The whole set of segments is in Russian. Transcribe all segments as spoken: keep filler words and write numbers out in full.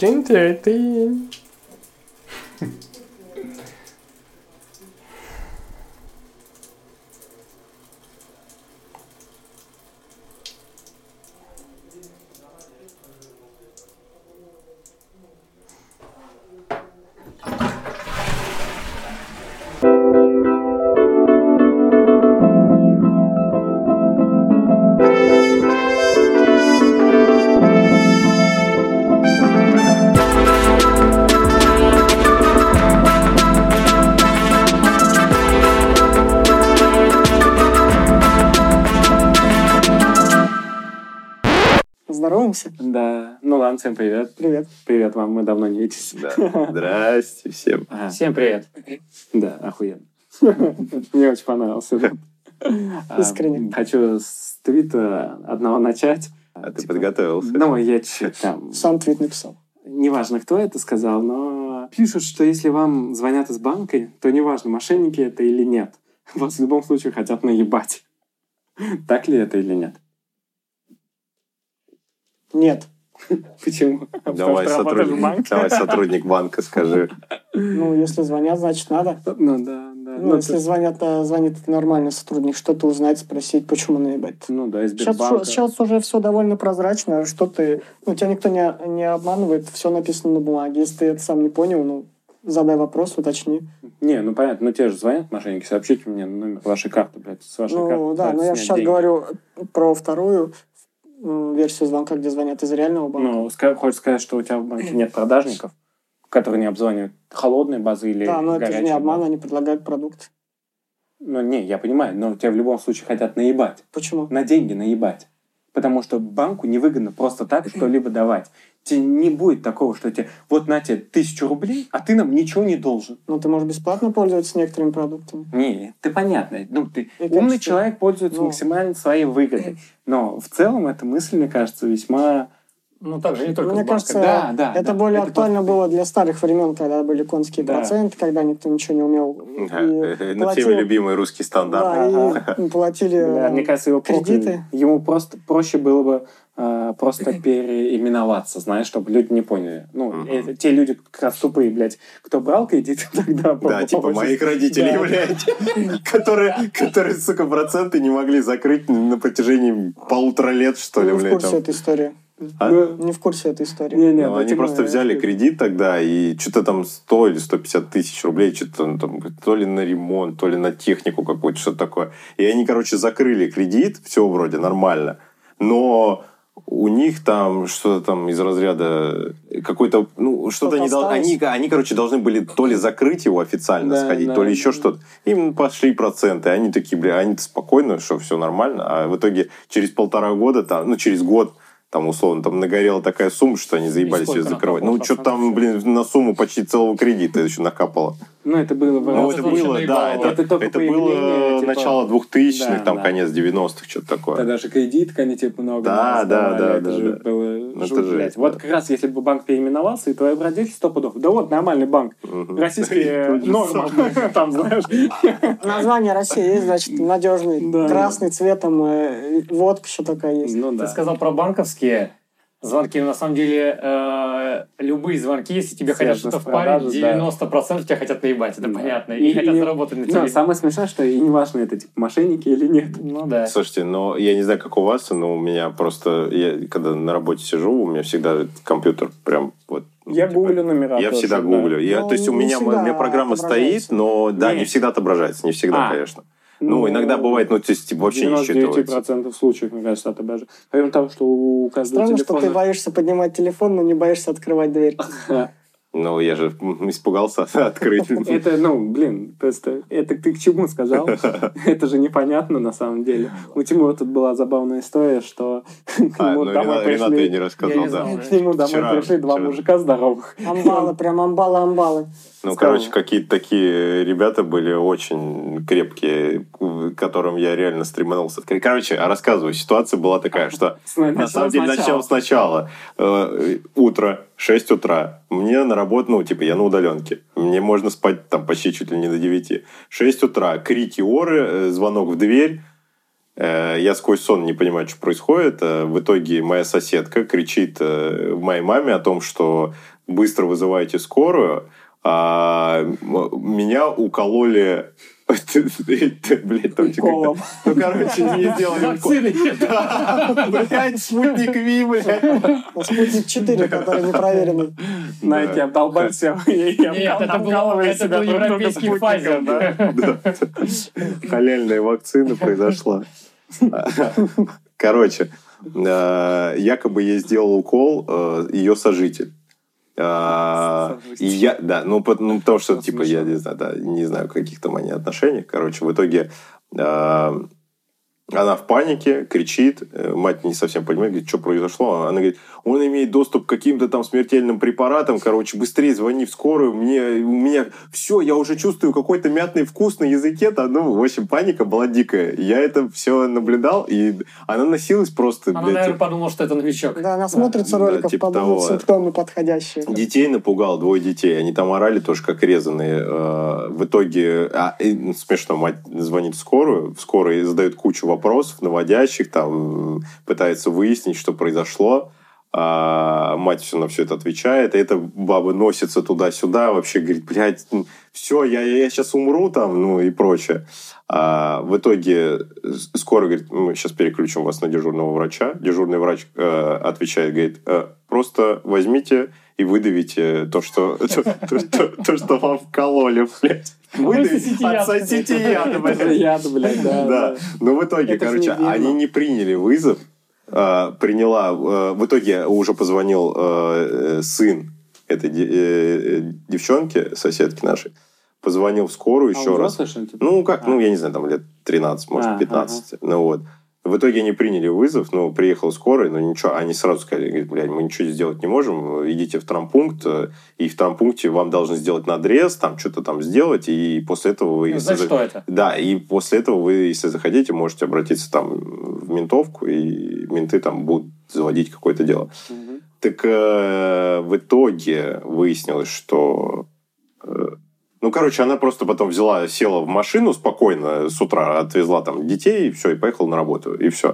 Тин-тин-тин. Здороваемся? Да. Ну ладно, всем привет. Привет. Привет вам, мы давно не виделись. Да. Здрасте всем. Ага. Всем привет. Да, охуенно. Мне очень понравился. Искренне. Хочу с твита одного начать. А ты подготовился? Ну, я чуть там... Сам твит написал. Неважно, кто это сказал, но пишут, что если вам звонят из банка, то неважно, мошенники это или нет. Вас в любом случае хотят наебать. Так ли это или нет? Нет. Почему? Давай, Потому что работаешь в сотрудник, банке? давай сотрудник банка скажи. Ну, если звонят, значит надо. Ну да, да. Ну, если звонят, а звонит нормальный сотрудник, что-то узнать, спросить, почему наебать. Ну да, из Сейчас, Сбербанка. сейчас уже все довольно прозрачно, что ты... Ну, тебя никто не, не обманывает, все написано на бумаге. Если ты это сам не понял, ну, задай вопрос, уточни. Не, ну понятно, ну те же звонят мошенники, сообщите мне номер вашей карты, блядь, с вашей карты. Ну, да, но я снять сейчас деньги. говорю про вторую м, версию звонка, где звонят из реального банка. Ну, ска- хочешь сказать, что у тебя в банке нет продажников, которые не обзванивают холодные базы или Да, но это же горячие не обман, базы? они предлагают продукт. Ну, не, я понимаю, но тебя в любом случае хотят наебать. Почему? На деньги наебать. Потому что банку невыгодно просто так что-либо давать. Тебе не будет такого, что тебе вот на тебе тысячу рублей, а ты нам ничего не должен. Ну, ты можешь бесплатно пользоваться некоторыми продуктами. Не, ты понятно. Ну, ты И умный кажется, человек пользуется ну. максимально своей выгодой. Но в целом эта мысль, мне кажется, весьма... Ну, также не только Мне в банках. кажется, Да, да, это да. более Это актуально просто- было для старых времен, когда были конские Да. проценты, когда никто ничего не умел. Да, И э, На платил- тему любимый русский стандарт. Да, и платили Да, мне кажется, его кредиты. прокляли. Ему просто проще было бы э, просто переименоваться, знаешь, чтобы люди не поняли. Ну, Мгм. это те люди как раз тупые, блядь, кто брал кредиты тогда. по- Да, по- типа по- моих родителей, Да. блядь, которые, которые, сука, проценты не могли закрыть на протяжении полутора лет, что ли, Не в блядь. курсе там. этой истории. А? Ну, Не в курсе этой истории. не, не, Ну, ну, они типа, просто взяли кредит тогда, и что-то там сто или сто пятьдесят тысяч рублей, что-то там, то ли на ремонт, то ли на технику какую-то, что-то такое. И они, короче, закрыли кредит, все вроде нормально, но у них там что-то там из разряда какой-то, ну, что-то, Что-то они, дол- осталось? они, они, короче, должны были то ли закрыть его официально, Да, сходить, да, то ли еще да. что-то. Им пошли проценты, они такие, бля, они спокойно, что все нормально, а в итоге через полтора года, там, ну, через год, там, условно, там нагорела такая сумма, что они заебались сколько ее закрывать. Ну, накапало что там, блин, на сумму почти целого кредита еще накапало. Ну, это было... в Ну, разы это вообще было, да, наебало. это, Это только это появление, было типа, начало двухтысячных, да, там, да. конец девяностых, что-то такое. Тогда же кредит, они типа много Да, нас да, давали, да, это да, же да. было Это жуть, жесть, блядь. да. Вот как раз, если бы банк переименовался, и твои родители сто пудов. Да вот, нормальный банк. Мгм. Российский э, Тот же норма. Там, знаешь. Название России есть, значит, надежный. Да. Красный цветом, э, водка еще такая есть. Ну Ты да. сказал про банковские звонки. Но на самом деле э, любые звонки, если тебе хотят Связано что-то с продажей, впарить, да. девяносто процентов тебя хотят наебать. Это Да. понятно. И, И- хотят и- заработать на Ну, тебе. самое смешное, что и не важно, это типа мошенники или нет. Ну да. Слушайте, но я не знаю, как у вас, но у меня просто, я когда на работе сижу, у меня всегда компьютер прям вот... ну, Я типа, гуглю номера. Я тоже, всегда да. гуглю. Я, Ну, то есть у не меня, всегда у меня программа отображается. стоит, но да, Не. не всегда отображается, не всегда, А. конечно. Ну, иногда бывает, ну, то есть типа, вообще не девяносто девять считывается. процентов случаев, мне кажется, отображает. Помимо того, что у каждого Странно, что ты телефона... боишься поднимать телефон, но не боишься открывать дверь. Ну, я же м, испугался открыть. Это, ну, блин, просто это ты к чему сказал? Это же непонятно на самом деле. У Тимура тут была забавная история, что к А, нему ну, домой Ренат, Ренат я не пришли... рассказал, Я не да. знал. К нему домой Вчера, пришли два вчера. мужика здоровых. Амбалы, прям амбалы-амбалы. Ну, Сказал. короче, какие-то такие ребята были очень крепкие, к которым я реально стреманулся. Короче, рассказываю. Ситуация была такая, что на самом деле начнем сначала. Э, Утро, шесть утра. Мне на работу, ну, типа, я на удаленке. Мне можно спать там почти чуть ли не до девяти. шесть утра. Крики, оры, э, звонок в дверь. Я сквозь сон не понимаю, что происходит. В итоге моя соседка кричит моей маме о том, что быстро вызывайте скорую, а меня укололи... Блять, там Уколом. Ну, короче, не сделали... Вакцины. Блять, спутник Ви, блядь. Спутник четыре, который не проверенный. Знаете, обдолбался. Нет, это был это был европейский Pfizer. Халяльная вакцина произошла. Короче, якобы ей сделал укол ее сожитель. А, и я, да, ну, по, ну потому что, типа, я не знаю, да, не знаю, каких там они отношений. Короче, в итоге а, она в панике, кричит, мать не совсем понимает, говорит, что произошло. Она говорит, он имеет доступ к каким-то там смертельным препаратам, короче, быстрее звони в скорую, мне, у меня все, я уже чувствую какой-то мятный вкус на языке, там, ну, в общем, паника была дикая. Я это все наблюдал, и она носилась просто... Она, блядь, наверное, подумала, что это новичок. Да, она смотрится да, роликов, типа подумала, того. симптомы подходящие. Детей напугал, двое детей. Они там орали тоже как резаные. В итоге, а, и, смешно, мать звонит в скорую, в скорой задают кучу вопросов, наводящих, там пытается выяснить, что произошло. А мать все на все это отвечает. И эта баба носится туда-сюда, вообще говорит, блядь, все, я, я сейчас умру там, ну и прочее. А в итоге скоро говорит, мы сейчас переключим вас на дежурного врача. Дежурный врач э, отвечает, говорит, э, просто возьмите и выдавите то, что, то, то, то, что вам вкололи, блядь. Выдавите, отсосите яд, блядь. Яд, блядь, да. Да. Но в итоге, короче, они не приняли вызов. Приняла, в итоге уже позвонил сын этой девчонки, соседки нашей, позвонил в скорую еще раз. Ну, как, ну, я не знаю, там лет тринадцать, может, пятнадцать. Ну, вот. В итоге они приняли вызов, ну, приехала скорая, но ничего, они сразу сказали, говорят, блядь, мы ничего сделать не можем, идите в травмпункт, и в травмпункте вам должны сделать надрез, там, что-то там сделать, и после этого вы... Знаешь, если... что это? Да, и после этого вы, если захотите, можете обратиться там в ментовку, и менты там будут заводить какое-то дело. Угу. Так э, в итоге выяснилось, что... Э, Ну, короче, она просто потом взяла, села в машину спокойно с утра, отвезла там детей, и все, и поехала на работу, и все.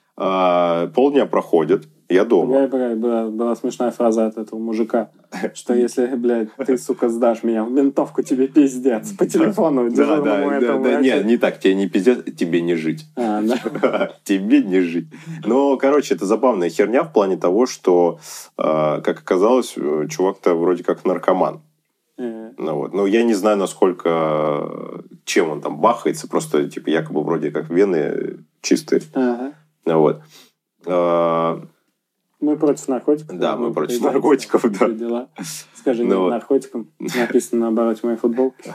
А, полдня проходит, я дома. Была, была, была смешная фраза от этого мужика, что если, блядь, ты, сука, сдашь меня в ментовку, тебе пиздец. По телефону Да, да, да, да, нет, не так, тебе не пиздец, тебе не жить. А, да. Тебе не жить. Но, короче, это забавная херня в плане того, что, как оказалось, чувак-то вроде как наркоман. Ну, вот. Но я не знаю, насколько, чем он там бахается, просто, типа, якобы вроде как вены чистые. Ага. Ну, вот. А... Мы против наркотиков. Да, мы против наркотиков, да. Дела. Скажи, ну, нет вот. наркотикам. Написано на обороте моей футболки.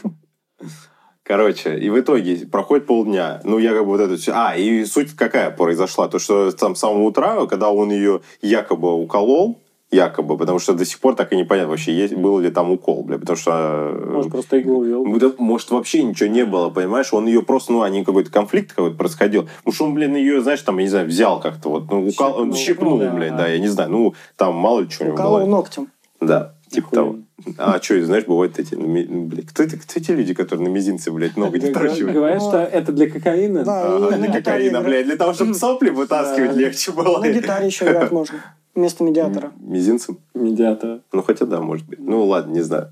Короче, и в итоге проходит полдня. Ну, я как бы вот это все... А, и суть какая произошла? То, что там с самого утра, когда он ее якобы уколол, якобы, потому что до сих пор так и непонятно вообще, есть, был ли там укол, бля, потому что... Может, просто иглу ввел. Может, вообще ничего не было, понимаешь? Он ее просто, ну, они какой-то конфликт какой-то происходил. Потому что он, блин, ее, знаешь, там, я не знаю, взял как-то вот, ну, укол, он щипнул, да, блин, да. да, я не знаю, ну, там мало ли чего. Уколол ногтем. Да, типа того. Охуенно. А что, знаешь, бывают эти, блядь, кто, это, кто эти люди, которые на мизинце, блядь, ноготь втачивают? Говорят, что это для кокаина. Да, А, и для на гитаре кокаина, играть. блядь, для того, чтобы сопли вытаскивать легче было. На гитаре еще играть можно. Вместо медиатора. Мизинцем? Медиатора. Ну, хотя да, может быть. Ну, ладно, не знаю.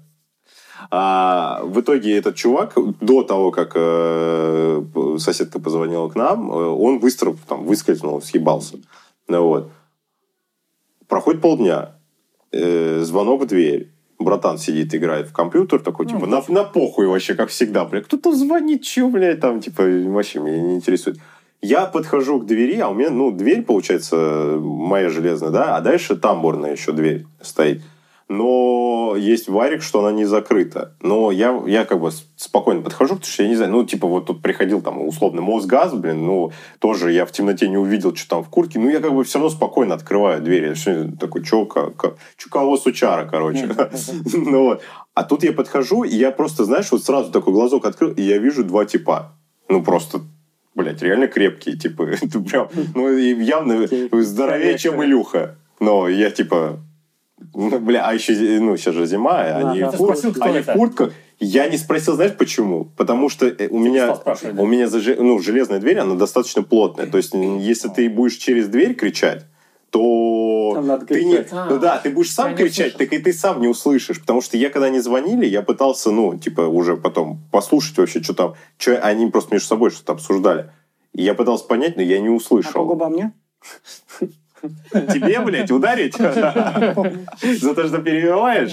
А в итоге этот чувак, до того, как э, соседка позвонила к нам, э, он быстро там выскользнул, съебался. Ну, вот. Проходит полдня. Э, звонок в дверь. Братан сидит, играет в компьютер, такой, типа, на, на похуй вообще, как всегда, блядь. Кто-то звонит, чё, блядь, там, типа, вообще меня не интересует. Я подхожу к двери, а у меня, ну, дверь, получается, моя железная, да, а дальше тамбурная еще дверь стоит. Но есть варик, что она не закрыта. Но я, я как бы спокойно подхожу, потому что я не знаю, ну, типа, вот тут приходил там условно Мосгаз, блин, ну, тоже я в темноте не увидел, что там в куртке, ну, я как бы все равно спокойно открываю дверь. Я такой, чё, чё, кого сучара, короче. Ну, вот. А тут я подхожу, и я просто, знаешь, вот сразу такой глазок открыл, и я вижу два типа. Ну, просто... Блять, реально крепкие, типа, это прям, ну, явно здоровее, чем Илюха. Но я, типа, ну, бля, а еще, ну, сейчас же зима, А, они, да, в, кур... спросил, кто они это? в куртках, Я не спросил, знаешь, почему? Потому что э, у меня, стал спрашивать, да? у меня заже- ну, железная дверь, она достаточно плотная. То есть, м, если ты будешь через дверь кричать, то Там надо ты не, кричать. ну да, ты будешь сам Я не кричать, услышал. так и ты сам не услышишь. Потому что я, когда они звонили, я пытался, ну, типа, уже потом послушать вообще, что там, что они просто между собой что-то обсуждали. И я пытался понять, но я не А по услышал. губам мне? Тебе, блядь, ударить? За то, что перебиваешь?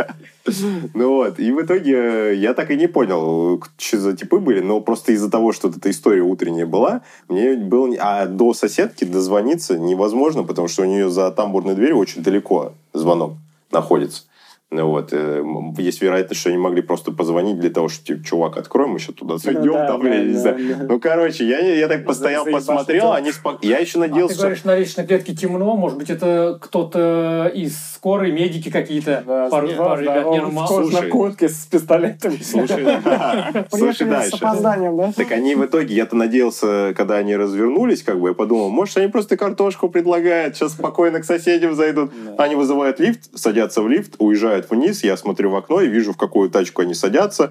Ну вот, и в итоге э, я так и не понял, что за типы были, но просто из-за того, что вот эта история утренняя была, мне было... не- А до соседки дозвониться невозможно, потому что у нее за тамбурной дверью очень далеко звонок находится. Ну вот, э, м, есть вероятность, что они могли просто позвонить для того, что, типа, чувак, открой, мы сейчас туда зайдем, да, там, да, я не да, знаю. да. Ну, короче, я, я так постоял, заебашить посмотрел, его. они спок- я еще А ты надеялся, что... говоришь, на лестничной клетке темно, может быть, это кто-то из скорой, медики какие-то, Да, пару, здорово, пару ребят, здорово, не, ну, в мало. Слушай. кожаной куртке с пистолетами. Слушай, слушай Приехали с дальше. опозданием, да? Так они в итоге, я-то надеялся, когда они развернулись, как бы, я подумал, может, они просто картошку предлагают, сейчас спокойно к соседям зайдут. Да. Они вызывают лифт, садятся в лифт, уезжают вниз, я смотрю в окно и вижу, в какую тачку они садятся.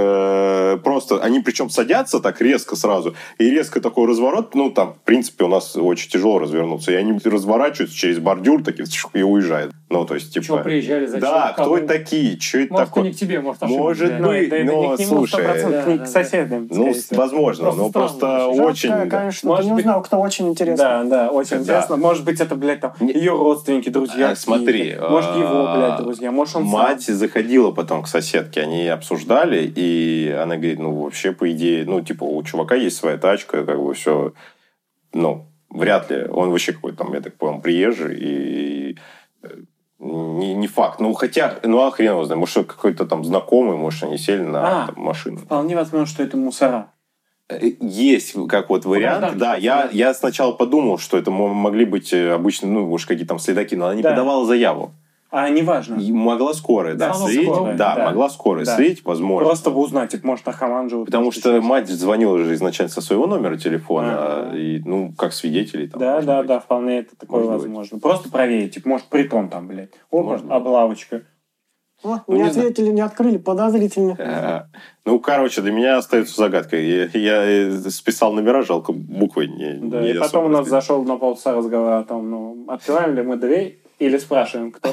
Э, Просто они причем садятся так резко сразу, и резко такой разворот, ну, там, в принципе, у нас очень тяжело развернуться, и они разворачиваются через бордюр такие и уезжают. Ну, то есть, типа... Чего приезжали, зачем? Да, кто кому? это такие, что это Может, такое? не к тебе, может, ошиблись, Может да. Ну, быть, это, это но, не к нему слушай, сто процентов, да, не да, к да. соседям. Ну, скорее всего. возможно, Просто но странно просто очень. очень... Жалко, конечно, Может ты не быть- узнал, кто очень интересно. Да, да, очень Да. интересно. Может быть, это, блядь, там, Не- ее родственники, друзья. А, смотри, какие-то. Может, его, а, блядь, друзья. Может, он Мать сам. заходила потом к соседке, они обсуждали, и она говорит, ну, вообще, по идее, ну, типа, у чувака есть своя тачка, как бы все, ну, вряд ли. Он вообще какой-то там, я так понял, приезжий, и э, не, не факт. Ну, хотя, ну, а хрен его знает, может, какой-то там знакомый, может, они сели на А. там, машину. Вполне возможно, что это мусора. Э, Есть как вот вариант, гражданке да, просто, я, да. я сначала подумал, что это мо- могли быть э, обычно, ну, может, какие-то там следаки, но она не Да. подавала заяву. А неважно. И могла скорая, да, Звонок слить, скорой, да, да. могла скорая Да. слить, возможно. Просто бы узнать, их, может, Ахаман живут. Потому может, что еще мать звонила же изначально со своего номера телефона, Ага. и, ну, как свидетелей. Там, Да, может да, быть. да, вполне это такое Может быть. возможно. Просто проверить, типа, может, притон там, блядь. Опа, Может быть. облавочка. О, Ну, не не знаю. ответили, не открыли, подозрительно. Э, Ну, короче, для меня остается загадкой. Я, я э, списал номера, жалко, буквы не Да, не и потом особо у нас разбираю. зашел на полчаса разговор о том, ну, открываем ли мы дверь или спрашиваем, кто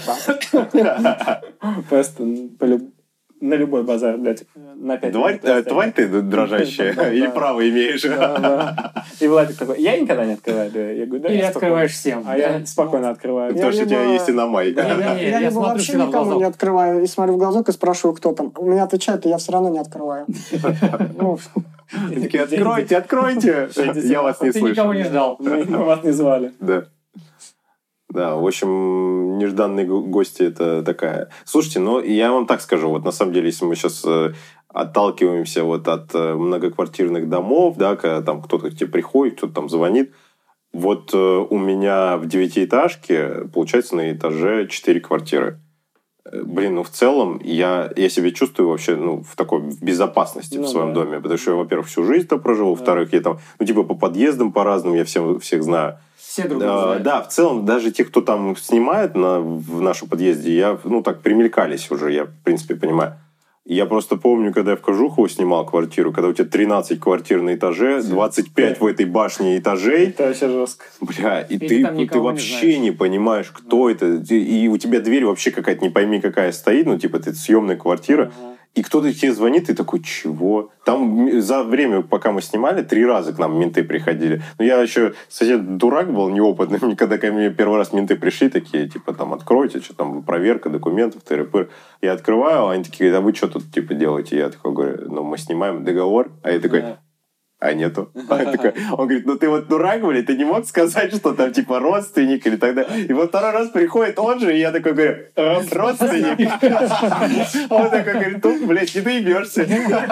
там. Просто по люб- на любой базар, блядь, на пять Тварь, минут э, расстояние. тварь ты дрожащая, Да, или да. право имеешь? Да, да. И Владик такой, я никогда не открываю дверь. Я говорю, да, Или я открываешь спокойно. всем. А я спокойно открываю. Потому что у тебя либо- есть иномай. Да, да. Не, Я я либо смотрю вообще всегда в никому глазок. не открываю и смотрю в глазок и спрашиваю, кто там. У меня отвечают, и я все равно не открываю. Ну, Они такие, откройте, откройте. Я вас не Ты никого не слышу. ждал. Мы мы вас не звали. Да. Да, в общем, нежданные го- гости это такая. Слушайте, ну я вам так скажу, вот на самом деле, если мы сейчас э, отталкиваемся вот от э, многоквартирных домов, да, когда там кто-то к тебе приходит, кто-то там звонит, вот э, у меня в девятиэтажке, получается, на этаже четыре квартиры. Э, Блин, ну в целом я, я себя чувствую вообще ну, в такой в безопасности Ну в своем да. доме, потому что я, во-первых, всю жизнь там прожил, во-вторых, я там, ну типа по подъездам по-разному, я всем, всех знаю. Все друг друга Да, знают. да, в целом, даже те, кто там снимает на, в нашем подъезде, я, ну, так, примелькались уже, я, в принципе, понимаю. Я просто помню, когда я в Кожухово снимал квартиру, когда у тебя тринадцать квартир на этаже, двадцать пять в этой башне этажей, Это вообще жестко. бля, и, И ты ты, там ты никого не вообще знаешь. не понимаешь, кто это, Ты- и у тебя дверь вообще какая-то, не пойми какая стоит, ну, типа, это съемная квартира, Ага. и кто-то тебе звонит, ты такой, чего? Там м- за время, пока мы снимали, три раза к нам менты приходили. Но я еще сосед дурак был, неопытный. Мне Когда ко мне первый раз менты пришли, такие, типа, там, откройте, что там, проверка документов, тыры-пыр. Я открываю, а они такие, а вы что тут, типа, делаете? Я такой говорю, ну, мы снимаем договор. А я такой, Да. а нету. А я такой, он говорит, ну ты вот дурак, блядь, ты не мог сказать, что там типа родственник или так далее. И во второй раз приходит он же, и я такой говорю, «Э, родственник. А он такой говорит, ну, блядь, не доебешься.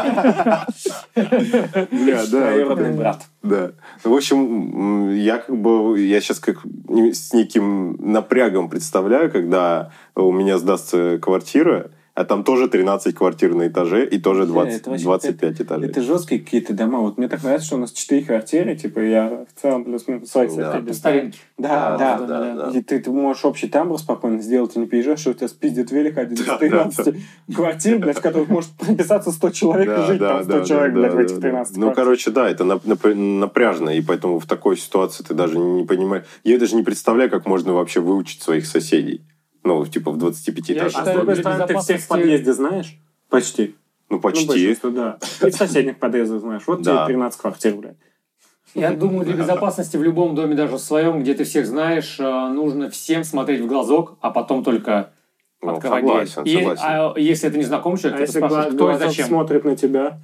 Бля, да. Двоюродный вот, брат. Да. Ну, в общем, м, я как бы, я сейчас как с неким напрягом представляю, когда у меня сдастся квартира, а там тоже тринадцать квартир на этаже и тоже двадцать, Это вообще- двадцать пять этажей. Это жесткие какие-то дома. Вот мне так нравится, что у нас четыре квартиры, типа, я в целом плюс-минус свои Да. соседи По знаю. старинке. Да, Да, да, да, да. И ты, ты можешь общий тамбур спокойно сделать, и не переезжаешь, что у тебя спиздит велик один из Да, тринадцати квартир, блядь, в которых может прописаться сто человек и жить там сто человек, блядь, в этих тринадцати Ну, квартирах. короче, да, это нап- нап- напряжно, и поэтому в такой ситуации ты даже не понимаешь. Я даже не представляю, как можно вообще выучить своих соседей. Ну, типа в двадцати пяти Я А этажах. с считаю, другой для стороны, ты всех в безопасности- подъезде знаешь? Почти. Ну, Ну, почти. большинство, да. И в соседних подъездах знаешь. Вот Да. тебе тринадцать квартир, блядь. Я думаю, для безопасности в любом доме, даже в своем, где ты всех знаешь, э, нужно всем смотреть в глазок, а потом только Ну, открывать согласен, дверь. И- согласен. а если это незнакомый человек, А ты если спрашиваешь, гла- кто и глазок зачем. смотрит на тебя?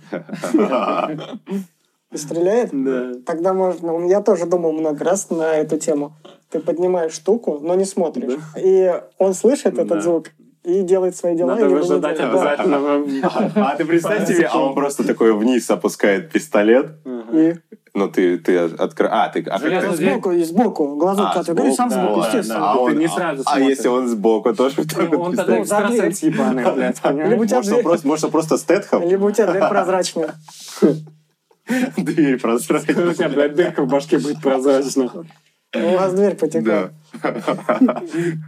И стреляет? Да. Тогда можно... ну, Я тоже думал много раз на эту тему. Ты поднимаешь штуку, но не смотришь. И он слышит Да. этот звук и делает свои дела. Надо и не выжидать делает. Да. обязательно. А ты представь себе, а он просто такой вниз опускает пистолет. И Ну, ты, ты открываешь... А, ты... А как Железный ты- дверь. сбоку, и сбоку. Глазок А, как-то говоришь, сам сбоку, сбоку, да, естественно. ладно. А Ты он- не сразу А смотришь. если он сбоку, тоже вот так вот Он пистолет? тогда Ну, за дверь. экстрасенс ебаный, блядь, понимаешь? Либо у тебя Может, он дверь, просто, может, он просто Стэтхэм? либо у тебя дверь прозрачная. Дверь У прозрачная. тебя, блядь, дырка в башке будет прозрачна. У вас дверь потекает. Да.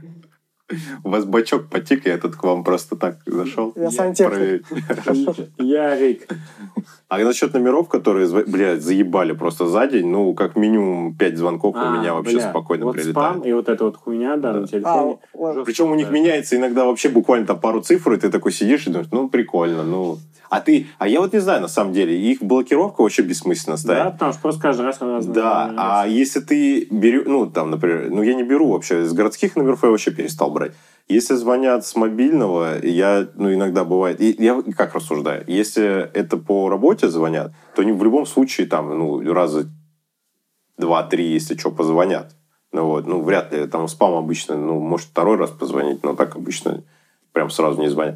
У вас бачок потек, я тут к вам просто так зашел. Я сантехник. проверить. Ярик. А насчет номеров, которые, зв- блядь, заебали просто за день, ну, как минимум пять звонков у А, меня вообще бля, спокойно вот прилетает. спам и вот эта вот хуйня, да, на А, телефоне. ладно. Причем у них Да. меняется иногда вообще буквально там пару цифр, и ты такой сидишь и думаешь, ну, прикольно, ну... А ты, а я вот не знаю, на самом деле, их блокировка вообще бессмысленно Да, ставить. потому что просто каждый раз разные Да, номера. а если ты берешь, ну, там, например, ну, я не беру вообще, с городских номеров я вообще перестал брать. Если звонят с мобильного, я, ну, иногда бывает, и я как рассуждаю, если это по работе звонят, то они в любом случае там, ну, раза два-три, если что, позвонят. Ну, вот, ну, вряд ли, там спам обычно, ну, может, второй раз позвонить, но так обычно прям сразу не звонят.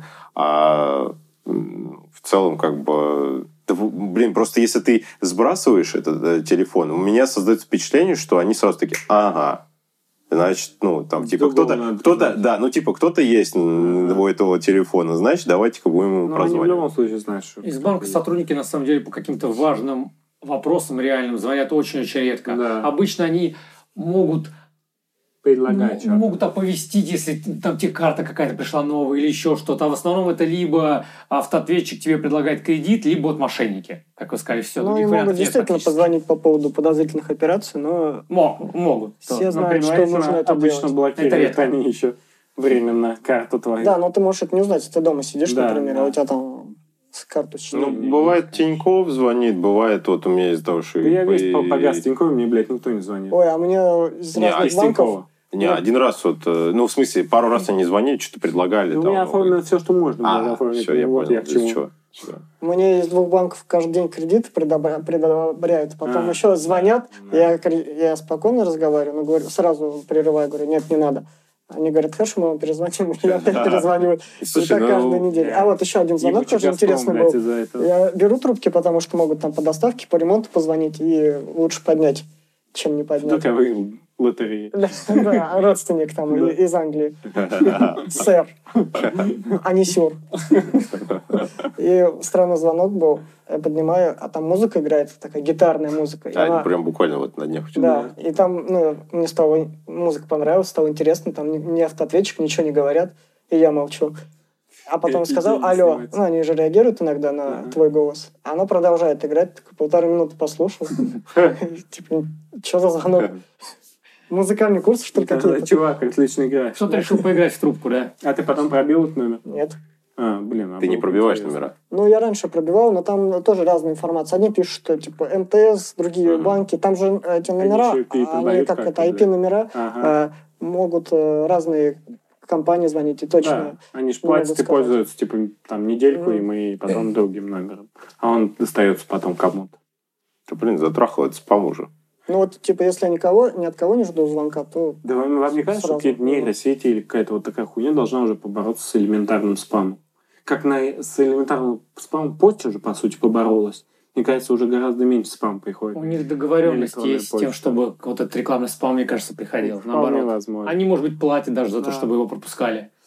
А м, в целом, как бы, да, в- блин, просто если ты сбрасываешь этот э, телефон, у меня создается впечатление, что они сразу такие, ага, значит, ну, там, типа, Другого кто-то, надо кто-то, позвонить. да, ну, типа, кто-то есть м, у этого телефона, значит, давайте-ка будем ему Ну, они в прозванивать. любом случае знают, что... Из банка сотрудники, на самом деле, по каким-то важным вопросам реальным звонят очень-очень редко. Да. Обычно они могут, Предлагать м- что-то. могут оповестить, если там тебе карта какая-то пришла новая или еще что-то. А в основном это либо автоответчик тебе предлагает кредит, либо вот мошенники. Как вы сказали, все. Ну, и могут действительно позвонить по поводу подозрительных операций, но Могут. все Но знают, что предварительно нужно это обычно делать. блокируют Это редко. они еще временно карту твою. Да, но ты можешь это не узнать, если ты дома сидишь, Да, например, да. а у тебя там с карточки. Ну, Не, бывает, Тиньков звонит, бывает, вот у меня из-за того, что... Да я весь и- по погас Тинькофф, мне, блядь, никто не звонит. Ой, а мне из Не, а разных Из банков... Тинькова. Не, Ну, один раз вот, э, ну, в смысле, пару раз они звонили, что-то предлагали. У там, меня ну, оформлено все, что можно было А, оформить. все, я Вот понял, к из чему. чего. Всё. Мне из двух банков каждый день кредит предобра- предобряют, потом А. еще звонят, Да. я, кре- я спокойно разговариваю, но говорю, сразу прерываю, говорю, нет, не надо. Они говорят, хорошо, мы вам перезвоним, и я опять перезваниваю. И Слушай, так ну, каждую неделю. А вот еще один звонок Ебучий тоже «Газпром», интересный блядь, был. из-за этого. Я беру трубки, потому что могут там по доставке, по ремонту позвонить, и лучше поднять, чем не поднять. Вдруг я выиграл лотереи. Да, родственник там Да. из Англии. Сэр, а не сюр. И странный звонок был. Я поднимаю, а там музыка играет, такая гитарная музыка. И А, она- прям буквально вот на днях. Да, и там, ну, мне стало, музыка понравилась, стало интересно, там ни, ни автоответчик, ничего не говорят, и я молчу. А потом Какие сказал, деньги алло, снимаются. ну, они же реагируют иногда на Ага. твой голос. А она продолжает играть, такой полторы минуты послушал. Типа, что за звонок? Музыкальный курс, что ли, Это какие-то? чувак, отлично играешь. Что-то решил поиграть в трубку, да? А ты потом пробил этот номер? Нет. А, блин. а Ты не было бы пробиваешь интересно. номера? Ну, я раньше пробивал, но там тоже разная информация. Одни пишут, что, типа, МТС, другие Мгм. банки. Там же эти номера, еще и они передают как как-то, это, ай пи-номера Ага. могут э, разные компании звонить, и точно... Да, они же не могут платят и сказать. пользуются, типа, там, недельку, Мгм. и мы потом другим номером. А он достается потом кому-то. Ты, блин, затрахал, это спам уже. Ну, вот, типа, если я никого, ни от кого не жду звонка, то... Да вам, вам не кажется, что Сразу. какие-то нейросети или какая-то вот такая хуйня должна уже побороться с элементарным спамом? Как на, с элементарным спамом почта же, по сути, поборолась. Мне кажется, уже гораздо меньше спам приходит. У них договоренность Электронная есть с тем, почта. чтобы вот этот рекламный спам, мне кажется, приходил. Вполне Наоборот. возможно. Они, может быть, платят даже за то, Да. чтобы его пропускали.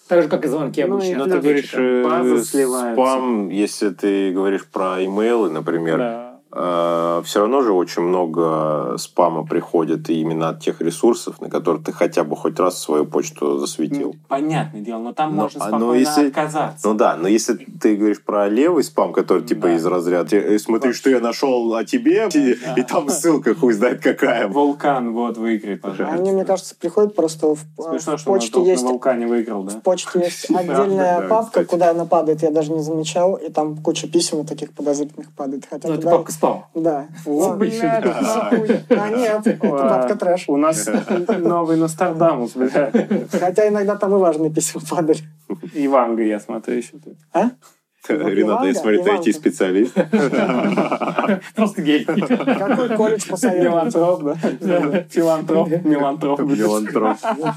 Так же, как и звонки Ну, обычные. и Но ты автоответчик. говоришь, э, Базы сливаются. спам, если ты говоришь про имейлы, например, Да. все равно же очень много спама приходит и именно от тех ресурсов, на которых ты хотя бы хоть раз свою почту засветил. Понятное дело, но там Но- можно а, но спокойно если- отказаться. Ну да, но если ты говоришь про левый спам, который типа Да. из разряда «Э, смотри, что я нашел о тебе, и, и там ссылка хуй знает какая. Вулкан, вот, выиграй, пожалуйста. Они, мне кажется, приходят просто в, Смешно, в что он почте только есть... на Вулкане выиграл, да? В почте есть Правда, отдельная да, папка, кстати. куда она падает, я даже не замечал, и там куча писем вот таких подозрительных падает. Хотя Ну, это туда- папка спам. Да. О, Ну, блядь, нахуй. А нет, это папка трэш. У нас новый Нострадамус, бля. Хотя иногда там и важные письма падали. И Ванга, я смотрю, еще тут. А? Рената, я смотрю, ты ай ти-специалист. Просто гей. Какой колледж посоветовал? Филантроп, да? Филантроп, мелантроп. Мелантроп.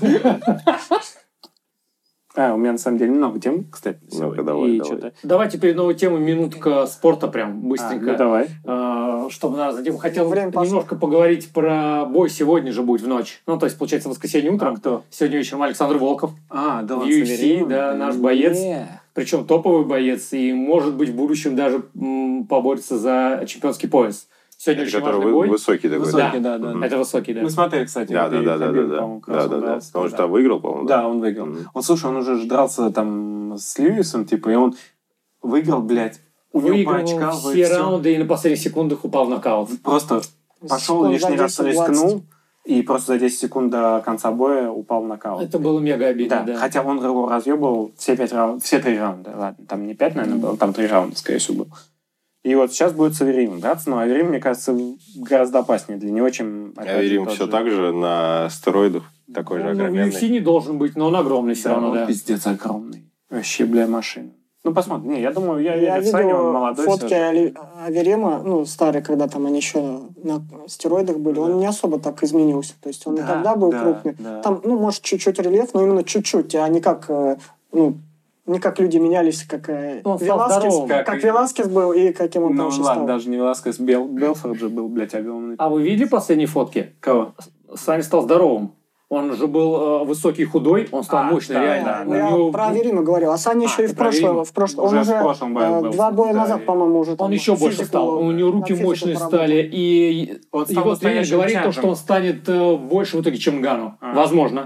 А, у меня на самом деле много тем, кстати, Ну-ка, сегодня. давай, И давай. что-то- Давайте перед новой темой минутка спорта прям А, быстренько. ну давай. А, чтобы нас затем хотел Время пошло. немножко поговорить про бой сегодня же будет в ночь. Ну, то есть, получается, воскресенье А утром. кто? Сегодня вечером Александр Волков. А, да, В ю эф си, да, наш боец. Причем топовый боец. И, может быть, в будущем даже м, поборется за чемпионский пояс. Сегодня очень Который важный вы- бой. высокий такой. Высокий, да, да. Мгм. Это высокий, да. Мы смотрели, кстати. Да, вот да, и да, да, Хабиб, да, по-моему, как да, раз да, он да. дрался, Он да. же там выиграл, по-моему, Да, он выиграл. Мгм. Он, слушай, он уже ж дрался там с Льюисом, типа, и он выиграл, блядь, у него Выиграл поочкал, все раунды и на последних секундах упал в нокаут. Просто пошел Секунд лишний за раз десять-двадцать. рискнул, и просто за десять секунд до конца боя упал в нокаут. Это было мега обидно, Да, да. хотя он его разъебал все пять раундов, все три раунда. Ладно, там не пять, наверное, было, там три раунда, скорее всего, было. И вот сейчас будет с Аверимом драться, но Аверим, мне кажется, гораздо опаснее для него, чем... опять же, Аверим тот все же- так же на стероидах, такой же Он в ю эф си огроменный. не должен быть, но он огромный все Да, равно, он да. пиздец огромный. Вообще, бля, машина. Ну, посмотрим. Не, я думаю, я, Я верю в Саню, он видел молодой. фотки всё же. Али- Аверима, ну, старые, когда там они еще на стероидах были, он не особо так изменился. То есть он и Да, тогда был да, крупный. да. Там, ну, может, чуть-чуть рельеф, но именно чуть-чуть, а не как, э, ну, не как люди менялись, как э, Он стал Веласкес, здоровым. как, Как- Веласкес был и каким он Ну, там сейчас ладно, стал. даже не Веласкес, Бел, Белфорд же был, блядь, огромный. А вы видели последние фотки? Кого? Саня стал здоровым. Он же был э, высокий и худой, он стал А, мощный, да, реально. да, У Ну, я него- про Аверима говорил, а Саня А, еще и ты в про прошлом, Аверима. в прошлом, Уже он в уже прошлом бою э, был, два боя да, назад, и- по-моему, уже там Он еще больше физику- стал, у него руки над физикой мощные поработал. стали, и Он стал его тренер настоящим говорит, то, чемпионом. что он станет э, больше в итоге, чем Нгану. А. Возможно.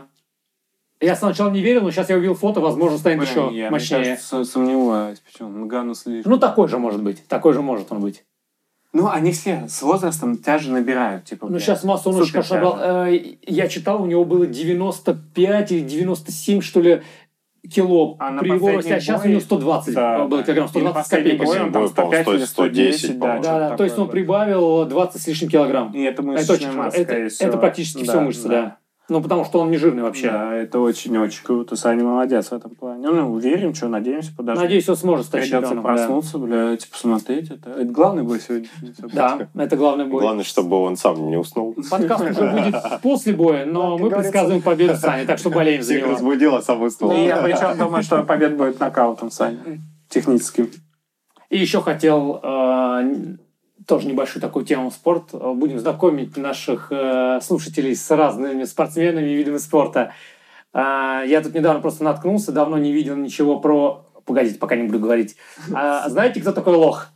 Я сначала не верил, но сейчас я увидел фото, возможно, станет Блин, еще я, мне мощнее. кажется, сомневаюсь, почему? Нгану слишком. Ну, такой же может быть, такой же может он быть. Ну, они все с возрастом тяжи набирают, типа, Ну, блядь. сейчас массу он очень Супер хорошо набрал. Э, Я читал, у него было девяносто пять или девяносто семь, что ли, кило А на при его последний росте, а сейчас бой- у него сто двадцать Да, было да. килограмм, И на сто двадцать с последний бой копейками. он там Бой, сто пять по-моему, или сто десять, сто десять, да. по-моему. Да, да, что-то то есть он такое. прибавил двадцать с лишним килограмм. И это Это мышечная очень масса, это, и всё. это практически Да, все мышцы, да. Ну, потому что он не жирный вообще. Да, это очень-очень круто. Саня молодец в этом плане. Ну, верим, что, надеемся, подожди. Надеюсь, он сможет стать Придется чемпионом. да. проснуться, блядь, посмотреть это. Это главный бой сегодня. Да, это главный бой. Главное, чтобы он сам не уснул. Подкаст уже будет после боя, но Да, как мы говорится. предсказываем победу Сани, так что болеем за Всех него. разбудил, а сам уснул. И я причем думаю, что победа будет нокаутом, Саня. Техническим. И еще хотел э, тоже небольшую такую тему спорт. Будем знакомить наших э, слушателей с разными спортсменами и видами спорта. Э, я тут недавно просто наткнулся, давно не видел ничего про... Погодите, пока не буду говорить. А знаете, кто такой лох?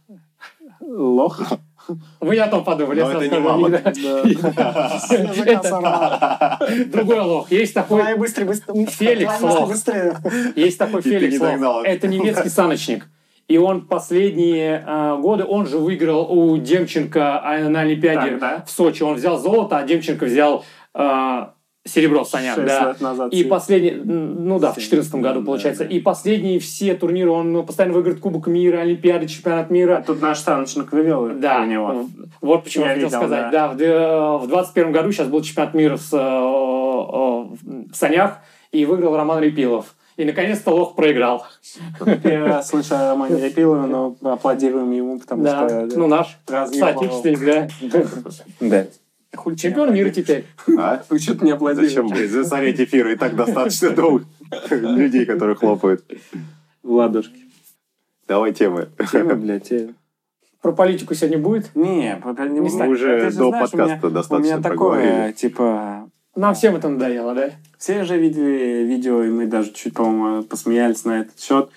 Лох. Вы не о том подумали. Но я это сразу не скажу. мама. Языка сорвал. Другой лох. Есть такой... Давай быстрее, быстрее. Феликс Давай Лох. быстрее. Есть такой И ты Феликс не Лох. догнал. Это немецкий саночник. И он последние э, годы, он же выиграл у Демченко а, на Олимпиаде Так, да? в Сочи. Он взял золото, а Демченко взял э, серебро в санях. Шесть Да. лет назад. И последний, ну да, в четырнадцатом году, Да, получается. да. И последние все турниры, он постоянно выиграет Кубок мира, Олимпиады, Чемпионат мира. Тут наш саночник вывел Да, у него. вот почему я Я хотел видел, сказать. Да, в д- в двадцать первом году сейчас был чемпионат мира с, э, э, в санях, и выиграл Роман Репилов. И наконец-то лох проиграл. Первый раз слышу о Романе Репилове, но аплодируем ему, потому Да, что... ну наш разъебал. соотечественник, да. Да. Хуй, чемпион мира теперь. А? Вы что-то не аплодируете. Зачем, блядь, засорять эфир? И так достаточно двух людей, которые хлопают. В ладошки. Давай темы. Темы, блядь, темы. Про политику сегодня будет? Не, пока не Мы станет. уже Ты же до знаешь, у меня- подкаста У достаточно меня такое, проговорили. типа, Нам всем это надоело, да? Все же видели видео, и мы даже чуть, по-моему, посмеялись на этот счет,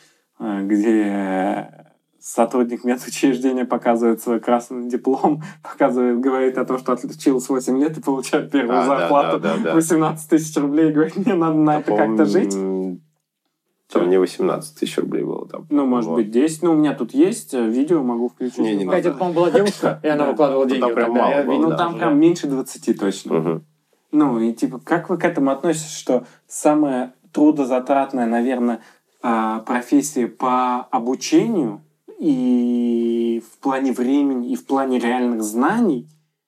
где сотрудник медучреждения показывает свой красный диплом, показывает, говорит о том, что отучился восемь лет и получает первую А, да, зарплату да, да, да. восемнадцать тысяч рублей, и говорит, мне надо на это как-то жить. Там не восемнадцать тысяч рублей было там. Ну, может Вот. быть, десять. Ну, у меня тут есть видео, могу включить. Не, не Кстати, это, по-моему, была девушка, и она Да. выкладывала Ну, деньги. там вот прям тогда. мало Я было, видел Ну, да. там тоже, прям меньше двадцати точно. Мгм. Ну, и типа, как вы к этому относитесь, что самая трудозатратная, наверное, а, профессия по обучению и в плане времени, и в плане реальных знаний,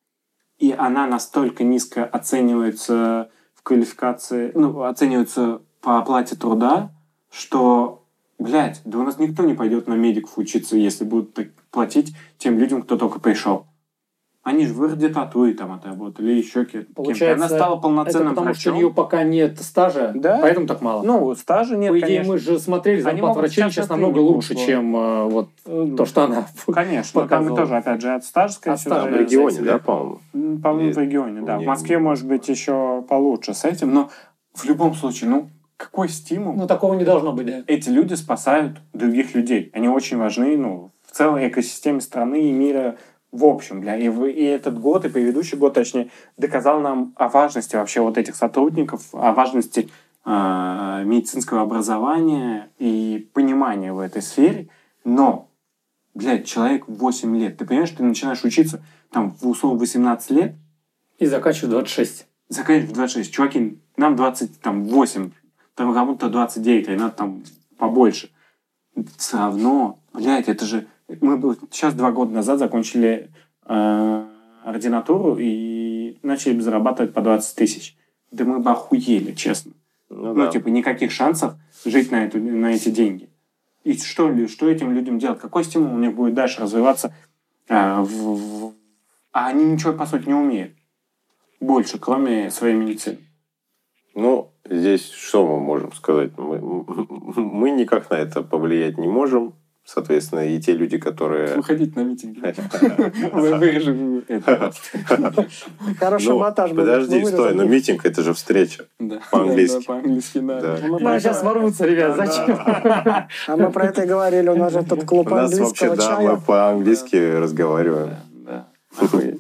и она настолько низко оценивается в квалификации, ну, оценивается по оплате труда, что, блядь, да у нас никто не пойдет на медиков учиться, если будут так платить тем людям, кто только пришел. Они же в ординатуре там отработали, или еще кем-то. Получается, Она стала это полноценным потому, что у врачом. нее пока нет стажа, Да. поэтому так мало. Ну, стажа нет, По идее, конечно. мы же смотрели, Они зарплата могут врачей сейчас сейчас на намного клинику лучше, условно. чем э, вот то, что она... Конечно, но там мы показывала. тоже, опять же, от стажа, скорее От всего, стажа, В да, регионе, зависит. да, по-моему? М, По-моему, в Или- регионе, да. В Не- Москве, может быть, еще получше с этим, но в любом случае, ну, какой стимул? Ну, такого не должно быть, да. Эти люди спасают других людей. Они очень важны, ну, в целой экосистеме страны и мира в общем, бля. И, вы, и этот год, и предыдущий год, точнее, доказал нам о важности вообще вот этих сотрудников, о важности э, медицинского образования и понимания в этой сфере. Но, блядь, человек в восемь лет, ты понимаешь, ты начинаешь учиться там в условно восемнадцать лет, И заканчиваю двадцать шесть. заканчиваешь в двадцать шесть. Чуваки, нам двадцать восемь, там кому-то двадцать девять, а и надо там побольше. Все равно, блядь, это же... Мы бы сейчас два года назад закончили э, ординатуру и начали бы зарабатывать по двадцать тысяч. Да мы бы охуели, честно. Ну, Ну, да. типа, никаких шансов жить на, эту, на эти деньги. И что, ли- что этим людям делать? Какой стимул у них будет дальше развиваться? э, в- в- А они ничего, по сути, не умеют. Больше, кроме своей медицины. Ну, здесь что мы можем сказать? Мы, мы никак на это повлиять не можем. Соответственно, и те люди, которые... Выходить на митинги. Мы вырежем это. Хороший Ну, монтаж был. подожди, Мы стой, но вырезали. митинг это же встреча. Да. По-английски. Да, По-английски, да. Да. Мы Ну, про сейчас это- ворвутся, ребят, Да, зачем? А мы про это и говорили, у нас же тут клуб У нас вообще, английского да, мы чая. по-английски разговариваем. Да. Охуеть.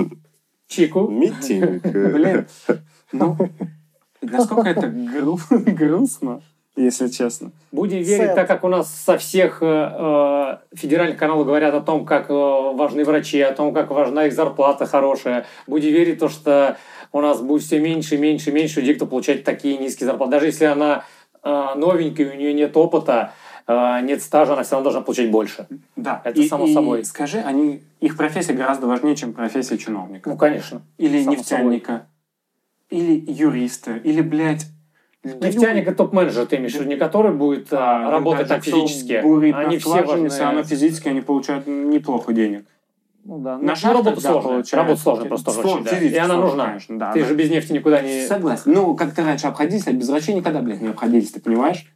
Чику. Митинг. э, Блин, ну, насколько это гру- грустно, если честно. Будем верить, Сэм. так как у нас со всех э, э, федеральных каналов говорят о том, как э, важны врачи, о том, как важна их зарплата хорошая. Будем верить, то, что у нас будет все меньше, меньше, меньше людей, кто получает такие низкие зарплаты. Даже если она э, новенькая, у нее нет опыта, э, нет стажа, она все равно должна получать больше. Да, Это и, само и собой. Скажи, они, их профессия гораздо важнее, чем профессия чиновника. Ну, конечно. Или само нефтяника. Или юриста. Или, блядь... Нефтяник и топ-менеджер, ты имеешь в виду, не который будет а, работать так физически. Они все важны. Все равно физически они получают неплохо денег. Ну да, На на шахтах, работу да, сложная. получается. Работа сложная просто Сложно, очень, да. физически И она сложно, нужна. конечно, да, Ты да. же без нефти никуда не... Согласен. Ну, как-то раньше обходились, а без врачей никогда, блядь, не обходились, ты понимаешь?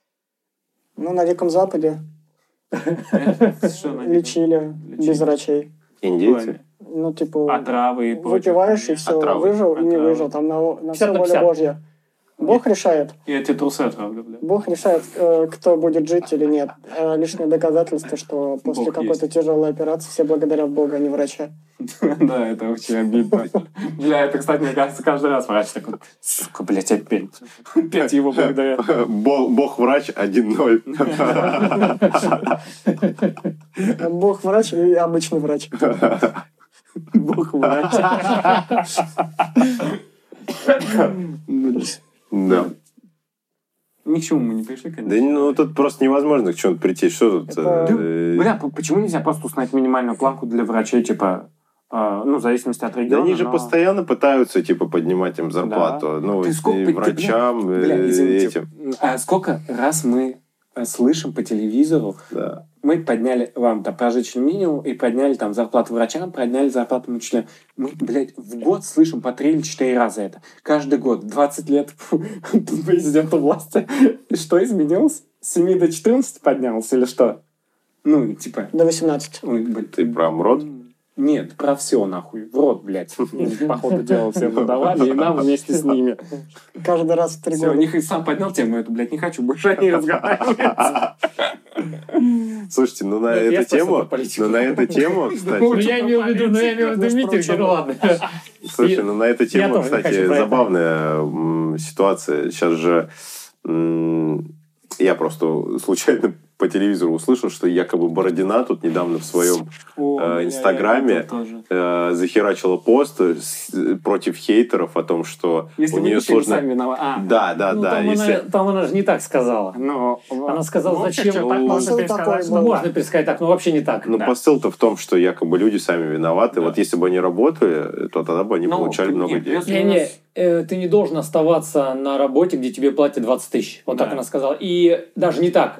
Ну, на Диком Западе Что она делает? лечили Лечили. без врачей. Индейцы. Ну, типа, Отравы и прочее. выпиваешь, и все, Отравы. выжил и не Отравы. выжил. Там на, на все пятьдесят на воля пятьдесят. Божья. Бог решает. И эти трусы отравлю, блядь. Бог решает, э, кто будет жить или нет. Э, Лишнее доказательство, что после Бог какой-то тяжелой операции все благодарят Бога, а не врача. Да, это очень обидно. Бля, это, кстати, мне кажется, каждый раз врач такой, сука, блядь, опять. Опять его благодарят. Бог- Бог-врач один ноль. Бог врач и обычный врач. Бог врач. Да. Ни к чему мы не пришли, Да конечно. ну тут просто невозможно к чему-то прийти. Что тут? Это- э, Бля, п- почему нельзя просто установить минимальную планку для врачей, типа, э, ну, в зависимости от Да региона, они же но- постоянно пытаются, типа, поднимать им зарплату. Ну, Ты и сколько- ты- врачам, Бля, э, извините. этим. А сколько раз мы э, слышим по телевизору, Да. мы подняли вам там прожиточный минимум и подняли там зарплату врачам, подняли зарплату учителям. Мы, блядь, в год слышим по три или четыре раза это. Каждый год. двадцать лет президента власти. И что изменилось? С семи до четырнадцати поднялся или что? Ну, типа... До восемнадцати. Ой, блин. Ты про МРОД? Нет, про все нахуй. В рот, блядь. Походу дела всем надавали, и нам вместе с ними. Каждый раз в три Все, года. них и сам поднял тему эту, блядь, не хочу больше о ней разговаривать. Слушайте, ну на Нет, я эту спросил тему, про политику. ну на эту тему, Ну, кстати, я имел в виду, ну, я имел в виду митинги, ну ладно. слушай, ну на эту тему, тоже не кстати, хочу про это. забавная м, ситуация. Сейчас же м, я просто случайно по телевизору услышал, что якобы Бородина тут недавно в своем О, э, бля, я Инстаграме видел тоже. э, захерачила пост с- против хейтеров о том, что Если у вы нее решили сложно... сами виноваты. А, Да, да, Ну, да. там, если- она, там она же не так сказала. но... Она сказала, в общем, зачем- чё, так Ну, можно посыл пересказать, такой что был. Ну, да. можно пересказать так, но вообще не так. Ну, Да. посыл-то в том, что якобы люди сами виноваты. Да. Вот если бы они работали, то тогда бы они Ну, получали ты- много нет, денег. если- Не-не, э, ты не должен оставаться на работе, где тебе платят двадцать тысяч. Вот Да. так она сказала. И даже не так.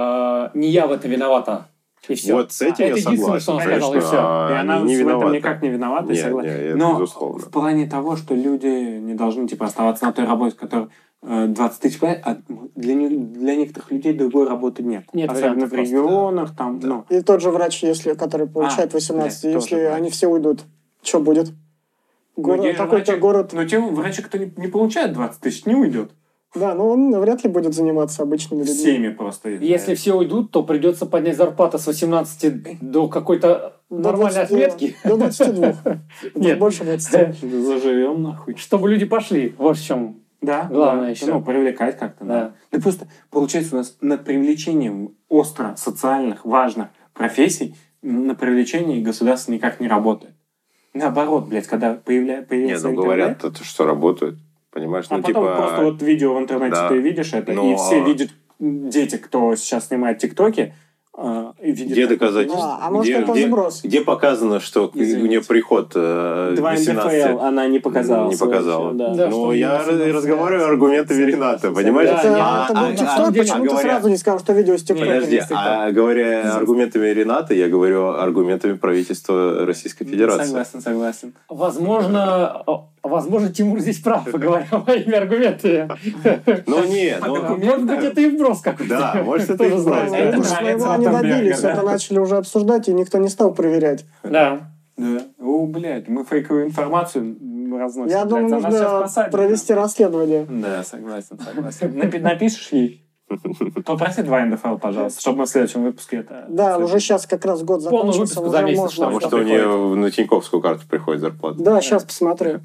э, не я в этом виновата. И все. Вот с этим Это я единственное, согласен, что она конечно, сказала, и всё. а И она они не в этом виноваты. никак не виновата, Не, согласен. не, это Но безусловно. в плане того, что люди не должны типа оставаться на той работе, которая э, двадцать тысяч платят, а для, не- для некоторых людей другой работы нет. Нет Особенно в вариантов просто, регионах, там, ну, И тот же врач, если, который получает А, восемнадцать, блядь, если тоже врач. они все уйдут, что будет? Город- ну, есть же какой-то врачи- город... Ну, те врачи, кто не, не получает двадцать тысяч, не уйдет. Да, но он вряд ли будет заниматься обычными людьми. Всеми просто. Если все уйдут, то придется поднять зарплату с восемнадцати до какой-то До нормальной двадцати отметки. До двадцати двух. Нет. Больше двадцати. Заживем нахуй. Чтобы люди пошли. Вот в чем. Да, Главное да. еще. Ну, привлекать как-то, да. Да. Да просто, получается, у нас над привлечением остро социальных, важных профессий, на привлечении государство никак не работает. Наоборот, блядь, когда появля... Не, появляется ну интернет, говорят, то, что работают. Понимаешь? а Ну, потом типа... просто вот видео в интернете да. ты видишь это, Но- и все видят, дети, кто сейчас снимает тиктоки, э, и видят... Где это. доказательства? А, а может, где, это где- сброс? где показано, что Извините. у нее приход э, Два эн дэ эф восемнадцати? эл она не показала. Не свой показала. еще, да. Да. Ну, что я у раз- нее разговариваю аргументами Рената, понимаешь? Да, Это, нет, А- это был а- TikTok, а- почему а ты говоря- сразу не сказал, что видео с Не, TikTok? Подожди, есть а говоря аргументами Рената, я говорю аргументами правительства Российской Федерации. Согласен, согласен. Возможно, о, возможно, Тимур здесь прав, говоря моими аргументами. Ну, нет, ну, Может быть, это и вброс какой-то. Да, может, это Кто и же вброс. знает. Ну, Это видишь, нравится своего они Ротенберга, добились, да. это начали уже обсуждать, и никто не стал проверять. Да. Да. О, блядь, мы фейковую информацию разносим. Я блядь, думаю, она сейчас нужно посадит. провести расследование. Да, согласен, согласен. Напи- Напишешь ей? Попроси два эн дэ эф эл, пожалуйста, чтобы мы в следующем выпуске это... Да, уже сейчас как раз год Полный закончился, выпуск за уже месяц, можно. потому Потому что что у нее на Тиньковскую карту приходит зарплата. Да, сейчас посмотрю.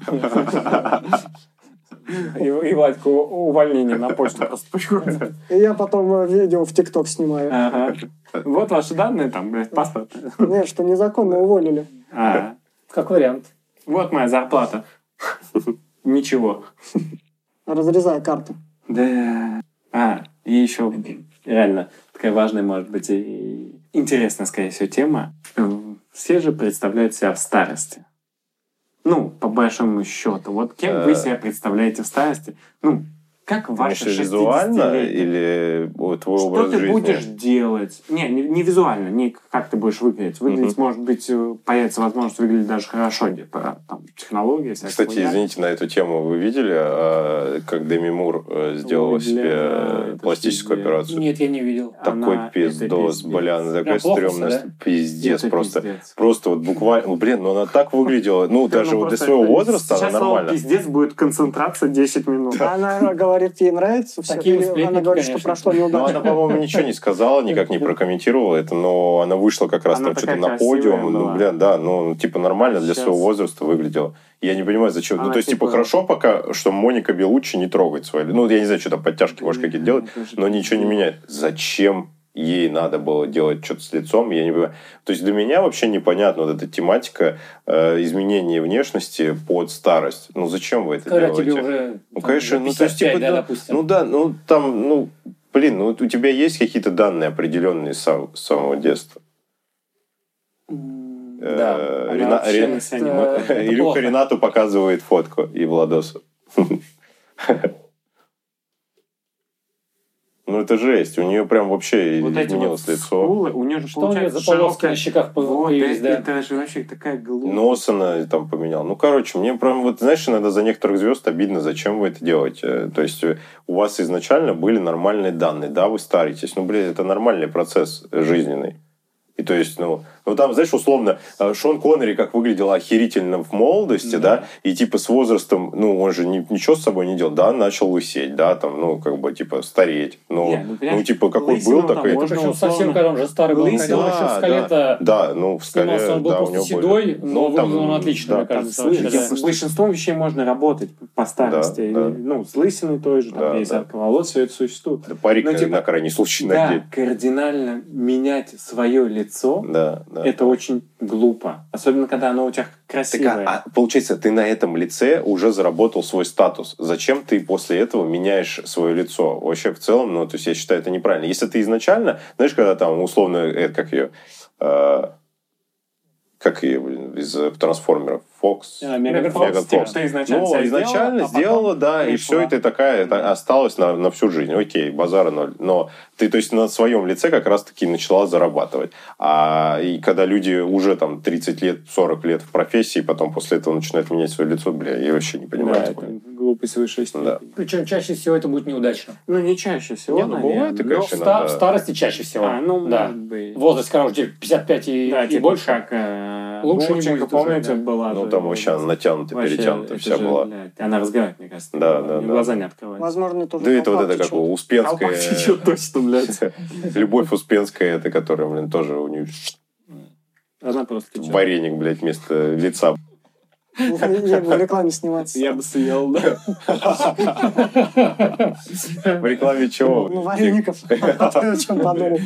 И, и Вадьку увольнение на почту просто приходит. И я потом э, видео в ТикТок снимаю. Ага. Вот ваши данные, там, блядь, паспорт. Нет, что незаконно уволили. А, Как вариант. вот моя зарплата. Ничего. Разрезая карту. Да. А, и еще реально такая важная, может быть, и интересная, скорее всего, тема. Все же представляют себя в старости. Ну, по большому счету. Вот кем вы себя представляете в старости? Ну, как ваши Конечно, визуально шестидесятилетние? или вот твой Что образ ты жизни? будешь делать? Не, не, не визуально, не как ты будешь выглядеть. Выглядеть, может быть, э, появится возможность выглядеть даже хорошо, где-то там технологии, всякие. Кстати, извините, на эту тему вы видели, а, как Деми Мур э, сделала Ой, бля, себе это пластическую пиздец. операцию? Нет, я не видел. Такой Она- пиздос, это пиздец. бля, она такая Прям плохо стрёмная. всё, да? Пиздец, Это просто. пиздец. Просто вот буквально, ну, блин, ну она так выглядела, ну, Да, даже ну, вот для просто своего это- возраста она сейчас слово нормально. пиздец будет концентрация десять минут. Она говорит, ей нравится все. Такие Или сплетники, она говорит, что конечно. прошло Ну, неудачно. она, по-моему, ничего не сказала, никак не прокомментировала это, но она вышла как раз Она там что-то такая на красивая подиум, ну, была. бля, да, ну, типа нормально для Сейчас. своего возраста выглядела. Я не понимаю, зачем. Она ну, то есть, типа, типа- хорошо пока, что Моника Белуччи не трогает свои... Ну, я не знаю, что там, подтяжки, может, какие-то делать, но ничего не меняет. Зачем ей надо было делать что-то с лицом, я не понимаю. То есть для меня вообще непонятна вот эта тематика э, изменения внешности под старость. Ну, зачем вы это Когда делаете? тебе уже Ну, там, конечно, ну, то есть, пятьдесят пять, типа, да, да, допустим. ну, да, ну, там, ну, блин, ну, у тебя есть какие-то данные определенные с сам- с самого детства? М, Э, Да. Она Рена- вообще Рен- на себя не это- мотает. это Илюха плохо. Ренату показывает фотку и Владосу. Ну, это жесть. У нее прям вообще Вот эти вот изменилось лицо. скулы, у нее же Что у нее получается за полоски широкая- на щеках Вот, появились, это, да? это же вообще такая глупость. Нос она там поменял. Ну, короче, мне прям, вот, знаешь, иногда за некоторых звезд обидно, зачем вы это делаете. То есть э, у вас изначально были нормальные данные, да, вы старитесь. Ну, блин, это нормальный процесс жизненный. И то есть, ну, Ну, там, знаешь, условно, Шон Коннери как выглядел охерительно в молодости, да, да и, типа, с возрастом, ну, он же ни, ничего с собой не делал, да, начал лысеть, да, там, ну, как бы, типа, стареть. Ну, не, ну, ну, типа, какой был, такой... Это причем совсем, когда он же старый был, когда он еще в «Скале»-то да, ну, в «Скале», снимался, он был да, просто седой, но выглядел он отлично, мне кажется. С большинством вещей можно работать по старости. Ну, с лысиной той же, там, пересадка волос, все это существует. Да, парик на крайний случай надеть. Да, кардинально менять свое лицо, да, да. это очень глупо. Особенно, когда оно у тебя красивое. Так, а, а, получается, ты на этом лице уже заработал свой статус. Зачем ты после этого меняешь свое лицо? Вообще, в целом, ну, то есть, я считаю, это неправильно. Если ты изначально, знаешь, когда там, условно, это, как ее... Э, как ее, блин, из трансформеров? Фокс. А, Меган Фокс. Фокс. Ты изначально, ну, изначально сделала, сделала а да, и все, и ты такая, это осталось на, на всю жизнь. Окей, базара ноль. Но ты, то есть, на своем лице как раз-таки начала зарабатывать. А и когда люди уже там тридцать лет, сорок лет в профессии, потом после этого начинают менять свое лицо, бля, я вообще не понимаю. Да, это глупость высшей степени. Да. Причем чаще всего это будет неудачно. Ну, не чаще всего, не, ну, бывает, и, конечно, в, ста- в старости чаще всего. А, ну, да. Быть. Возраст, когда уже пятьдесят пять и, да, и типа больше. Как, э, лучше не будет. Помните, уже, да. была ну, же, там вообще натянута, перетянута вся же, была. Блядь, она разговаривает, мне кажется. Да, да, да. Глаза не открывают. Возможно, тоже. Да это вот это как у Успенская. Точно, блядь. Любовь Успенская, это которая, блин, тоже у нее... Она просто вареник, блядь, вместо лица. Я бы в рекламе сниматься. Я бы съел, да. В рекламе чего? Ну, вареников. О чем подумал.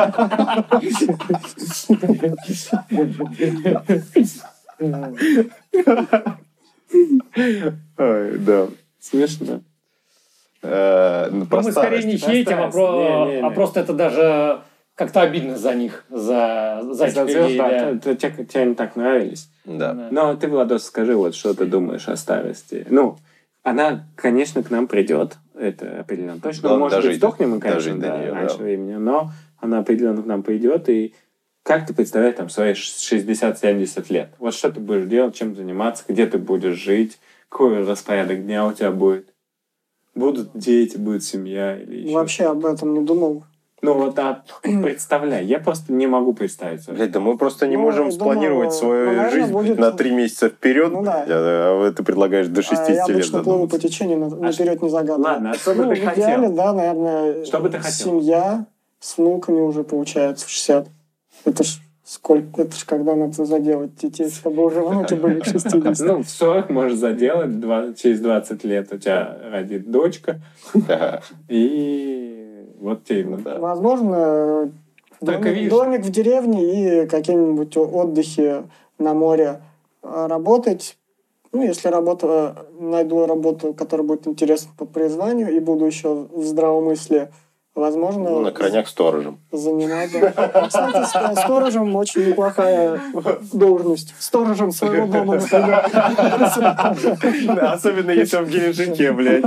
Ой, да. Смешно. Э, ну, мы скорее не хейтим, а, про, не, не, не. а просто это даже как-то обидно за них, за, за этих людей. Да. Да. Тебе, тебе они так нравились. Да. да. Но ты, Владос, скажи, вот что ты думаешь о старости. Ну, она, конечно, к нам придет. Это определенно. Точно, да, может дожить, быть, сдохнем мы, конечно, да, нее, раньше да. времени, но она определенно к нам придет. И как ты представляешь там свои шестьдесят-семьдесят лет? Вот что ты будешь делать, чем заниматься, где ты будешь жить, какой распорядок дня у тебя будет? Будут дети, будет семья или еще? Вообще об этом не думал. Ну вот, а представляй, я просто не могу представить. Блядь, да мы просто не ну, можем думаю, спланировать свою ну, жизнь будет... на три месяца вперед, ну, да. а ты предлагаешь до шестидесяти лет. Я обычно плыву по течению, наперед а не загадываю. Ладно, а что бы ну, ты в хотел? идеале, да, наверное, что бы ты хотел? Семья с внуками уже получается в шестьдесят. Это ж сколько, это ж когда надо заделать детей, чтобы уже внуки были к шестидесяти. Ну, в сорок можешь заделать, через двадцать лет у тебя родит дочка. И... Вот именно, да. Возможно, домик, домик в деревне и какие-нибудь отдыхи на море работать. Ну, если работа, найду работу, которая будет интересна по призванию, и буду еще в здравомыслии, возможно... Ну, на крайняк сторожем. Заниматься. Кстати, сторожем очень неплохая должность. Сторожем своего дома, например. Особенно если он в Геленджике, блядь.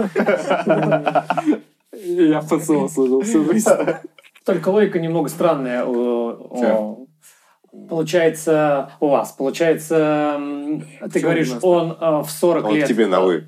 Я в ПСО служил всю жизнь. Только логика немного странная. Получается, у вас, получается, ты говоришь, он в сорок лет... Он к тебе на «вы».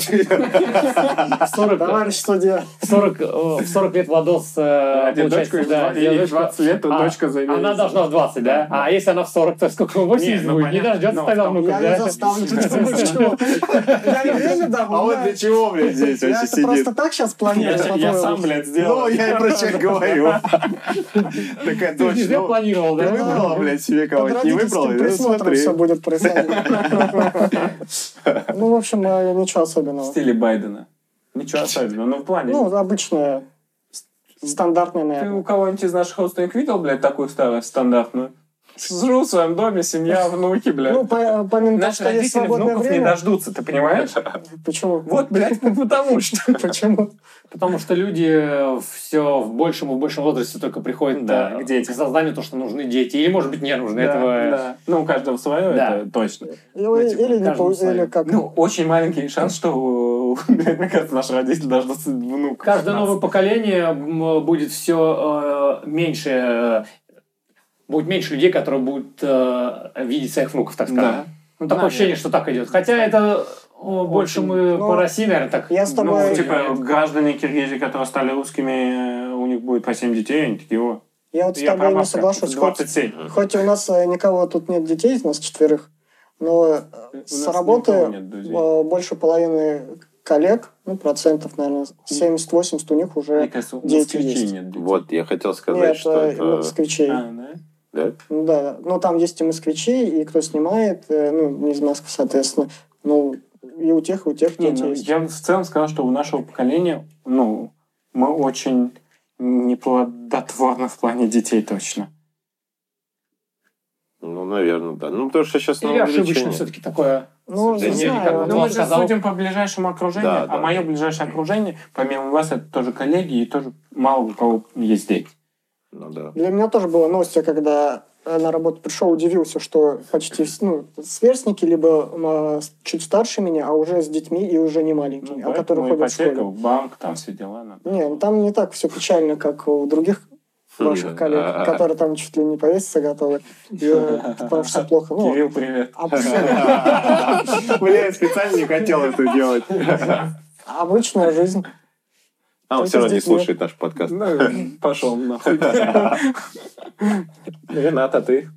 Товарищ судья. В сорок лет Владос, получается, да. Ей двадцать лет, то дочка заявилась. Она должна в двадцать, да? А если она в сорок, то сколько? восемьдесят будет? Не дождется тогда внуков, да? Я не заставлю. Я не время дам. А вот для чего, блядь, здесь вообще сидит? Просто так сейчас планирую. Я сам, блядь, сделал. Ну, я и про тебя говорю. Такая дочь. Ты не планировал, да? Ты выбрала, блядь, себе кого-нибудь? Не выбрала? Ну, смотри. Все будет происходить. Ну, в общем, ничего особенного. В стиле Байдена. Ничего особенного, но в плане... Ну, обычная, стандартная, наверное. Ты у кого-нибудь из наших родственников видел, блядь, такую старую, стандартную? Живу в своем доме, семья, внуки, блядь. Ну, помимо того, что есть свободное внуков время... не дождутся, ты понимаешь? Почему? Вот, блядь, потому что. Почему? Потому что люди все в большем и большем возрасте только приходят да, к детям. К созданию то, что нужны дети. Или, может быть, не нужны. Да, этого... да. Ну, у каждого свое, да. Это точно. Или, или, не по... или как... Ну, очень маленький шанс, что, мне кажется, наши родители дождутся внука. Каждое новое поколение будет все э, меньше... Будет меньше людей, которые будут э, видеть своих внуков, так сказать. Да. Ну, такое да, ощущение, что так идет. Хотя это о, больше мы ну, по России, наверное, так... Я с тобой... Ну, типа, граждане Киргизии, которые стали русскими, у них будет по семь детей, они такие, о, Я вот с тобой не соглашусь. Хоть, хоть у нас никого тут нет детей, из нас четверых, но с работы больше половины коллег, ну, процентов, наверное, семьдесят-восемьдесят у них уже кажется, дети есть. Нет вот, я хотел сказать, нет, что это... москвичей. А, да? Да? Ну, да. Ну, там есть и москвичи, и кто снимает, ну, не из Москвы, соответственно. Ну, и у тех, и у тех не, дети ну, есть. Я в целом сказал, что у нашего поколения, ну, мы очень неплодотворны в плане детей точно. Ну, наверное, да. Ну, потому что сейчас... Или ошибочно все-таки такое... Ну, не знаю. Ну, мы же судим по ближайшему окружению, да, а да, мое да. ближайшее окружение, помимо вас, это тоже коллеги, и тоже мало у кого есть дети. Ну, да. Для меня тоже было новостью, когда на работу пришел, удивился, что почти ну, сверстники, либо э, чуть старше меня, а уже с детьми и уже не маленькими, Ну, а которые ходят в школе. банк, там все дела. Надо. Не, ну там не так все печально, как у других ваших коллег, которые там чуть ли не повеситься готовы, потому что все плохо. Ну, Кирилл, привет. Бля, я специально не хотел это делать. Обычная жизнь. А он все равно не слушает наш подкаст. Пошел нахуй. Ренат, а ты?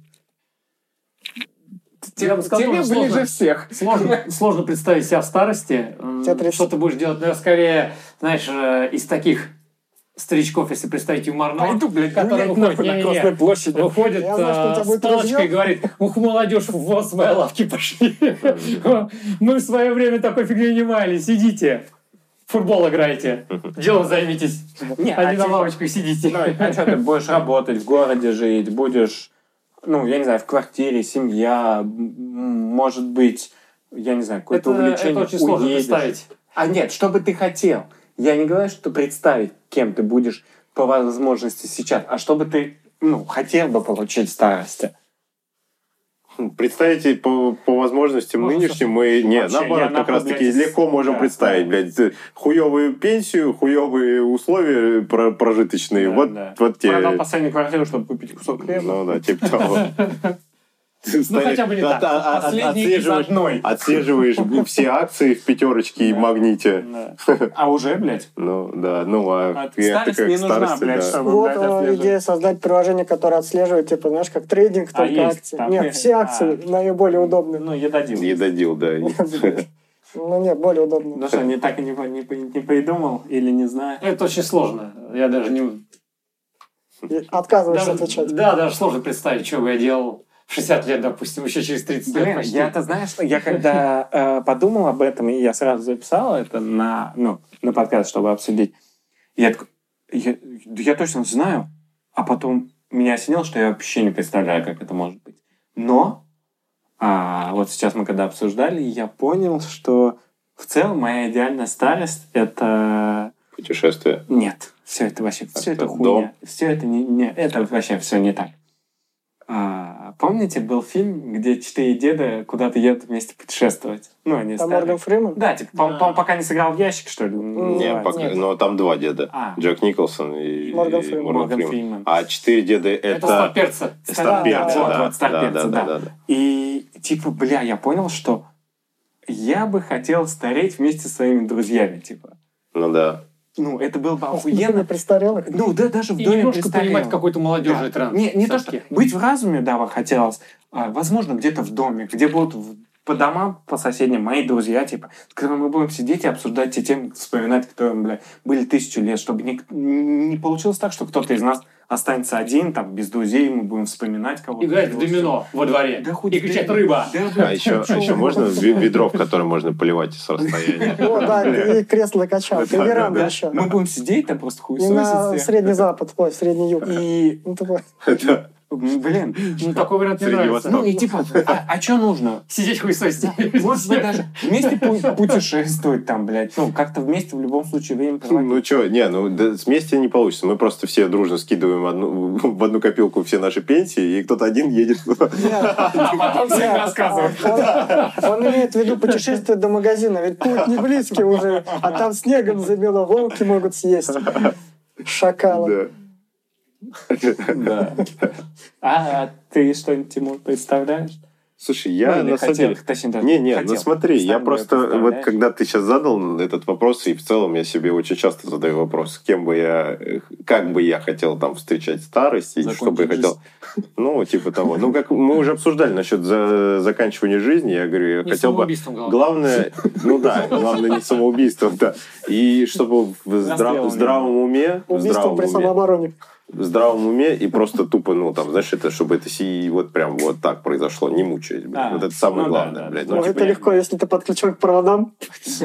Я бы сказал, Тебе сложно, ближе всех. Сложно, сложно представить себя в старости. Что ты будешь делать? Наверное, скорее, знаешь, из таких старичков, если представить юморного, Пойду, блядь, который гулять выходит, нахуй на Красной площади. выходит Я знаю, что у тебя а, с будет палочкой и ружье. говорит: ух, молодежь, вот с моей лавки пошли. Мы в свое время такой фигней не мали. Сидите, в футбол играйте, делом займитесь. Не, а не а на типа- лавочках сидите. Ну, а что ты будешь работать, в городе жить, будешь, ну, я не знаю, в квартире, семья, м, может быть, я не знаю, какое-то Это, увлечение, это очень сложно уедешь. представить. А нет, что бы ты хотел? Я не говорю, что представить, кем ты будешь по возможности сейчас, а что бы ты, ну, хотел бы получить в старости. Представите, по, по возможностям Можно нынешним мы... Нет, Вообще, наоборот, я как нахуй, раз-таки блядь, легко можем да, представить, да. блядь, хуевую пенсию, хуевые условия про- прожиточные. Да, вот, да. вот те... Продал последнюю квартиру, чтобы купить кусок хлеба. Ну да, типа того. Ну, хотя бы не так. От- от- от- Последний из отслеживаешь- одной. Отслеживаешь все акции в пятерочке и Да. магните. Да. А уже, блядь? Ну да, ну а А я старость такая не к нужна, старости, блядь, да. чтобы- Вот блядь, э, отслеживать. идея создать приложение, которое отслеживает, типа, знаешь, как трейдинг, А только есть акции. там? Нет, все акции А. наиболее удобные. Ну, едодил. Едодил, да. Ну нет, более удобные. Ну что, не так и не, по- не, по- не придумал или не знаю? Это очень сложно. Я даже не... И отказываешься Даже, отвечать. да, даже сложно представить, что бы я делал в шестьдесят лет, допустим, еще через тридцать лет Блин, почти. я-то знаешь, что я когда э, подумал об этом, и я сразу записал это на, ну, на подкаст, чтобы обсудить, я такой, я, да я точно знаю, а потом меня осенило, что я вообще не представляю, как это может быть. Но а, вот сейчас мы когда обсуждали, я понял, что в целом моя идеальная старость — это... Путешествие. Нет, все это вообще, все это Дом. хуйня. Все это не, не, это вообще все не так. А, помните, был фильм, где четыре деда куда-то едут вместе путешествовать? Ну, они Там старые. Морган Фриман? Да, типа, по- Да. по- пока не сыграл в ящик, что ли? Не, называется? пока, нет. но там два деда. А. Джек Николсон и Морган и Фриман. Морган Морган Фриман. Фриман. А четыре деда это... Это старперцы. Старперцы, вот, да. вот, старперцы, Да, да, да. да, да. И, типа, бля, я понял, что я бы хотел стареть вместе со своими друзьями, типа. Ну да. Ну, это было бы Охуенно охуенно. престарелых. Ну, да, даже в И доме немножко престарелых. понимать какой-то молодежный Да. тренд. Не, не то, что Всё-таки. быть в разуме, да, бы хотелось. А, возможно, где-то в доме, где будут в- по домам, по соседним мои друзья, типа, с которыми мы будем сидеть и обсуждать те темы, вспоминать, которые, бля, были тысячу лет, чтобы не, не получилось так, что кто-то из нас останется один, там, без друзей, мы будем вспоминать кого-то. Играть в домино во дворе. Да хоть И кричать: да, рыба! Да, бля, А еще, а еще можно ве- ведро, в которое можно поливать с расстояния? О, да, и кресло качалка, и Да, да, веранда да. еще. Мы будем сидеть там просто И на хуесосить. Средний Запад, ой, Средний Юг. И, Ну, такой. Да. м, блин, Ну, такой вариант мне Среди нравится. Восток. ну и типа, а, а что нужно? Сидеть хуесосить. Может быть, даже вместе пу- путешествовать там, блядь. Ну, как-то вместе в любом случае время проводить. Ну что, не, ну да, вместе не получится. Мы просто все дружно скидываем одну, в одну копилку все наши пенсии, и кто-то один едет. Потом всем рассказывать. Он, он имеет в виду путешествие до магазина, ведь путь не близкий уже, а там снегом замело, волки могут съесть. Шакалы. Да. Да. А ты что-нибудь, Тимур, представляешь? Слушай, я ну, на самом деле... Точнее, даже не, не, хотел. ну смотри, я просто, вот когда ты сейчас задал этот вопрос, и в целом я себе очень часто задаю вопрос, кем бы я, как бы я хотел там встречать старость, и закончить что бы я хотел... Жизнь. Ну, типа того. Ну, как мы уже обсуждали насчет за... заканчивания жизни, я говорю, я не хотел бы... Главное. главное, ну да, главное не самоубийством, да. И чтобы в здрав... здравом уме... Убийство при самообороне. В здравом уме и просто тупо, ну, там, знаешь, это, чтобы это си вот прям вот так произошло, не мучаясь, блядь. А, вот это самое ну, главное, да, блядь. Ну, ну, это легко, если ты подключен к проводам.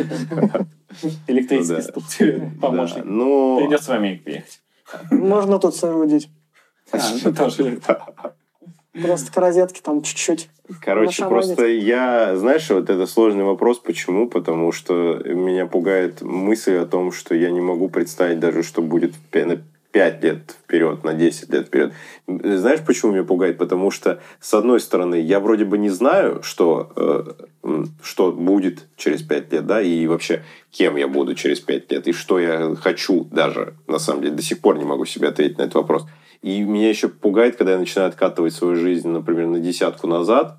Электрический стул тебе помощник. Придется в Америку ехать. Можно тут соорудить. Ну, тоже. Просто к розетке там чуть-чуть. Короче, просто я, знаешь, вот это сложный вопрос. Почему? Потому что меня пугает мысль о том, что я не могу представить даже, что будет на пять лет вперед, на десять лет вперед. Знаешь, почему меня пугает? Потому что, с одной стороны, я вроде бы не знаю, что, э, что будет через пять лет, да, и вообще, кем я буду через пять лет, и что я хочу даже, на самом деле, до сих пор не могу себе ответить на этот вопрос. И меня еще пугает, когда я начинаю откатывать свою жизнь, например, на десятку назад,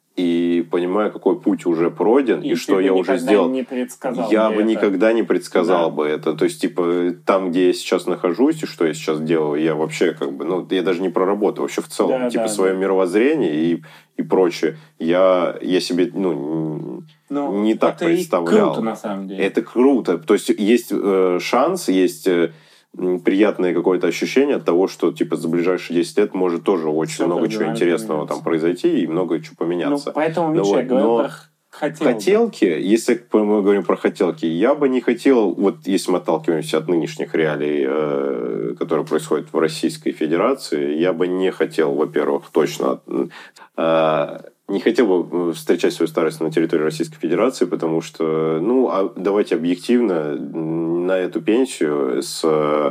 и понимаю, какой путь уже пройден, и, и что я уже сделал. Не предсказал я бы это. никогда не предсказал да. бы это. То есть, типа, там, где я сейчас нахожусь, и что я сейчас делаю, я вообще как бы, ну, я даже не про работу, вообще в целом, да, типа, да, свое да. мировоззрение и, и прочее. Я, я себе, ну, ну не так это представлял. Это круто, на самом деле. Это круто. То есть, есть э, шанс, есть... Э, приятное какое-то ощущение от того, что типа за ближайшие десять лет может тоже очень Что много чего интересного там произойти и много чего поменяться. Ну, поэтому, Миша, ну, я говорю но про хотелки. Хотелки, если мы говорим про хотелки, я бы не хотел, вот если мы отталкиваемся от нынешних реалий, э, которые происходят в Российской Федерации, я бы не хотел, во-первых, точно... Э, не хотел бы встречать свою старость на территории Российской Федерации, потому что, ну, а давайте объективно, на эту пенсию с...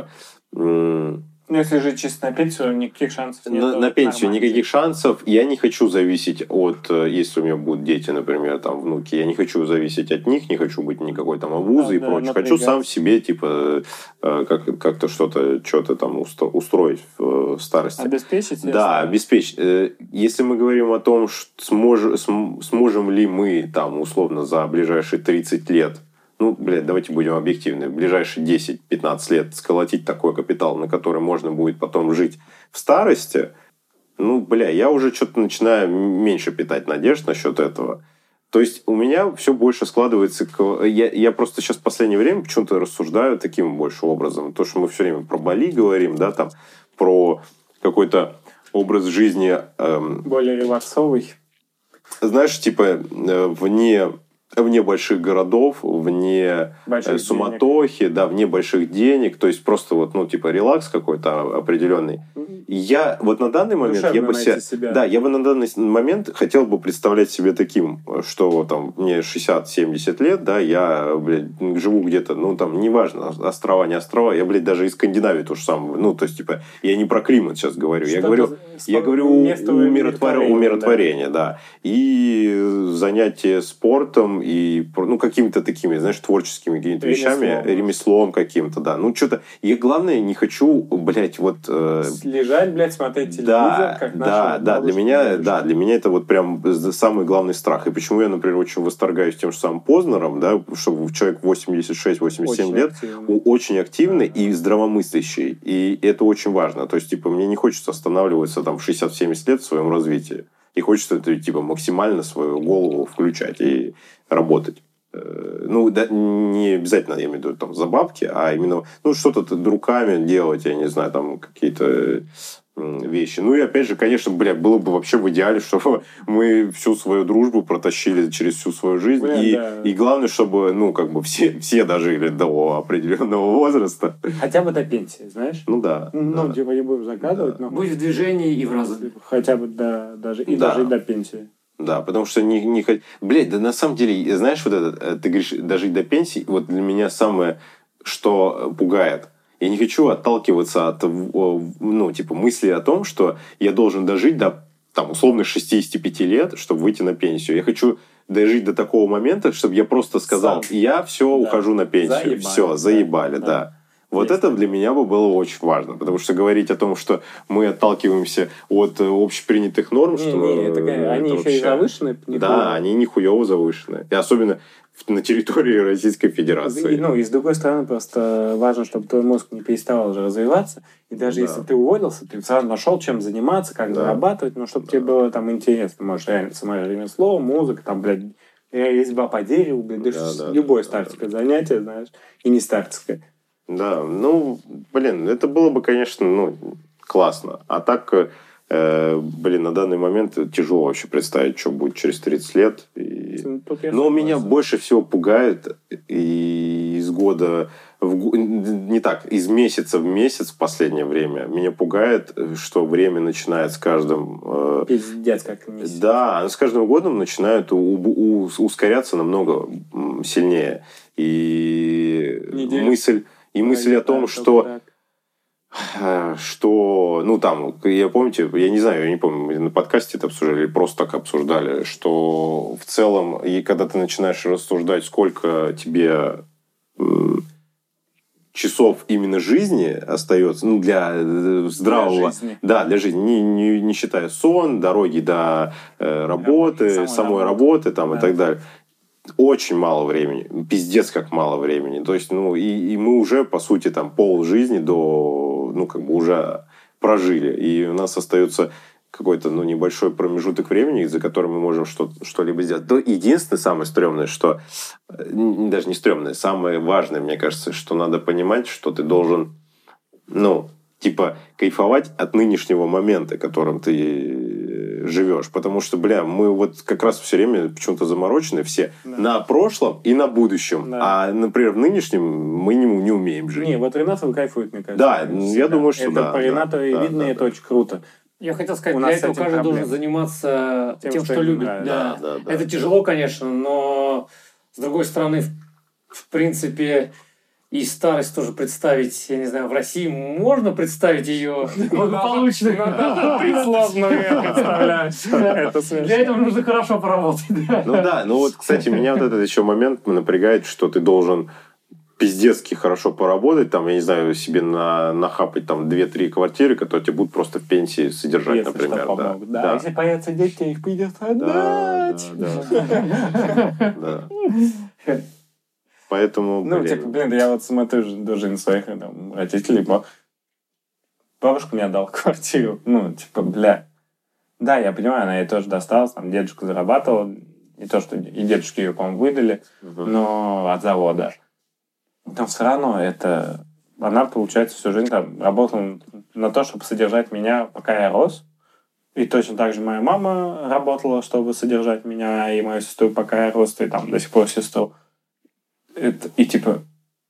Ну, если жить чисто на пенсию, никаких шансов нет. На, на пенсию никаких шансов. Я не хочу зависеть от... Если у меня будут дети, например, там, внуки, я не хочу зависеть от них, не хочу быть никакой там обузой да, и прочее. Да, хочу сам себе, типа, как, как-то что-то, что-то там устроить в старости. Обеспечить? Да, обеспечить. Если мы говорим о том, что смож, сможем ли мы, там, условно, за ближайшие тридцать лет, ну, блядь, давайте будем объективны, в ближайшие десять-пятнадцать лет сколотить такой капитал, на который можно будет потом жить в старости, ну, бля, я уже что-то начинаю меньше питать надежд насчет этого. То есть у меня все больше складывается... К... Я, я просто сейчас в последнее время почему-то рассуждаю таким больше образом. То, что мы все время про Бали говорим, да, там, про какой-то образ жизни... Эм... Более релаксовый. Знаешь, типа, э, вне... вне больших городов, вне больших суматохи, денег. Да, вне больших денег, то есть просто вот, ну, типа, релакс какой-то определенный. Я вот на данный момент, я бы себя, себя. Да, я бы на данный момент хотел бы представлять себе таким, что там мне шестьдесят-семьдесят лет, да, я, блядь, живу где-то, ну, там, неважно, острова, не острова, я, блядь, даже из Скандинавии то же самое, ну, то есть, типа, я не про климат сейчас говорю, что я говорю, я говорю умиротворение, умиротворение, да. да, и занятие спортом, и, ну, какими-то такими, знаешь, творческими какими-то вещами, ремеслом, ремеслом каким-то, да. Ну, что-то... Я, главное, не хочу, блядь, вот... Э... Лежать, блядь, смотреть телевизор, да, как да, да, для меня, да, для меня это вот прям самый главный страх. И почему я, например, очень восторгаюсь тем же самым Познером, да, что человек восемьдесят шесть - восемьдесят семь лет, активный. очень активный да. и здравомыслящий. И это очень важно. То есть, типа, мне не хочется останавливаться там в шестьдесят-семьдесят лет в своем развитии. И хочется, типа, максимально свою голову включать и работать. Ну, да, не обязательно, я имею в виду, там, за бабки, а именно, ну, что-то руками делать, я не знаю, там, какие-то вещи. Ну, и опять же, конечно, бля, было бы вообще в идеале, чтобы мы всю свою дружбу протащили через всю свою жизнь. Бля, и, да. и главное, чтобы, ну, как бы все, все дожили до определенного возраста. Хотя бы до пенсии, знаешь? Ну, да. Ну, да. типа, не будем загадывать, да. но... Будь в движении и в разуме. Хотя бы до, даже, и да. дожить до пенсии. Да, потому что не, не... Блядь, да на самом деле, знаешь, вот это, ты говоришь, дожить до пенсии, вот для меня самое, что пугает. Я не хочу отталкиваться от, ну, типа, мысли о том, что я должен дожить до, там, условно, шестидесяти пяти лет, чтобы выйти на пенсию. Я хочу дожить до такого момента, чтобы я просто сказал, Сам. я все, да. ухожу на пенсию. Заебали, все, заебали, да. да. Вот Есть. это для меня бы было очень важно, потому что говорить о том, что мы отталкиваемся от общепринятых норм, не, что не, это, это, они еще вообще... и завышены. Да, они нихуево завышены. И особенно на территории Российской Федерации. И, ну, и с другой стороны, просто важно, чтобы твой мозг не переставал уже развиваться. И даже да. если ты уволился, ты сразу нашел, чем заниматься, как да. зарабатывать, но чтобы да. тебе было там интересно. Может, реально самое ремесло, музыка, там, блядь, резьба по дереву, блядь, да, да, любое да, старческое да. занятие, знаешь, и не старческое. Да, ну, блин, это было бы, конечно, ну, классно. А так, э, блин, на данный момент тяжело вообще представить, что будет через тридцать лет. И... Но меня больше всего пугает и из года в... не так, из месяца в месяц в последнее время меня пугает, что время начинает с каждым... Э... Пиздец, как месяц. Да, с каждым годом начинает у... У... ускоряться намного сильнее. И Неделя. мысль... И мысль о том, что, что, ну там, я помните, я не знаю, я не помню, на подкасте это обсуждали, или просто так обсуждали, что в целом, и когда ты начинаешь рассуждать, сколько тебе часов именно жизни остается, ну, для здравого... Для жизни. Да, для жизни, не, не, не считая сон, дороги до э, работы, самой, самой работы, там, да. и так далее. Очень мало времени. Пиздец, как мало времени. То есть, ну, и, и мы уже, по сути, там, пол жизни до, ну, как бы уже прожили. И у нас остается какой-то, ну, небольшой промежуток времени, за который мы можем что- что-либо сделать. То единственное, самое стрёмное, что... Даже не стрёмное, самое важное, мне кажется, что надо понимать, что ты должен, ну, типа, кайфовать от нынешнего момента, которым ты живешь. Потому что, бля, мы вот как раз все время почему-то заморочены все да. на прошлом и на будущем. Да. А, например, в нынешнем мы не, не умеем жить. Не, вот Ренатов кайфует, мне кажется. Да, я думаю, что это да. по Ренату и да, видно, да, и это да. очень круто. Я хотел сказать, У для нас этого каждый проблем. должен заниматься тем, тем что, что любит. Да. Да, да, да. Это тяжело, конечно, но с другой стороны, в, в принципе... И старость тоже представить, я не знаю, в России можно представить ее благополучно. Ты сложно представляешь. Для этого нужно хорошо поработать. Ну да, ну вот, кстати, меня вот этот еще момент напрягает, что ты должен пиздецки хорошо поработать, там, я не знаю, себе на, нахапать там две-три квартиры, которые тебе будут просто в пенсии содержать, если например. Что, да. Да. Да. Если появятся дети, их придется отдать. Да, да, да. Поэтому, ну, блин. типа, блин, я вот смотрю даже на своих там, родителей, бабушка мне отдала квартиру, ну, типа, бля. Да, я понимаю, она ей тоже досталась, там, дедушка зарабатывал, не то, что и дедушке ее, по-моему, выдали, uh-huh. но от завода. Там все равно это... Она, получается, всю жизнь там работала на то, чтобы содержать меня, пока я рос. И точно так же моя мама работала, чтобы содержать меня и мою сестру, пока я рос, и там до сих пор сестру. Это, и типа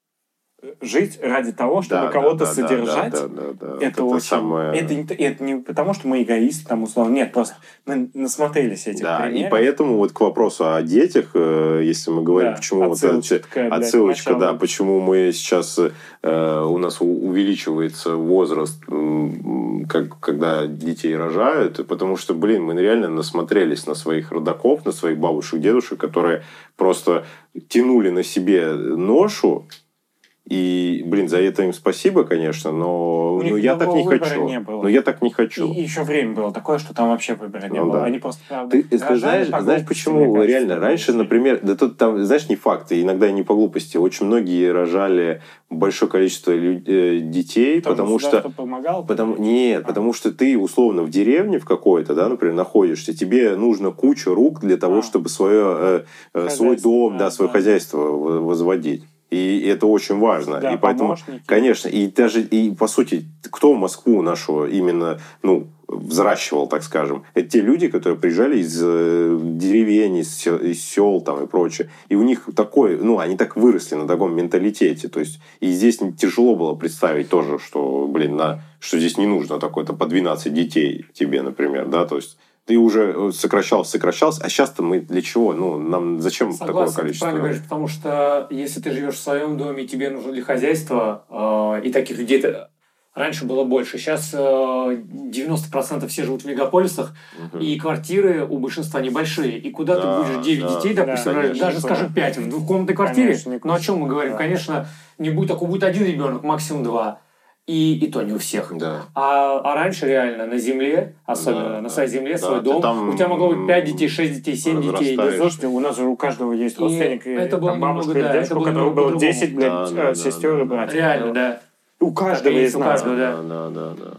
жить ради того, чтобы да, кого-то да, содержать, да, да, да, да. это, это очень... самое... Это, это не потому, что мы эгоисты, там, условно. Нет, просто мы насмотрелись этих да, примеров. И поэтому вот к вопросу о детях, если мы говорим, да, почему... Отсылочка, вот, отсылочка да, почему мы сейчас... Э, у нас увеличивается возраст, как, когда детей рожают, потому что, блин, мы реально насмотрелись на своих родаков, на своих бабушек, дедушек, которые просто тянули на себе ношу. И, блин, за это им спасибо, конечно, но, но я так не хочу. Не было. Но я так не хочу. И, и еще время было такое, что там вообще выбора не ну, было. Да. Они просто, правда, ты, ты знаешь, знаешь, почему реально раньше, например, да тут там, знаешь, не факт, и иногда не по глупости. Очень многие рожали большое количество людей, детей, Потому потому что... помогал? Потому, нет, а. потому что ты условно в деревне в какой-то, да, например, находишься, тебе нужно куча рук для того, а. чтобы свое, э, свой дом, да, да, свое да. хозяйство возводить. И это очень важно. Да, и поэтому, помощники. Конечно, и даже, и по сути, кто Москву нашу именно, ну, взращивал, так скажем, это те люди, которые приезжали из э, деревень, из, из сел там и прочее. И у них такой, ну, они так выросли на таком менталитете. То есть, и здесь тяжело было представить тоже, что, блин, на, что здесь не нужно такое-то по двенадцать детей тебе, например, да, то есть, ты уже сокращался, сокращался, а сейчас-то мы для чего? Ну, нам зачем Согласен, такое количество? Ты правильно говоришь, потому что если ты живешь в своем доме, тебе нужно для хозяйства, э, и таких людей Раньше было больше. Сейчас девяносто процентов все живут в мегаполисах, угу. и квартиры у большинства небольшие. И куда да, ты будешь девять да, детей, допустим, да, конечно, даже, скажем, пять в двухкомнатной квартире? Конечно, ну, о чем мы говорим? Да. Конечно, не будет такого, будет один ребенок, максимум два. И, и то не у всех. Да. А, а раньше реально на земле, особенно да, на своей земле, да, свой дом, у тебя могло быть пять детей, шесть детей, семь детей. Да, слушайте, у нас же у каждого есть родственник, и, это было там, бабушка немного, или да, дедушка, у которого было десять, блядь, да, да, сестер да, и братьев. Реально, да. У каждого из у нас. Каждого, да. Да, да, да.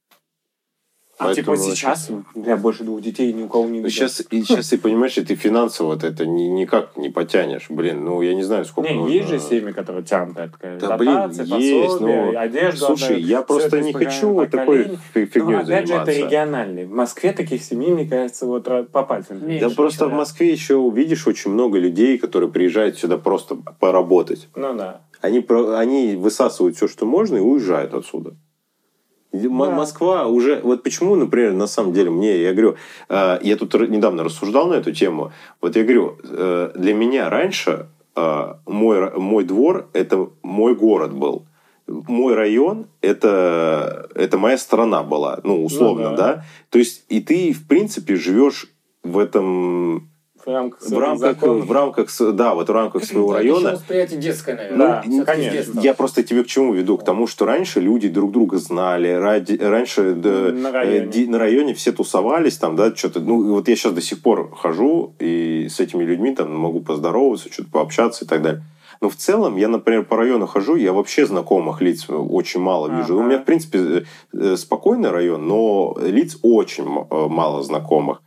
А Поэтому типа сейчас я больше двух детей ни у кого не видел. Сейчас, и, сейчас ты понимаешь, ты финансово вот это ни, никак не потянешь. Блин, ну я не знаю, сколько не, нужно. Есть же семьи, которые тянут. Такая, да, блин, есть, но... одежда. Слушай, я просто не хочу вот такой фигней заниматься. Опять же, это региональный. В Москве таких семей, мне кажется, вот по пальцам. Да просто в Москве еще увидишь очень много людей, которые приезжают сюда просто поработать. Ну да. Они, они высасывают все, что можно, и уезжают отсюда. Да. Москва уже... Вот почему, например, на самом деле, мне, я говорю, э, я тут недавно рассуждал на эту тему. Вот я говорю, э, для меня раньше э, мой, мой двор – это мой город был. Мой район – это, это моя страна была, ну, условно, ну, да. да? То есть, и ты, в принципе, живешь в этом... В рамках, в рамках, в рамках, да, вот в рамках своего это района. Это восприятие детское, наверное. Ну, да, конечно. Я просто тебе к чему веду? К тому, что раньше люди друг друга знали, ради, раньше на районе. Э, на районе все тусовались, там, да, что-то. Ну, вот я сейчас до сих пор хожу и с этими людьми там могу поздороваться, что-то пообщаться и так далее. Но в целом, я, например, по району хожу, я вообще знакомых лиц очень мало вижу. Uh-huh. У меня, в принципе, спокойный район, но лиц очень мало знакомых.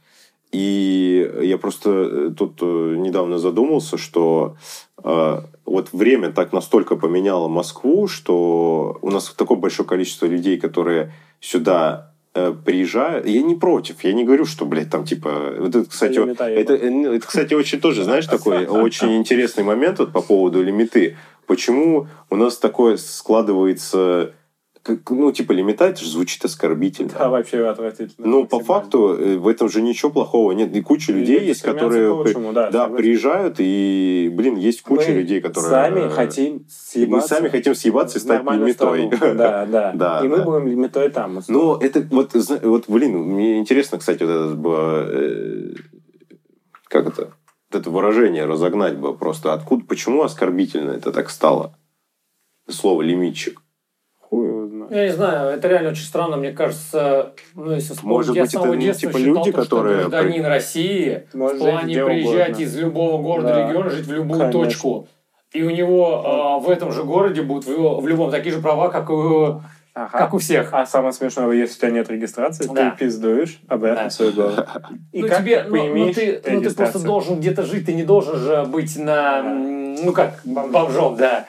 И я просто тут недавно задумался, что э, вот время так настолько поменяло Москву, что у нас такое большое количество людей, которые сюда э, приезжают. Я не против, я не говорю, что, блядь, там типа... Вот это, кстати, это, это, кстати, очень тоже, знаешь, такой очень интересный момент вот по поводу лимиты. Почему у нас такое складывается... Ну, типа, лимита, это же звучит оскорбительно. Да, вообще отвратительно. Но по факту в этом же ничего плохого нет. И куча людей есть, которые лучшему, да, да, приезжают, и, блин, есть куча мы людей, которые... сами хотим съебаться. Мы сами хотим съебаться и стать лимитой. Да, да. да. И да. мы будем лимитой там. Ну, это вот, вот, блин, мне интересно, кстати, вот это бы... Как это? Вот это выражение разогнать бы просто. Откуда, почему оскорбительно это так стало? Слово «лимитчик». Я не знаю, это реально очень странно, мне кажется, ну, если вспомнить, может я быть, с самого это, детства типа, считал, люди, то, которые... что гражданин России может в плане приезжать угодно. Из любого города, да. региона, жить в любую Конечно. Точку, и у него а, в этом же городе будут в, его, в любом такие же права, как у, ага. как у всех. А самое смешное, если у тебя нет регистрации, да. ты пиздуешь обратно да. свой город. И ну, как тебе, ну, ну, ты, ну, ты просто должен где-то жить, ты не должен же быть на, да. ну как, бомжом, да.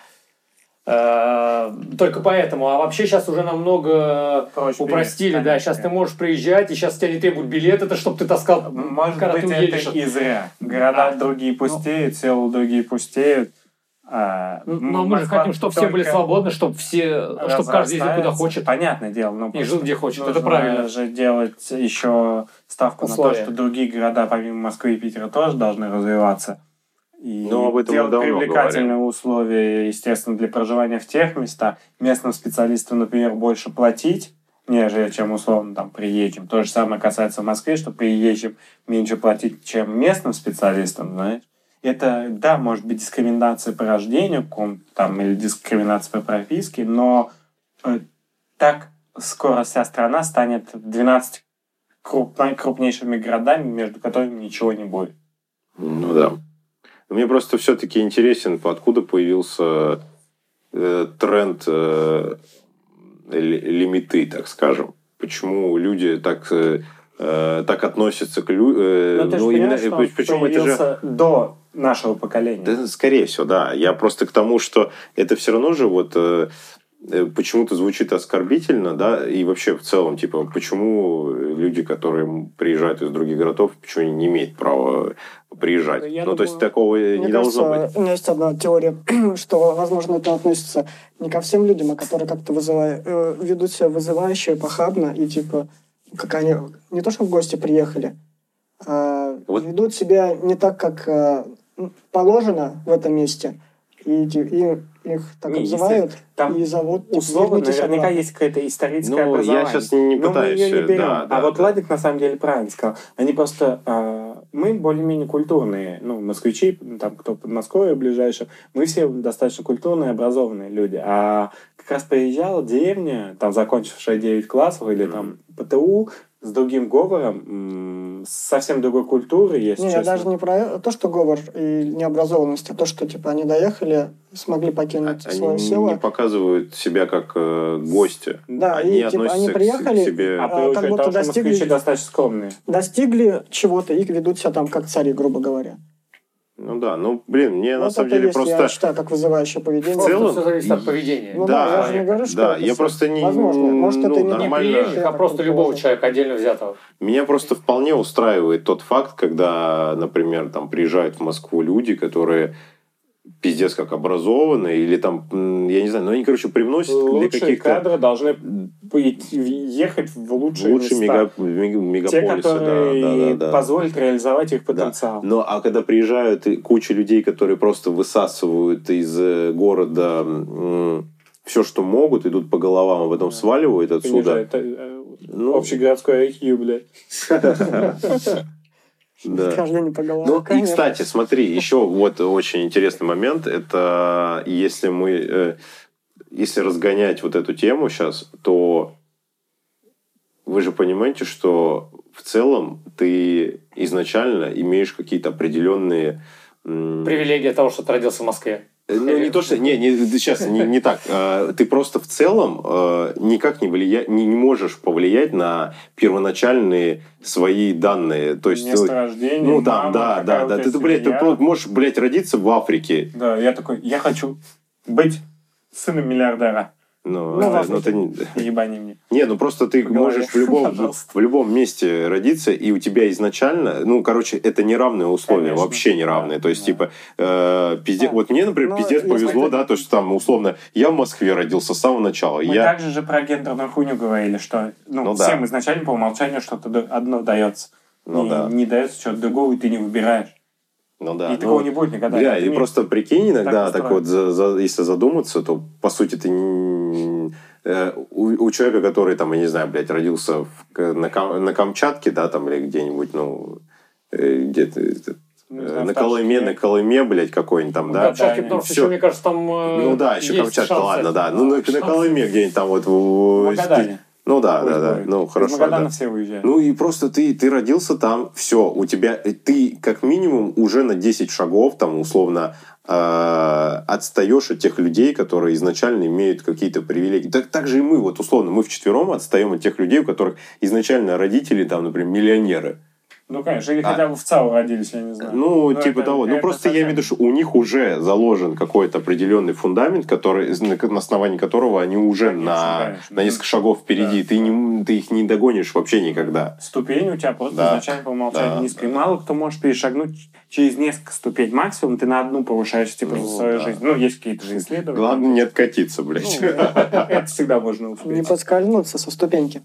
Только поэтому. А вообще сейчас уже намного Проще упростили. Билет, да, сейчас ты можешь приезжать, и сейчас тебя не требуют билет, это чтобы ты таскал, Может когда быть, ты уедешь. Это и зря. Города а. другие пустеют, ну. села другие пустеют. А, но мы же хотим, чтобы все были свободны, чтобы все, чтобы каждый ездил куда хочет. Понятное дело. Но и жил где хочет. Это правильно. же делать еще ставку Условия. на то, что другие города, помимо Москвы и Питера, тоже должны развиваться. И ну, об этом делать привлекательные говорим. условия, естественно, для проживания в тех местах. Местным специалистам, например, больше платить, нежели чем, условно, там, приезжим. То же самое касается в Москве, что приезжим меньше платить, чем местным специалистам, знаешь. Это, да, может быть дискриминация по рождению там, или дискриминация по прописке, но э, так скоро вся страна станет двенадцатью крупной, крупнейшими городами, между которыми ничего не будет. Ну да. Мне просто все-таки интересен, откуда появился э, тренд э, лимиты, так скажем. Почему люди так, э, так относятся к людям. Э, Но ты ну, же понимаешь, именно, что причем появился это же... до нашего поколения. Да, скорее всего, да. Я просто к тому, что это все равно же вот... Э, почему-то звучит оскорбительно, да, и вообще в целом, типа, почему люди, которые приезжают из других городов, почему они не имеют права приезжать? Я ну, думаю, то есть, такого не кажется, должно быть. У меня есть одна теория, что, возможно, это относится не ко всем людям, а которые как-то вызывают, ведут себя вызывающе, похабно, и, типа, как они не то, что в гости приехали, а вот. ведут себя не так, как положено в этом месте, и, и их так Не, обзывают там и зовут. Типа, условно, вернитесь наверняка обратно. есть какое-то историческое Ну, я образование. сейчас не Но пытаюсь, мы ее не берем. да, да, а вот да. Владик на самом деле правильно сказал. Они просто... э, мы более-менее культурные. Ну, москвичи, там, кто под Москвой ближайшим, мы все достаточно культурные, образованные люди. А как раз приезжала деревня, там, закончившая девять классов, или там ПТУ, с другим говором, м, с совсем другой культурой, если Не, я честно. даже не про то, что говор и необразованность, а то, что типа они доехали, смогли покинуть Они свое не село. показывают себя как э, гости. Да, Они и типа относятся они к- приехали, к себе... А а, приучили как к будто тому, что достигли, москвичи достаточно скромные. достигли чего-то, их ведут себя там как цари, грубо говоря. Ну да, ну, блин, мне на Вот самом это деле есть, просто... я считаю, как вызывающее поведение. В целом, все зависит от поведения. Ну да, я же не говорю, что да, это я всё просто не... возможно. Может, это ну, и не Не нормально... преемник, а просто любого человека отдельно взятого. Меня просто вполне устраивает тот факт, когда, например, там приезжают в Москву люди, которые пиздец как образованные, или там, м, я не знаю, но они, короче, привносят для Лучшие каких-то... кадры должны быть- ехать в лучшие Лучшие места. мега, мега- Те, мегаполисы, которые да, да, да, да. позволят реализовать их Да. потенциал. Но а когда приезжают и куча людей, которые просто высасывают из э, города все, что могут, идут по головам, а потом сваливают отсюда. Понижает, э, Ну, общегородской ай кью, блядь. да. Хождение по головам, Ну, и, конечно. кстати, смотри, еще вот очень интересный момент, это если мы, э, если разгонять вот эту тему сейчас, то вы же понимаете, что в целом ты изначально имеешь какие-то определенные... м, Привилегия того, что ты родился в Москве. Ну, не то, что... Не, не, сейчас, не, не так. А, Ты просто в целом а, никак не, влия... не, не можешь повлиять на первоначальные свои данные. То есть, Место рождения, ну, там, мама, да, какая да, у да. тебя Ты, ты, блядь, ты семья. можешь, блядь, родиться в Африке. Да, я такой, я хочу быть сыном миллиардера. Ну, Ну, в а, Африке. ну, ты не... Ебани мне. Не, ну просто ты По голове. можешь в любом, Пожалуйста. в любом месте родиться, и у тебя изначально, ну, короче, это неравные условия, Конечно. вообще неравные. Да, То есть, да. типа, э, пиздец, Да. вот мне, например, Ну, пиздец если повезло, это- да, то, что там, условно, я в Москве родился с самого начала. Мы я... также же про гендерную хуйню говорили, что ну, Ну да. всем изначально по умолчанию что-то д- одно дается. Ну не, да. не дается что-то другого, и ты не выбираешь. Ну да. и ну, такого не будет никогда. Бля, Это и мир. просто прикинь иногда, так так, вот, за- за- если задуматься, то, по сути, ты не- э, у, у человека, который, там, я не знаю, блядь, родился в, К- на, Кам- на Камчатке, да, там, или где-нибудь, ну, э, где-то... э, Не знаю, на в Колыме, Ташкенте. на Колыме, блядь, какой-нибудь там, да? Камчатки, потому что Всё. еще, мне кажется, там э, Ну да, еще есть Камчатка, шансы. ладно, да. Ну, на, на Шансы. Колыме где-нибудь там вот... в- В Магадане. Ну да, Пусть да, да. будет. Ну, Из хорошо, Магадана да. все уезжают. Ну и просто ты, ты родился там, все, у тебя, ты как минимум уже на десять шагов там условно э, отстаешь от тех людей, которые изначально имеют какие-то привилегии. Так, так же и мы, вот условно, мы вчетвером отстаем от тех людей, у которых изначально родители там, например, миллионеры. Ну, конечно, или А. хотя бы в ЦАУ родились, я не знаю. Ну, Ну, типа это- того. Ну, это просто я имею в виду, что у них уже заложен какой-то определенный фундамент, который, на основании которого они уже Конечно, на, конечно. на несколько шагов впереди. Да, ты, да. не, ты их не догонишь вообще никогда. Ступень у тебя просто Да. изначально по умолчанию Да, низкая. да. Мало кто может перешагнуть через несколько ступеней. Максимум ты на одну повышаешься типа, Ну, за свою да. жизнь. Ну, есть какие-то же исследования. Главное не откатиться, блядь. Ну, это всегда можно Не успеть. подскользнуться со ступеньки.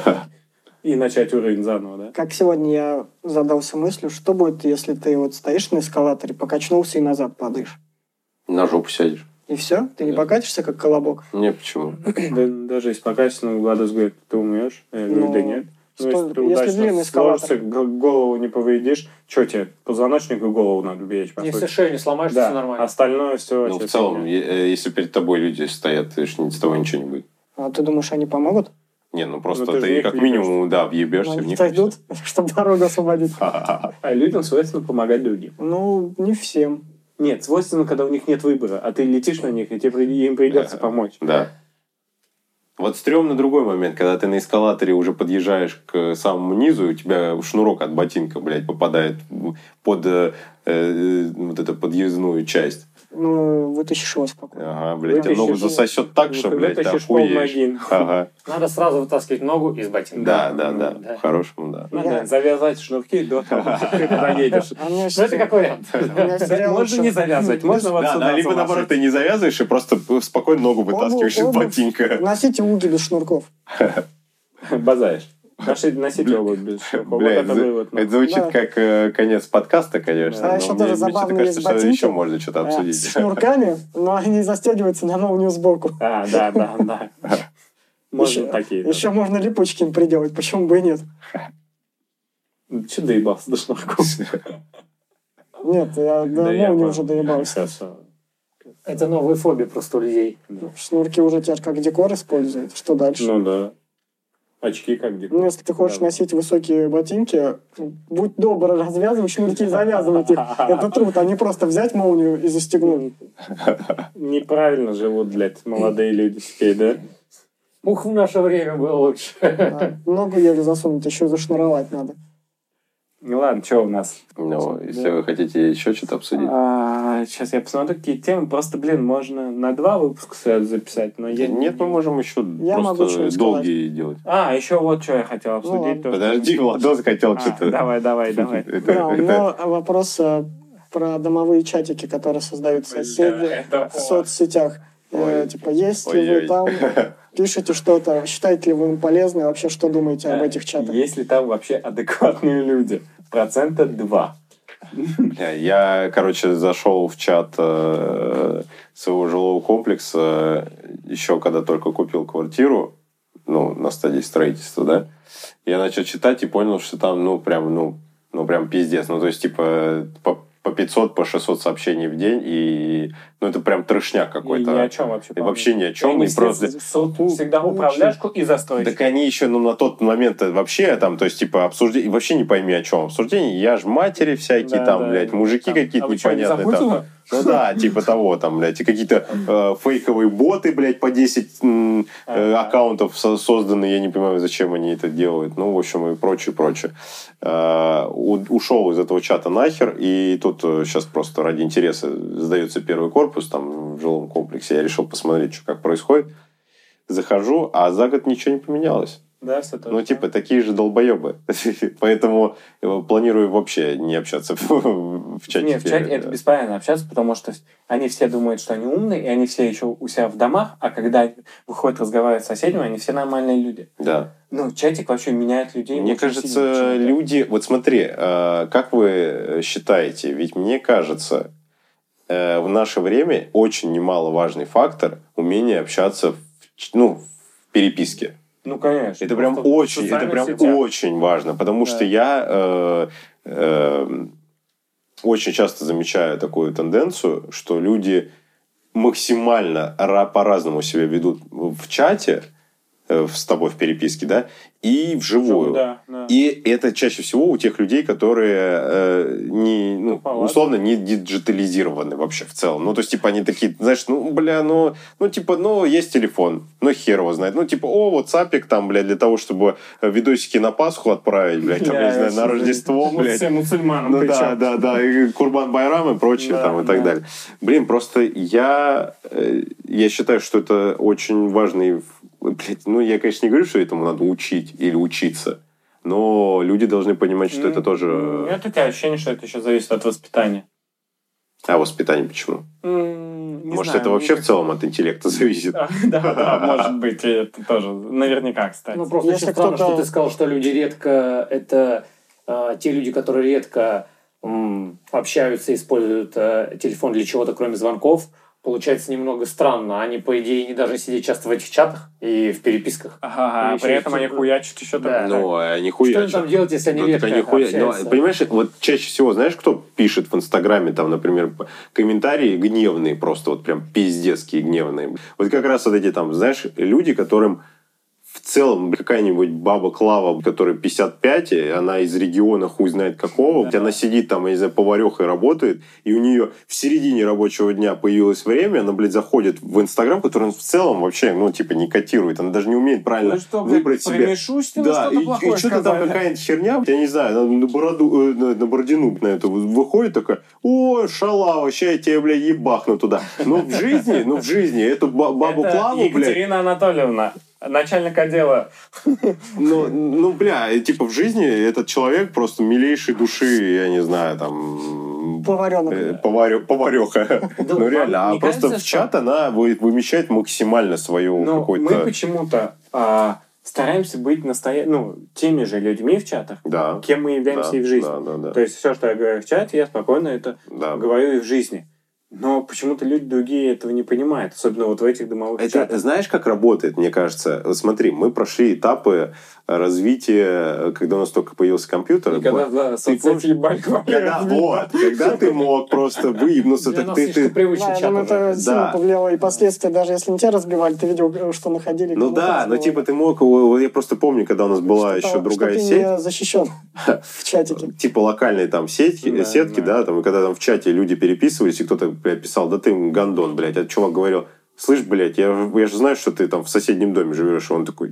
И начать уровень заново, да? Как сегодня я задался мыслью, что будет, если ты вот стоишь на эскалаторе, покачнулся и назад падаешь. На жопу сядешь. И все? Ты не Да. покатишься, как колобок? Не, почему? Да, даже если по качественному Владос говорит, ты умрешь? Я говорю, Ну, да нет. Ну, сто- если ты если удачно длинный эскалатор. сложишься, г- голову не повредишь, что тебе, позвоночник и голову надо беречь, по Если сути. шею не сломаешь, Да, все нормально. остальное все Ну, в целом, е- э, если перед тобой люди стоят, ты ж ни- с тобой ничего не будет. А ты думаешь, они помогут? Не, ну просто Ну, ты же в ты них как въебешься. минимум, да, Ну, въебешься в они них. отойдут, чтобы дорогу освободить. А людям свойственно помогать другим. Ну, не всем. Нет, свойственно, когда у них нет выбора, а ты летишь на них, и тебе при- им придется помочь. Да. Вот стрёмно другой момент, когда ты на эскалаторе уже подъезжаешь к самому низу, и у тебя шнурок от ботинка, блядь, попадает в- под э, э, вот эту подъездную часть. Ну, вытащишь его спокойно. Ага, блядь, тебя Вытащишь- ногу засосет так, что, блядь, ты Вытащишь охуеешь. полноги. Ага. Надо сразу вытаскивать ногу из ботинка. Да, да, да, Да. по-хорошему, да. Надо Я- завязать шнурки до того, как ты подъедешь. А мне Ну, это как вариант. у меня всегда Можно лучше- не завязывать, можно вот Да, сюда да, либо залазить. наоборот ты не завязываешь и просто спокойно ногу вытаскиваешь из Обувь- ботинка. Носите уги без шнурков. Базаешь. Носите обувь без шнурков. Бля, Вот это, это вывод. это звучит Да. как э, конец подкаста, конечно. А но еще мне, тоже мне забавно что-то кажется, есть что ботинки, еще можно что-то э, обсудить. с шнурками, но они застегиваются на молнию сбоку. А, да, да, да. Можно еще, такие. еще можно липучки им приделать, почему бы и нет. Че доебался до шнурков? Нет, я до Да я молнии понял. уже доебался. Хорошо. Это новая фобия просто у людей. Шнурки уже теперь как декор используют. Что дальше? Ну да. Очки как где. Ну, если ты хочешь Да. носить высокие ботинки, будь добр, развязывай шнурки и завязывать их. Это труд, а не просто взять молнию и застегнуть. Неправильно живут, блядь, молодые люди теперь, да? Ух, в наше время было лучше. А, ногу еле засунуть, еще и зашнуровать надо. Ну ладно, что у нас? Ну, если вы хотите еще что-то обсудить. А, сейчас я посмотрю, какие темы. Просто, блин, можно на два выпуска сразу записать, но я... Нет, мы можем еще Я могу просто что-нибудь долгие делать. А, еще вот что я хотел обсудить. ладно. тоже. Подожди, Владос хотел А, что-то... давай, давай, давай. Это- Да, у это- меня вопрос э, про домовые чатики, которые создают соседи Это- в соцсетях. Э, Ой. Типа, есть ли Ой-ой. вы там, пишете что-то, считаете ли вы им полезны, вообще что думаете об этих чатах? Есть ли там вообще адекватные люди? Процента два. Бля, я, короче, зашел в чат э, своего жилого комплекса еще когда только купил квартиру, ну, на стадии строительства, да. Я начал читать и понял, что там, ну, прям, ну, ну, прям пиздец. Ну, то есть, типа, по, по пятьсот, по шестьсот сообщений в день, и, ну, это прям трешняк какой-то. И ни о чем вообще. И вообще ни о чем, Они и все просто... суд всегда управляшку и застройщик. Так они еще, ну, на тот момент вообще там, то есть, типа, обсуждение, вообще не пойми о чем. Обсуждение, я ж матери всякие, Да, там, да, блядь, да. мужики А- какие-то а вы что, не непонятные. за там. Путина? Ну да, типа того, там, блядь, и какие-то э, фейковые боты, блядь, по десять м, э, Ага. аккаунтов со- созданы, я не понимаю, зачем они это делают. Ну, в общем, и прочее, прочее. Э, у- ушел из этого чата нахер, и тут э, сейчас просто ради интереса сдается первый корпус, там, в жилом комплексе. Я решил посмотреть, что как происходит. Захожу, а за год ничего не поменялось. Да, все то Ну, же типа, такие же долбоебы. Поэтому э, планирую вообще не общаться в, в чате. Нет, в чате это бесполезно общаться, потому что они все думают, что они умные, и они все еще у себя в домах, а когда выходят разговаривать с соседями, они все нормальные люди. Да. Ну, чатик вообще меняет людей. Мне очень кажется, сильно почему-то. люди... Вот смотри, э, как вы считаете? Ведь мне кажется, э, в наше время очень немаловажный фактор умение общаться в, ч- ну, в переписке. Ну, конечно. Это прям Просто в очень, это социальных прям сетях. очень важно, потому Да. что я э, э, очень часто замечаю такую тенденцию, что люди максимально ра- по-разному себя ведут в чате, э, с тобой в переписке, да, и вживую. Да, да. И это чаще всего у тех людей, которые э, не, ну, Туповаты. условно не диджитализированы вообще в целом. Ну, то есть, типа, они такие, знаешь, ну, бля, ну, ну, типа, ну, есть телефон, ну, хер его знает. Ну, типа, о, вот цапик там, бля, для того, чтобы видосики на Пасху отправить, блядь, там, я не знаю, на Рождество, Вот блядь. всем мусульманам Ну, да, причем. да, да, и Курбан Байрам и прочее, Да, там, и так да. далее. Блин, просто я, э, я считаю, что это очень важный... Блядь, ну, я, конечно, не говорю, что этому надо учить или учиться, но люди должны понимать, что это тоже... Нет у тебя ощущение, что это еще зависит от воспитания? А воспитание почему? М, не Может, знаю, это мне вообще в кажется- целом от интеллекта зависит? Да, да, да, может быть, и это тоже. Наверняка, кстати. Ну, просто Если очень странно, кто-то- что ты сказал, что люди редко... Это э, те люди, которые редко м, общаются, используют э, телефон для чего-то, кроме звонков. Получается немного странно. Они, по идее, не должны сидеть часто в этих чатах и в переписках. Ага, а Еще при и этом они типа- хуячат еще Да. там. Ну, а они Что им хуячат. там делать, если они Ну, так редко они хуя- ну, общаются? понимаешь, вот чаще всего, знаешь, кто пишет в Инстаграме, там, например, п- комментарии гневные, просто вот прям пиздецкие гневные. Вот как раз вот эти там, знаешь, люди, которым в целом какая-нибудь баба Клава, которая пятьдесят пять, и она из региона хуй знает какого, Да. она сидит там, я не знаю, поварехой работает, и у нее в середине рабочего дня появилось время, она, блядь, заходит в Инстаграм, который он в целом вообще, ну, типа, не котирует, она даже не умеет правильно Ну что, блядь, выбрать себе... про Мишустина Да, что-то и, плохое и что-то там сказали? какая-нибудь херня, я не знаю, она на бороду, э, на, на бородину на эту выходит такая, о, шалава, ща я тебе, блядь, ебахну туда. Ну, в жизни, ну, в жизни, эту ба- бабу Это Клаву, блядь, Екатерина Анатольевна, начальник отдела. ну, ну, бля, и, типа, в жизни этот человек просто милейшей души, я не знаю, там... Поваренок. э, поварё- Повареха. Ну, вам реально. А не просто кажется, в чат она вы- вымещает максимально свою Но мы какую-то... почему-то а, стараемся быть настоя... ну, теми же людьми в чатах, да. кем мы являемся да. и в жизни. Да, да, да. То есть все, что я говорю в чате, я спокойно это да. говорю и в жизни. Но почему-то люди другие этого не понимают, особенно вот в этих домовых это, чатах. Знаешь, как работает, мне кажется? Вот смотри, мы прошли этапы развития, когда у нас только появился компьютер. И когда да, соцсети ебали. Когда, вот, когда ты мог просто выебнуться, так ты... ты... Да, я думаю, это да. сильно повлияло. И последствия, даже если не тебя разбивали, ты видел, что находили. Ну да, но типа ты мог... Я просто помню, когда у нас была что еще другая что сеть. Ты не защищен в чатике. Типа локальные там сетки, да, сетки, да. да, там, и когда там в чате люди переписывались, и кто-то писал, да ты гандон, блядь. А чувак говорил, слышь, блядь, я, я же знаю, что ты там в соседнем доме живешь. И он такой,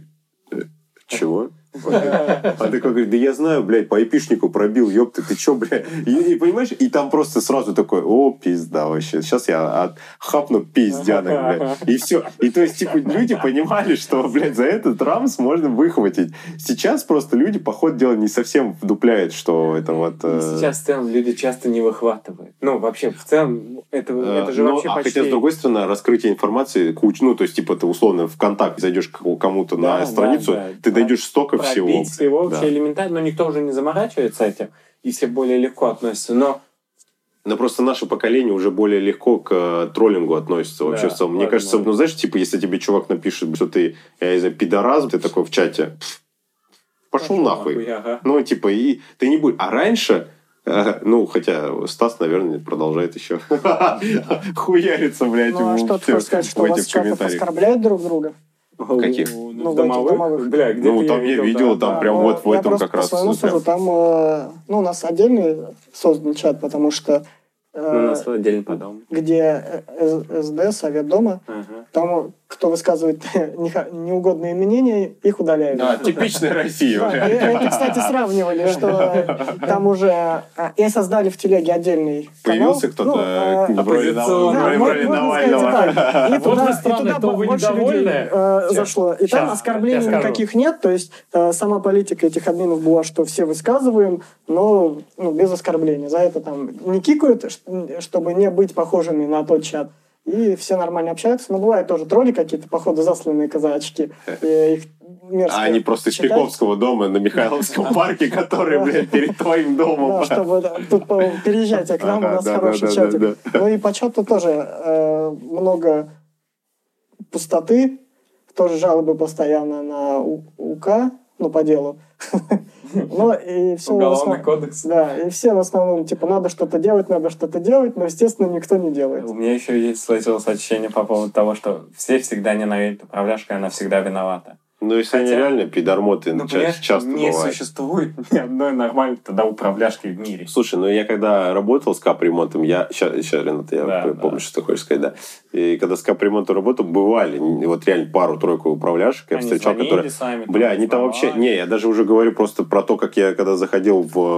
чего? Он такой говорит, да я знаю, блядь, по айпишнику пробил, ёпты, ты чё, блядь? И, и понимаешь, и там просто сразу такой, о, пизда вообще, сейчас я от, хапну пиздянок, блядь. И все. И то есть, типа, люди понимали, что, блядь, за этот рамс можно выхватить. Сейчас просто люди, по ходу дела, не совсем вдупляют, что это вот... Э... Сейчас в целом люди часто не выхватывают. Ну, вообще, в целом, это, э, это же но, вообще а почти... хотя, с другой стороны, раскрытие информации, куч, ну, то есть, типа, ты условно ВКонтакте зайдешь к кому-то да, на страницу, да, да. ты дойдешь столько всего. всего вообще да. элементарно, но никто уже не заморачивается этим, и все более легко относятся, но... Но просто наше поколение уже более легко к троллингу относится вообще да, в целом. Мне кажется, ну, знаешь, типа, если тебе чувак напишет, что ты, я не знаю, пидорас, ты такой в чате, пошел нахуй. нахуй ага. Ну, типа, и ты не будешь... А раньше... Ну, хотя Стас, наверное, продолжает еще хуяриться, блядь, ну, а что ты хочешь сказать, что у вас чаты оскорбляют друг друга? Каких? Ну, в домовых? домовых. Бля, где ну, там я видел, да, там да, прям вот в этом как раз. Я просто по там, ну, у нас отдельный создан чат, потому что... Ну, у нас отдельный по дому. Где эс дэ, Совет дома, ага. там, кто высказывает неугодные мнения, их удаляют. Да, типичная Россия. Да, это, кстати, сравнивали, что там уже... И создали в телеге отдельный канал. Появился кто-то ну, вроде Навального. И туда больше людей зашло. И там оскорблений никаких нет, то есть сама политика этих админов была, что все высказываем, но без оскорбления. За это там не кикают, чтобы не быть похожими на тот чат. И все нормально общаются. Но бывают тоже тролли какие-то, походу, засланные казачки. И их мерзко а они просто из Чайковского дома на Михайловском парке, который, блядь, перед твоим домом. Да, чтобы тут переезжайте к нам, у нас хороший чатик. Ну и по чату тоже много пустоты, тоже жалобы постоянно на УК, ну, по делу. Ну, и все Уголовный кодекс. Да, и все в основном, типа, надо что-то делать, надо что-то делать, но, естественно, никто не делает. У меня еще есть сложилось ощущение по поводу того, что все всегда ненавидят управляшку, и она всегда виновата. Ну, если они реально пидормоты, ну, часто, часто не бывает. существует ни одной нормальной тогда управляшки в мире. Слушай, ну я когда работал с капремонтом, я... Сейчас, сейчас Ренат, я да, помню, да. что ты хочешь сказать, да. И когда с капремонтом работал, бывали вот реально пару-тройку управляшек. Я встречал, которые... Сами, Бля, они там вообще... Не, я даже уже говорю просто про то, как я когда заходил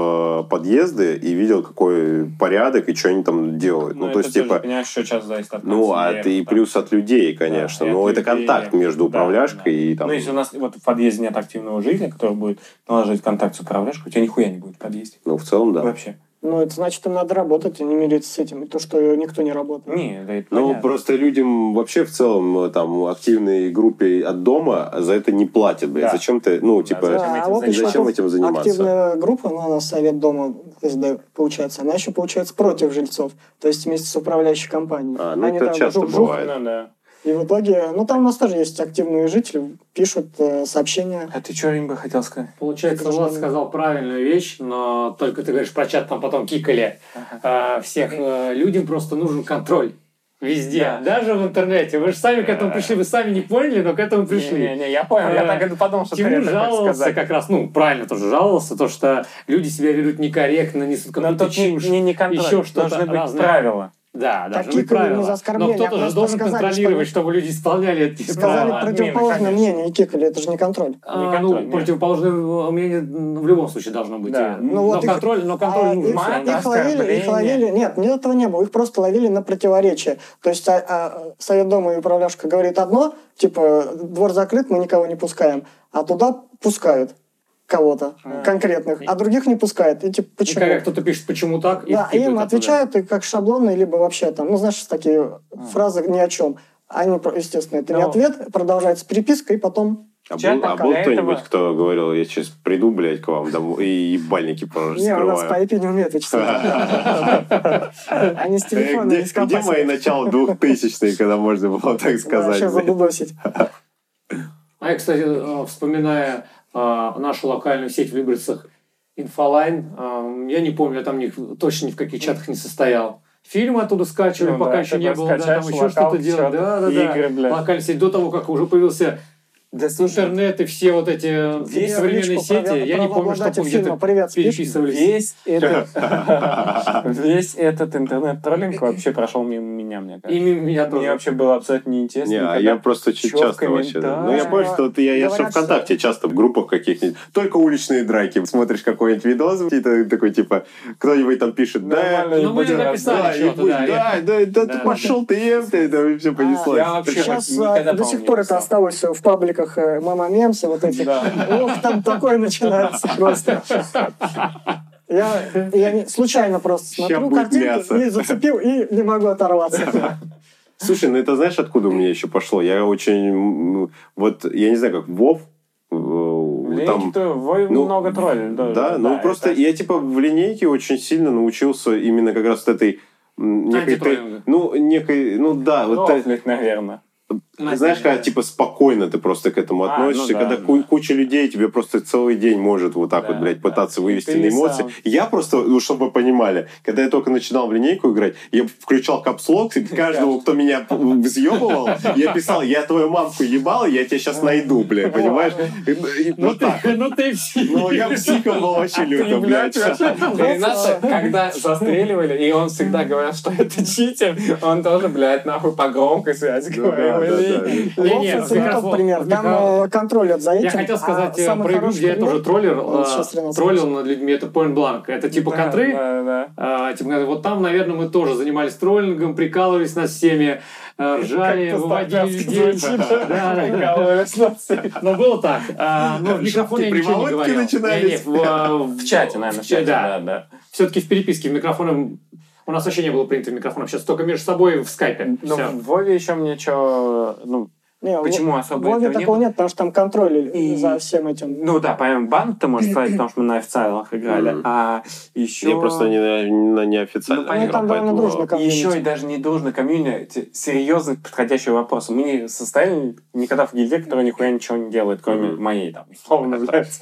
в подъезды и видел, какой порядок и что они там делают. Ну, ну то есть, типа... Понимаешь, что сейчас зависит от Ну, а ты и плюс от людей, конечно. Да, но это людей, контакт между да, управляшкой да. и там... Ну, если у нас вот в подъезде нет активного жителя, который будет наложить контакт с управляшкой, у тебя нихуя не будет в подъезде. Ну, в целом, да. Вообще. Ну, это значит, им надо работать, а не мириться с этим. И то, что никто не работает. Не, да это Ну, понятно. просто людям вообще в целом там активной группе от дома за это не платят, блядь. Да. Зачем ты, ну, типа, да, зачем, а этим, вот зачем этим заниматься? Активная группа, ну, она Совет дома, получается, она еще, получается, против жильцов. То есть вместе с управляющей компанией. А, ну, Они это там часто жух, бывает. Ну, да. И в итоге, ну там у нас тоже есть активные жители, пишут э, сообщения. А ты что, Римба, хотел сказать? Получается, Влад сказал правильную вещь, но только ты говоришь про чат, там потом кикали ага. э, всех. Э, людям просто нужен контроль. Везде, да. Даже в интернете. Вы же сами к этому пришли, вы сами не поняли, но к этому пришли. Не-не-не, я понял, я так и подумал, что ты это жаловался как раз, ну, правильно тоже жаловался, то, что люди себя ведут некорректно, несут какую-то чушь, не, не контроль, еще что-то. Должны быть разное. правила. Да, должны быть правила. Но кто-то же должен сказали, контролировать, что... чтобы люди исполняли эти сказали права. противоположное мнение и кикали, это же не контроль. А, не контроль ну, противоположное мнение в любом случае должно быть. Да. Ну, но, вот контроль, их, но контроль а, нужен. Их, их, ловили, их ловили, нет, нет, этого не было, их просто ловили на противоречие. То есть а, а, Совет дома и управляшка говорит одно, типа, двор закрыт, мы никого не пускаем, а туда пускают кого-то а, конкретных, а других не пускают. И типа, почему? И когда кто-то пишет, почему так, да, и им отвечают и как шаблонные, либо вообще там, ну, знаешь, такие а. фразы ни о чем. Они, естественно, это Но... не ответ, продолжается переписка, и потом А был, а был кто-нибудь, кто говорил, я сейчас приду, блядь, к вам домой и ебальники просто Не, у нас по ай пи не умеют вычислять. Они с телефона, не с Где мои начала двухтысячные, когда можно было так сказать? Вообще задудосить. А я, кстати, вспоминая нашу локальную сеть в Люберцах, Инфолайн, я не помню, я там точно ни в каких чатах не состоял. Фильмы оттуда скачивали, ну, пока да, еще не было, да, там еще что-то делать. Да, да, игры, да. Локальная сеть, до того, как уже появился да, интернет и все вот эти весь современные сети, провел, я не помню, что где-то переписывались. Весь этот, весь этот интернет-троллинг вообще прошел мимо меня, мне кажется. И мимо меня тоже. Мне вообще было абсолютно неинтересно. Не, а я просто очень часто вообще... Ну, я помню, что я же ВКонтакте часто в группах каких-нибудь, только уличные драки. Смотришь какой-нибудь видос, такой, типа, кто-нибудь там пишет, да, ну мы же написали что-то, да. Да, да, ты пошел, ты ем, ты, это все понеслось. Сейчас до сих пор это осталось в пабликах Мама Мемсы, вот эти. Ох, там такое начинается просто. Я, я случайно просто смотрю картинку и зацепил, и не могу оторваться. Слушай, ну это знаешь, откуда у меня еще пошло? Я очень... Вот, я не знаю, как Вов... Там, Вов ну, много троллей. Да, да, ну да, просто это... я типа в линейке очень сильно научился именно как раз этой... Некой, ну, некой... Ну да, вот... Рофлить, наверное. Знаешь, когда типа спокойно ты просто к этому а, относишься, ну да, когда да. куча людей тебе просто целый день может вот так да, вот, блядь, пытаться да. вывести на эмоции. Сам. Я просто, ну, чтобы вы понимали, когда я только начинал в линейку играть, я включал капслок, и каждого, кто меня взъебывал, я писал, я твою мамку ебал, я тебя сейчас найду, блядь, понимаешь? Ну ты, ну ты псих. Ну я психом был вообще люто, блядь. Рената, когда застреливали, и он всегда говорил, что это читер, он тоже, блядь, нахуй по громкой связи говорил. Не, это не тот пример. Там контролят за этим. Я хотел сказать про игру, где я тоже троллер, троллил над людьми. Это Point Blank. Это типа контры. Вот там, наверное, мы тоже занимались троллингом, прикалывались над всеми, ржали, выводили людей. Но было так. Но в микрофон я ничего не говорил. В чате, наверное, в чате. Да. Все-таки в переписке в микрофоне... У нас вообще не было принято микрофоном. Сейчас только между собой в скайпе. Ну, в Вове еще мне что... Ну, не, почему в, особо в Вове этого такого нет? нет, потому что там контроль и... за всем этим. Ну да, помимо банк ты можешь сказать, потому что мы на официалах играли. Mm-hmm. А еще... Я просто не, на неофициальных ну, играл, там довольно дружно комьюнити. Еще и даже не дружно комьюнити. Серьезно подходящие вопросы. Мы не состояли никогда в гильдии, которая нихуя ничего не делает, кроме mm-hmm. моей там, условно, блядь.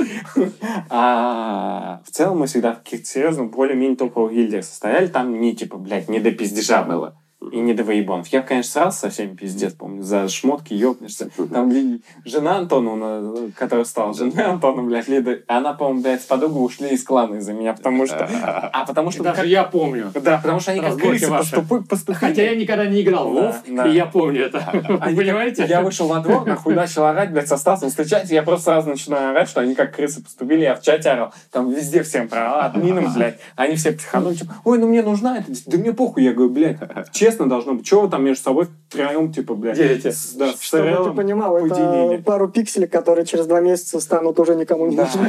А в целом мы всегда в каких-то серьезных, более-менее топовых гильдиях состояли. Там не, типа, блядь, не до пиздежа было. И не до воебонов. Я, конечно, сразу со всеми пиздец, помню, за шмотки ёбнешься. Там жена Антоновна, которая стала женой Антона, блядь, Лида, она, по-моему, блядь, с подругой ушли из клана из-за меня, потому что... А потому что... Даже я помню. Да, потому что они как крысы поступили. Хотя я никогда не играл в Вов, и я помню это. Вы понимаете? Я вышел во двор, нахуй начал орать, блядь, со Стасом встречать, я просто сразу начинаю орать, что они как крысы поступили, я в чате орал. Там везде всем проорал, админам, блядь. Они все психанули, типа, ой, ну мне нужна эта... Да мне похуй, я говорю, блядь, честно должно быть. Чего вы там между собой втроем, типа, блядь, делите? Да, чтобы ты понимал, это пару пикселей, которые через два месяца станут уже никому не нужны.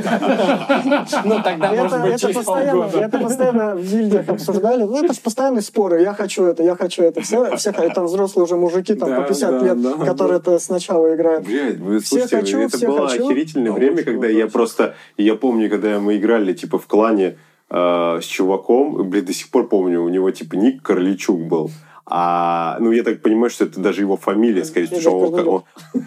Ну, тогда, может быть, через полгода. Это постоянно в гильдиях обсуждали. Ну, это же постоянные споры. Я хочу это, я хочу это. Все, все там взрослые уже мужики, там, по пятьдесят лет, которые это сначала играют. Блядь, вы слушайте, это было охерительное время, когда я просто... Я помню, когда мы играли, типа, в клане с чуваком, блядь, до сих пор помню, у него, типа, ник Корличук был. А, ну, я так понимаю, что это даже его фамилия, скорее всего. Он,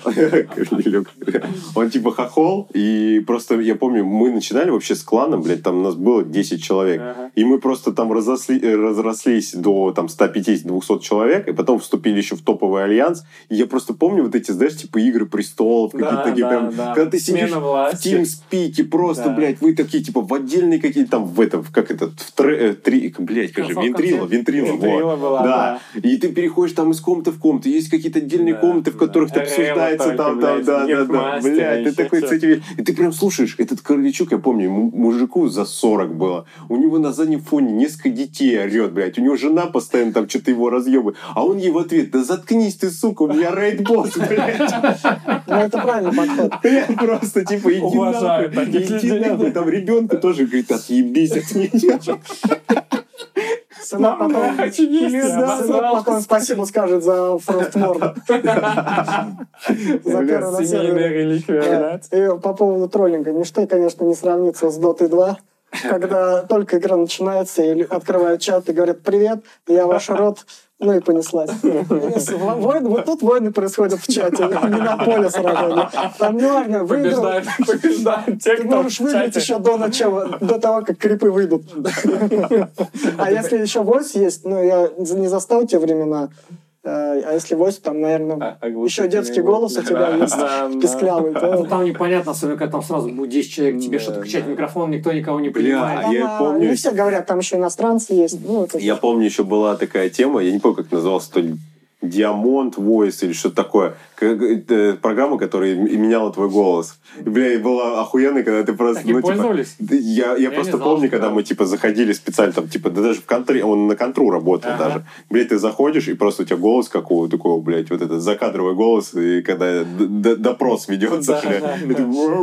он, он типа хохол, и просто, я помню, мы начинали вообще с кланом, блядь, там у нас было десять человек, ага. и мы просто там разросли, разрослись до там сто пятьдесят - двести человек, и потом вступили еще в топовый альянс, и я просто помню вот эти, знаешь, типа игры престолов, какие-то да, такие да, прям, да. когда ты сидишь в тимспике, просто, да. блядь, вы такие, типа, в отдельные какие-то там, в этом, как это, в три, три блядь, как же, вентрила, вентрила, вентрила вот. была, да. да. И ты переходишь там из комнаты в комнату, есть какие-то отдельные да, комнаты, в которых да. обсуждается там, там, да, да, да, блядь, ты такой с этими... И ты прям слушаешь, этот Корличук, я помню, ему мужику за сорок было, у него на заднем фоне несколько детей орет, блядь, у него жена постоянно там что-то его разъебывает, а он ей в ответ, да заткнись ты, сука, у меня рейд-босс, блядь. Ну, это правильный подход. Просто, типа, иди нахуй, иди нахуй, там ребенку тоже, говорит, отъебись от меня. Сына потом, потом спасибо скажет за фростморд. За первую серию. И по поводу троллинга. Ничто, конечно, не сравнится с Дотой два. Когда только игра начинается, и открывают чат и говорят «Привет, я ваш род», ну и понеслась. Войны, вот тут войны происходят в чате, не на поле сражения. Там не важно, выиграл. Побеждают те, Ты кто можешь выиграть еще до начала, до того, как крипы выйдут. А если еще войс есть, ну я не застал те времена, а если войс, там, наверное, а, еще детский голос у тебя есть, да, писклявый. Да. Ну, там непонятно, особенно, когда там сразу будет десять человек, тебе да, что-то кричать в микрофон, никто никого не понимает. Бля, я помню... Не все говорят, там еще иностранцы есть. Ну, это... Я помню, еще была такая тема, я не помню, как назывался, то ли Diamond Voice или что-то такое. Программа, которая меняла твой голос. И, бля, и было охуенно, когда ты просто... Так ну, пользовались? Типа, я, я, я просто знал, помню, когда мы типа заходили специально, там, типа, да даже в контре, он на контру работал ага. даже. Блядь, ты заходишь, и просто у тебя голос какого такого, блядь, вот этот закадровый голос, и когда допрос ведется, блядь,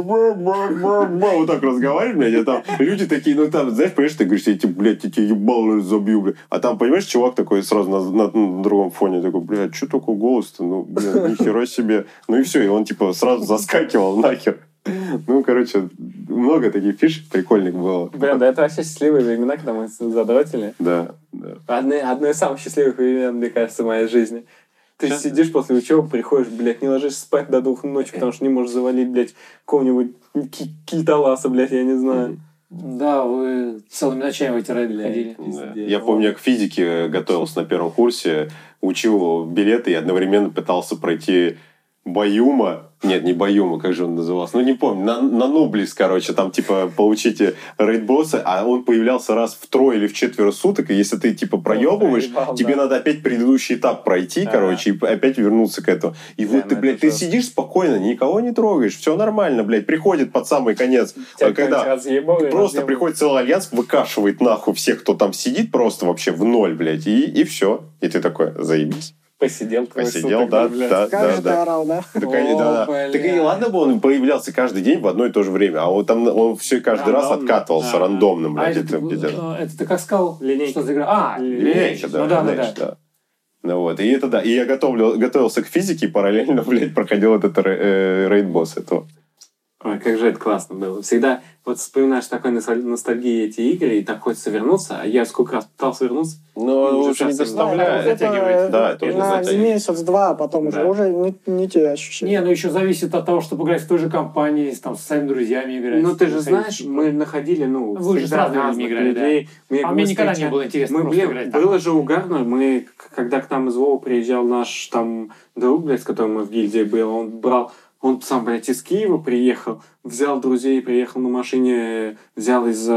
вот так разговариваешь, блядь, а там люди такие, ну там, знаешь, понимаешь, ты говоришь, я тебе, блядь, я тебе ебало забью, блядь. А там, понимаешь, чувак такой сразу на, на, на другом фоне такой, блядь, что такой голос-то? Ну, блядь, нихера себе. Ну и все, и он типа сразу заскакивал нахер. Ну, короче, много таких фишек прикольных было. Блин, да это вообще счастливые времена, когда мы задаватели. Да, да. Одно, одно из самых счастливых времен, мне кажется, в моей жизни. Ты Сейчас... сидишь после учебы, приходишь, блядь, не ложишься спать до двух ночи, потому что не можешь завалить, блядь, какого-нибудь киталаса, блядь, я не знаю. Да, вы целыми ночами в эти рейды ходили. Да. Я помню, я к физике готовился на первом курсе, учил билеты и одновременно пытался пройти Баюма. Нет, не Баюма, как же он назывался? Ну, не помню. На, на Нублис, короче, там, типа, получите рейд-босса, а он появлялся раз в трое или в четверо суток, и если ты, типа, проебываешь, ну, тебе да. надо опять предыдущий этап пройти, а-а-а. короче, и опять вернуться к этому. И да, вот ты, блядь, ты жестко. Сидишь спокойно, никого не трогаешь, все нормально, блядь, приходит под самый конец, тебя когда разъебал, просто разъебал. Приходит целый альянс, выкашивает нахуй всех, кто там сидит, просто вообще в ноль, блядь, и, и все. И ты такой, заебись. Посидел, Посидел, суток, да, да, да, как да, же да. ты орал, да? Так, О, да, да. Так и ладно бы он появлялся каждый день в одно и то же время, а вот там он все каждый Рандомно. раз откатывался а, рандомным, блядь. А это, это, это ты как сказал? Линейка. Что за игра? А, линейка, да. Ну да, да, да. Ну вот, и это да. И я готовлю, готовился к физике и параллельно, блядь, проходил этот э, рейд-босс этого. Ой, как же это классно было. Всегда вот вспоминаешь такой ностальгии эти игры, и так хочется вернуться, а я сколько раз пытался вернуться. Но уже, уже не доставляет. Да, да, это уже на месяц-два, а потом да. уже, уже не, не те ощущения. Не, ну еще зависит от того, чтобы играть в той же компании, там, со своими друзьями играть. Ну ты же знаешь, мы находили, ну, вы же с разными играли, людей. Да. А мне никогда не было интересно мы, блин, играть. Было же угарно, мы, когда к нам из Вова приезжал наш там друг, блядь, с которым мы в гильдии были, он брал Он сам, блядь, из Киева приехал, взял друзей, приехал на машине, взял из,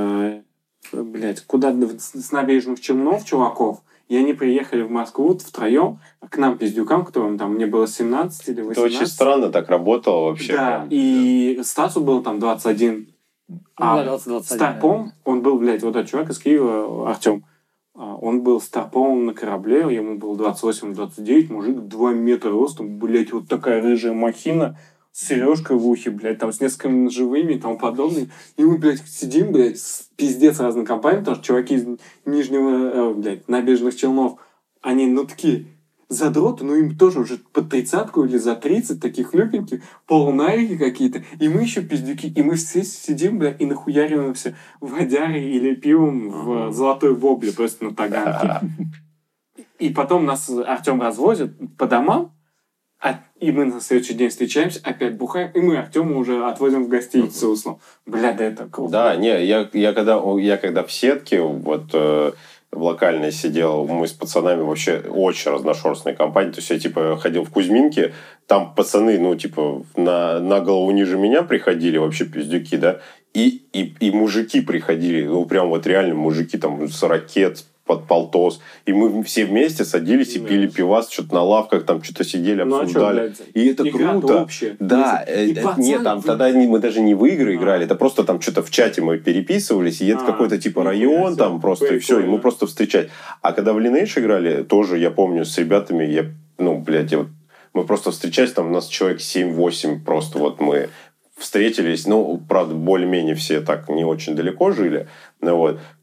блядь, куда с набережных Челнов чуваков, и они приехали в Москву втроем, к нам, пиздюкам, которым там, мне было семнадцать или восемнадцать. Это очень странно так работало вообще. Да, прям. И Стасу было там двадцать один. А двадцать, двадцать один, Старпом, да. он был, блядь, вот этот чувак из Киева, Артем. Он был старпом на корабле, ему было двадцать восемь двадцать девять, мужик два метра ростом, блядь, вот такая рыжая махина с сережкой в ухе, блядь, там с несколькими ножевыми и тому подобное. И мы, блядь, сидим, блядь, с пиздец разной компанией, потому что чуваки из Нижнего, блядь, набережных Челнов, они, ну, такие задроты, ну, им тоже уже под тридцатку или за тридцать, таких хлюпеньких, полунарики какие-то, и мы еще пиздюки, и мы все сидим, бля, и нахуяриваемся водярой или пивом в золотой вобле, просто на таганке. И потом нас Артем развозит по домам, а, и мы на следующий день встречаемся, опять бухаем, и мы Артема уже отвозим в гостиницу, условно. Бля, да это круто. Да, не, я, я, когда, я когда в сетке, вот... Э, в локальной сидел, мы с пацанами вообще очень разношерстная компания. То есть я, типа, ходил в Кузьминки, там пацаны, ну, типа, на, на голову ниже меня приходили, вообще пиздюки, да, и, и, и мужики приходили, ну, прям вот реально мужики, там, с ракет, под полтос. И мы все вместе садились и пили пивас, что-то на лавках, там что-то сидели, обсуждали. Ну, а что, и это круто. Общая. Да, и это, пацан, нет, там вы... тогда не, мы даже не в игры а. играли, это просто там что-то в чате мы переписывались, и это а, какой-то типа район, там просто, прикольно. И все, и мы просто встречать. А когда в Lineage играли, тоже, я помню, с ребятами, я, ну, блядь, я вот, мы просто встречались, там у нас человек семь-восемь просто, вот мы встретились, ну, правда, более-менее все так не очень далеко жили, ну, вот.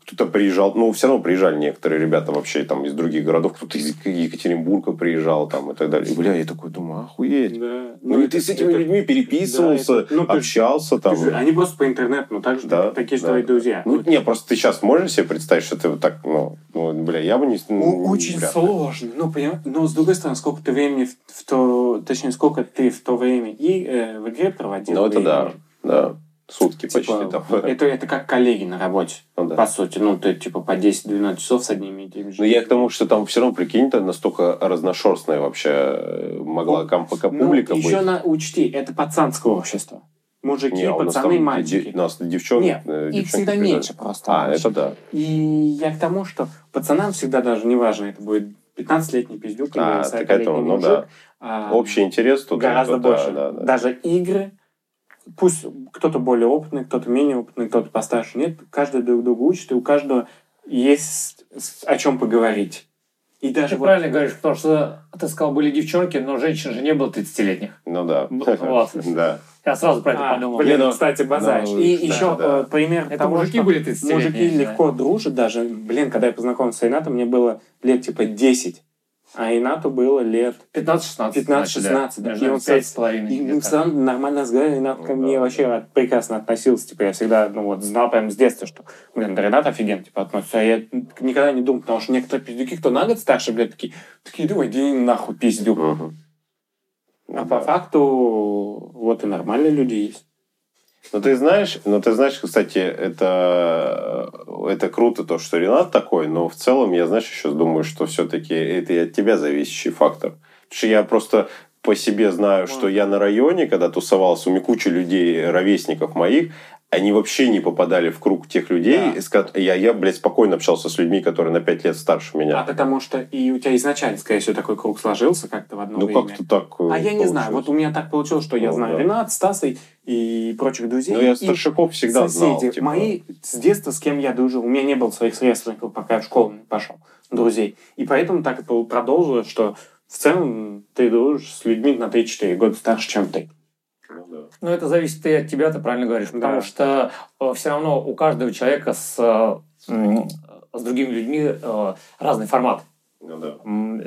кто-то приезжал, ну, все равно приезжали некоторые ребята вообще там из других городов, кто-то из Екатеринбурга приезжал там и так далее. И, бля, я такой думаю, охуеть. Да. Ну, и ты с этими это... людьми переписывался, да, это... ну, общался ты... там. Ты... Они просто по интернету, ну, так же, да, такие же да. твои друзья. Ну, не, просто ты сейчас можешь себе представить, что ты вот так, ну, ну бля, я бы не... Ну, очень вряд ли. Сложно, ну, понимаешь, но, с другой стороны, сколько ты времени в, в то, точнее, сколько ты в то время и э, в игре проводил. Ну, это времени. да, да. Сутки типа, почти там. Это, это как коллеги на работе, ну, да. по сути. Ну, ты типа по десять-двенадцать часов с одними и теми же. Ну, я к тому, что там все равно, прикинь, то настолько разношерстная вообще могла ну, пока публика ну, быть. еще на, учти, это пацанское общество. Мужики, не, пацаны, мальчики. У нас девчонки. Нет, девчонки их всегда приезжают. Меньше просто. А, это да. И я к тому, что пацанам всегда даже, неважно, это будет пятнадцатилетний пиздюк или а, сорокалетний ну, мужик. Да. А, общий интерес тут. Гораздо тут, больше. Да, да, да. Даже игры, пусть кто-то более опытный, кто-то менее опытный, кто-то постарше. Нет, каждый друг друга учит, и у каждого есть о чем поговорить. И даже ты вот... правильно говоришь, потому что ты сказал, были девчонки, но женщин же не было тридцатилетних. Ну да. Вот. Да. Я сразу про это а, подумал. Блин, ну, кстати, базаришь. Ну, и да, еще да. пример это того, мужики что были тридцатилетние. Мужики да. легко дружат даже. Блин, когда я познакомился с Ренатом, мне было лет типа десять. А Ренату было лет пятнадцать-шестнадцать. пятнадцать-шестнадцать, да. И он пять с половиной. И мы сам нормально разговаривали, Ренат ко мне вообще прекрасно относился. Типа я всегда, ну вот, знал прямо с детства, что, блин, да Ренат офигенно типа относится. А я никогда не думал, потому что некоторые пиздюки, кто на год старше, блядь, такие, такие, думай, иди нахуй, пиздюк. Угу. А по факту вот и нормальные люди есть. Ну, ты знаешь, ну, ты знаешь, кстати, это, это круто, то, что Ренат такой, но в целом я, знаешь, еще думаю, что все-таки это и от тебя зависящий фактор. Потому что я просто по себе знаю, что я на районе, когда тусовался, у меня куча людей, ровесников моих, они вообще не попадали в круг тех людей. Да. Я, я, блядь, спокойно общался с людьми, которые на пять лет старше меня. А потому что и у тебя изначально, скорее всего, такой круг сложился как-то в одно ну, время. Ну, как-то так А получилось. Я не знаю. Вот у меня так получилось, что я ну, знаю да. Ренат, Стаса и прочих друзей. Ну, я старшаков всегда соседи. знал. Типа... Мои с детства, с кем я дружил, у меня не было своих сверстников, пока я в школу не пошел, друзей. И поэтому так и продолжилось, что в целом ты дружишь с людьми на три-четыре года старше, чем ты. Ну, это зависит и от тебя, ты правильно говоришь, да. Потому что э, все равно у каждого человека с, э, с другими людьми э, разный формат. Ну, да.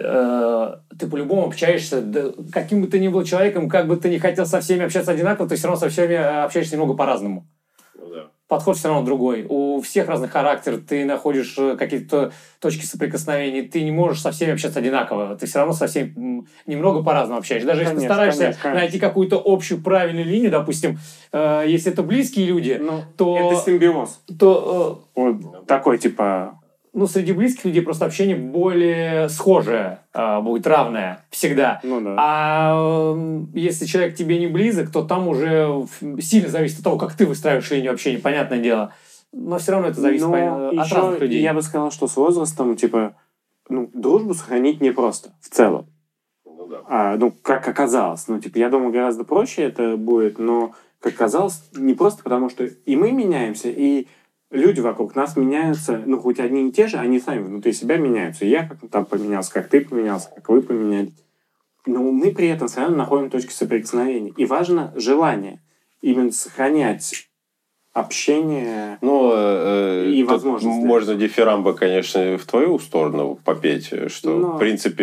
э, ты по-любому общаешься, да, каким бы ты ни был человеком, как бы ты ни хотел со всеми общаться одинаково, ты все равно со всеми общаешься немного по-разному. Ну, да. Подход все равно другой. У всех разный характер, ты находишь какие-то точки соприкосновения, ты не можешь со всеми общаться одинаково, ты все равно со всеми немного по-разному общаешься. Даже конечно, если ты стараешься конечно, конечно. найти какую-то общую правильную линию, допустим, э, если это близкие люди, ну, то... Это симбиоз. То, э, вот такой, типа... Ну, среди близких людей просто общение более схожее э, будет, равное всегда. Ну, да. А э, если человек тебе не близок, то там уже сильно зависит от того, как ты выстраиваешь линию общения, понятное дело. Но все равно это зависит Но по, от разных людей. Я бы сказал, что с возрастом, типа, ну, дружбу сохранить непросто в целом. Ну, да. а, ну, как оказалось. Ну, типа, я думаю, гораздо проще это будет, но, как оказалось, не просто потому, что и мы меняемся, и люди вокруг нас меняются, ну, хоть одни и те же, они сами внутри себя меняются. И я как там поменялся, как ты поменялся, как вы поменялись. Но мы при этом все равно находим точки соприкосновения. И важно желание именно сохранять общение ну, э, и возможность. Можно дифирамбо, конечно, в твою сторону попеть, что, Но... в принципе,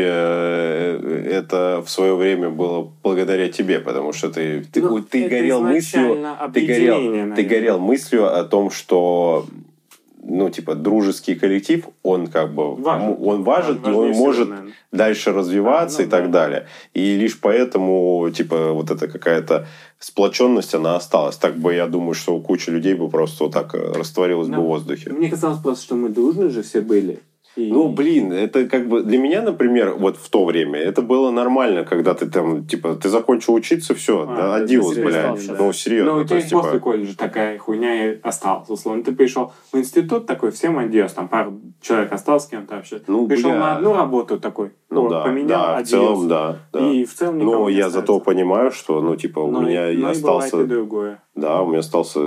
э, это в свое время было благодаря тебе, потому что ты, ты, ну, ты горел мыслью, ты горел, ты горел мыслью о том, что ну, типа, дружеский коллектив, он как бы важен, он важен, и он может всего, дальше развиваться а, ну, и так да. далее. И лишь поэтому, типа, вот эта какая-то сплоченность, она осталась. Так бы, я думаю, что у кучи людей бы просто вот так растворилась Но бы в воздухе. Мне казалось просто, что мы дружные же все были. И... Ну, блин, это как бы для меня, например, вот в то время, это было нормально, когда ты там, типа, ты закончил учиться, все, а, да, адиос, блядь. Да. Ну, серьезно. Ну, у тебя есть, после типа... колледжа такая хуйня и осталась, условно. Ты пришел в институт такой, всем адиос, там пару человек осталось с кем-то вообще. Ну, пришел бля... на одну работу такой, ну, вот, да, поменял, да, адиос. в целом, да, да. И в целом никого Но не я остается. зато понимаю, что, ну, типа, у но меня и, и остался... И другое. Да, у меня остался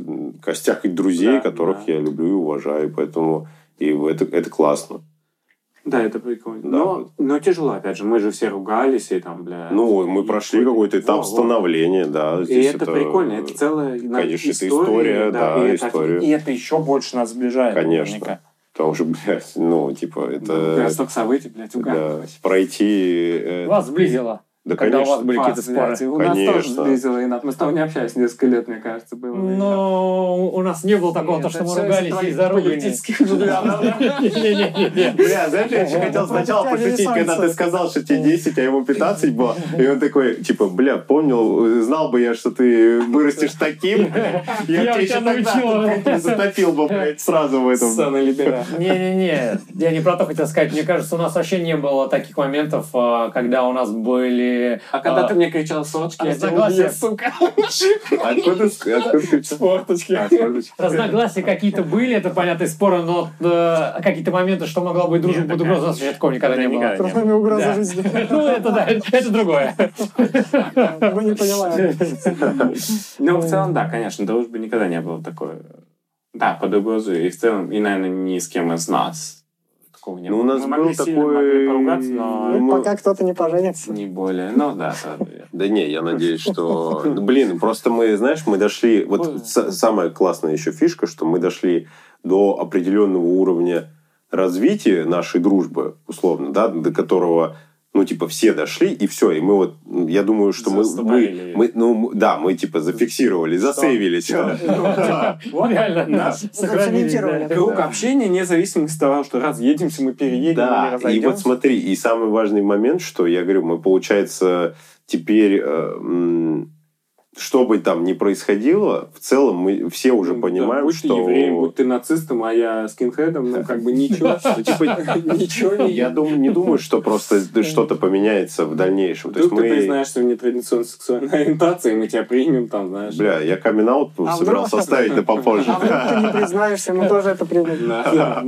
костяк друзей, да, которых да. я люблю и уважаю, поэтому и это, это классно. Да, это прикольно. Да. Но, но тяжело, опять же. Мы же все ругались, и там, бля... Ну, мы прошли какой-то этап во, становления, да. И Здесь это, прикольно, это целая Конечно, это история, история, да, и, история. Это, и это еще больше нас сближает. Конечно. Наверняка. Потому что, блядь, ну, типа, это... Да, столько событий, блядь, угадывать. Да, пройти... э, Вас сблизило. Да, когда конечно. у вас были какие-то споры. У нас тоже Конечно. сблизило, и нас- мы с тобой не общались несколько лет, мне кажется, было. Но у нас не было такого, Нет, то, что это мы всё ругались из-за твоих из-за ругани. политических взглядов. Не-не-не. Бля, знаешь, я еще хотел сначала Против пошутить, когда ты санкций. сказал, что тебе десять, а ему пятнадцать было. И он такой, типа, бля, помнил, знал бы я, что ты вырастешь таким, я Я тебя тебя еще тогда научила. тут затопил бы, блядь, сразу в этом. Сан или беда. Не-не-не, я не про то хотел сказать. Мне кажется, у нас вообще не было таких моментов, а, когда у нас были... А когда а, ты мне кричал сочки, я тебя разногласия. убью, сука. Откуда, откуда ты что? Форточки. А, форточки. Разногласия какие-то были, это понятные споры, но э, какие-то моменты, что могла быть дружба Нет, под такая- угрозой, у нас вообще такого никогда Да, не было. никогда. Кроме угрозы Да. жизни. Ну, это да, это это другое. Вы не понимаете. Ну, в целом, да, конечно, дружбы никогда не было такой. Да, под угрозой. И в целом, и, наверное, ни с кем из нас такого не Ну, было. у нас Мы могли был сильно такой- могли поругаться, но Ну, мы- Пока кто-то не поженится. не более. Ну, да, да. Да не, я надеюсь, что... Ну, блин, просто мы, знаешь, мы дошли... Вот с- самая классная еще фишка, что мы дошли до определенного уровня развития нашей дружбы, условно, да, до которого, ну, типа, все дошли, и все. И мы вот, я думаю, что мы... мы, Застопорили. мы ну, да, мы, типа, зафиксировали, засейвились. Вот Реально, да. сохранились. Зацементировали. да. Круг общения, независимо от того, что разъедемся, мы переедем или Да, и разойдемся. вот смотри, и самый важный момент, что я говорю, мы, получается, теперь, э, м, что бы там ни происходило, в целом мы все уже Ну, понимаем, да, будь что... ты евреем, будь ты нацистом, а я скинхедом, ну, как бы ничего. Ну, типа, Ничего не... я думаю, не думаю, что просто что-то поменяется в дальнейшем. То есть Вдруг ты мы... признаешься в нетрадиционной сексуальной ориентации, мы тебя примем, там, знаешь. Бля, я камин-аут А собирался вдруг- оставить на попозже. А вдруг ты не признаешься, мы тоже это примем. Да, да.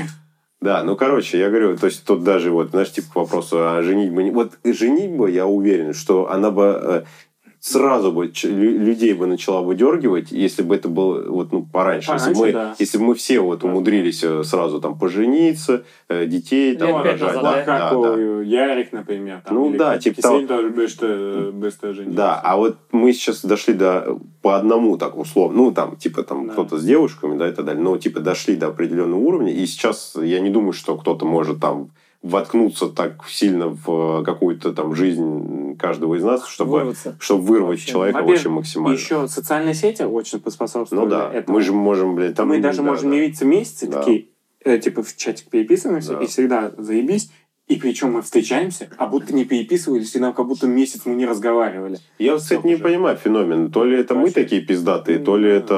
Да, ну, короче, я говорю, то есть тут даже вот, знаешь, типа к вопросу о женитьбе. Вот женитьба, я уверен, что она бы э, сразу бы ч- лю- людей бы начала выдергивать, если бы это было вот, ну, пораньше. Пораньше, если, бы мы, да. если бы мы все вот умудрились э, сразу там пожениться, э, детей там Лет пять рожать. назад, Да, Как да, да. у Ярик, например. там, Ну или да, как типа Кисель того. тоже быстро, быстро женился. Да, а вот мы сейчас дошли до по одному, так условно, ну там, типа там Да. кто-то с девушками, да, и так далее, но типа дошли до определенного уровня, и сейчас я не думаю, что кто-то может там воткнуться так сильно в какую-то там жизнь каждого из нас, чтобы, Вырваться. чтобы вырвать Вообще. человека Во-первых, вообще максимально. Еще социальные сети очень поспособствовали Ну да, этому. мы же можем, блядь, там... мы даже да, можем да. не видеться месяцы, Да. такие, э, типа, в чатик переписываемся, Да. и всегда заебись. И причем мы встречаемся, а будто не переписывались, и нам как будто месяц мы не разговаривали. Я, кстати, Всё не уже. понимаю феномен. То ли это мы Вообще. такие пиздатые, то ли Ну, это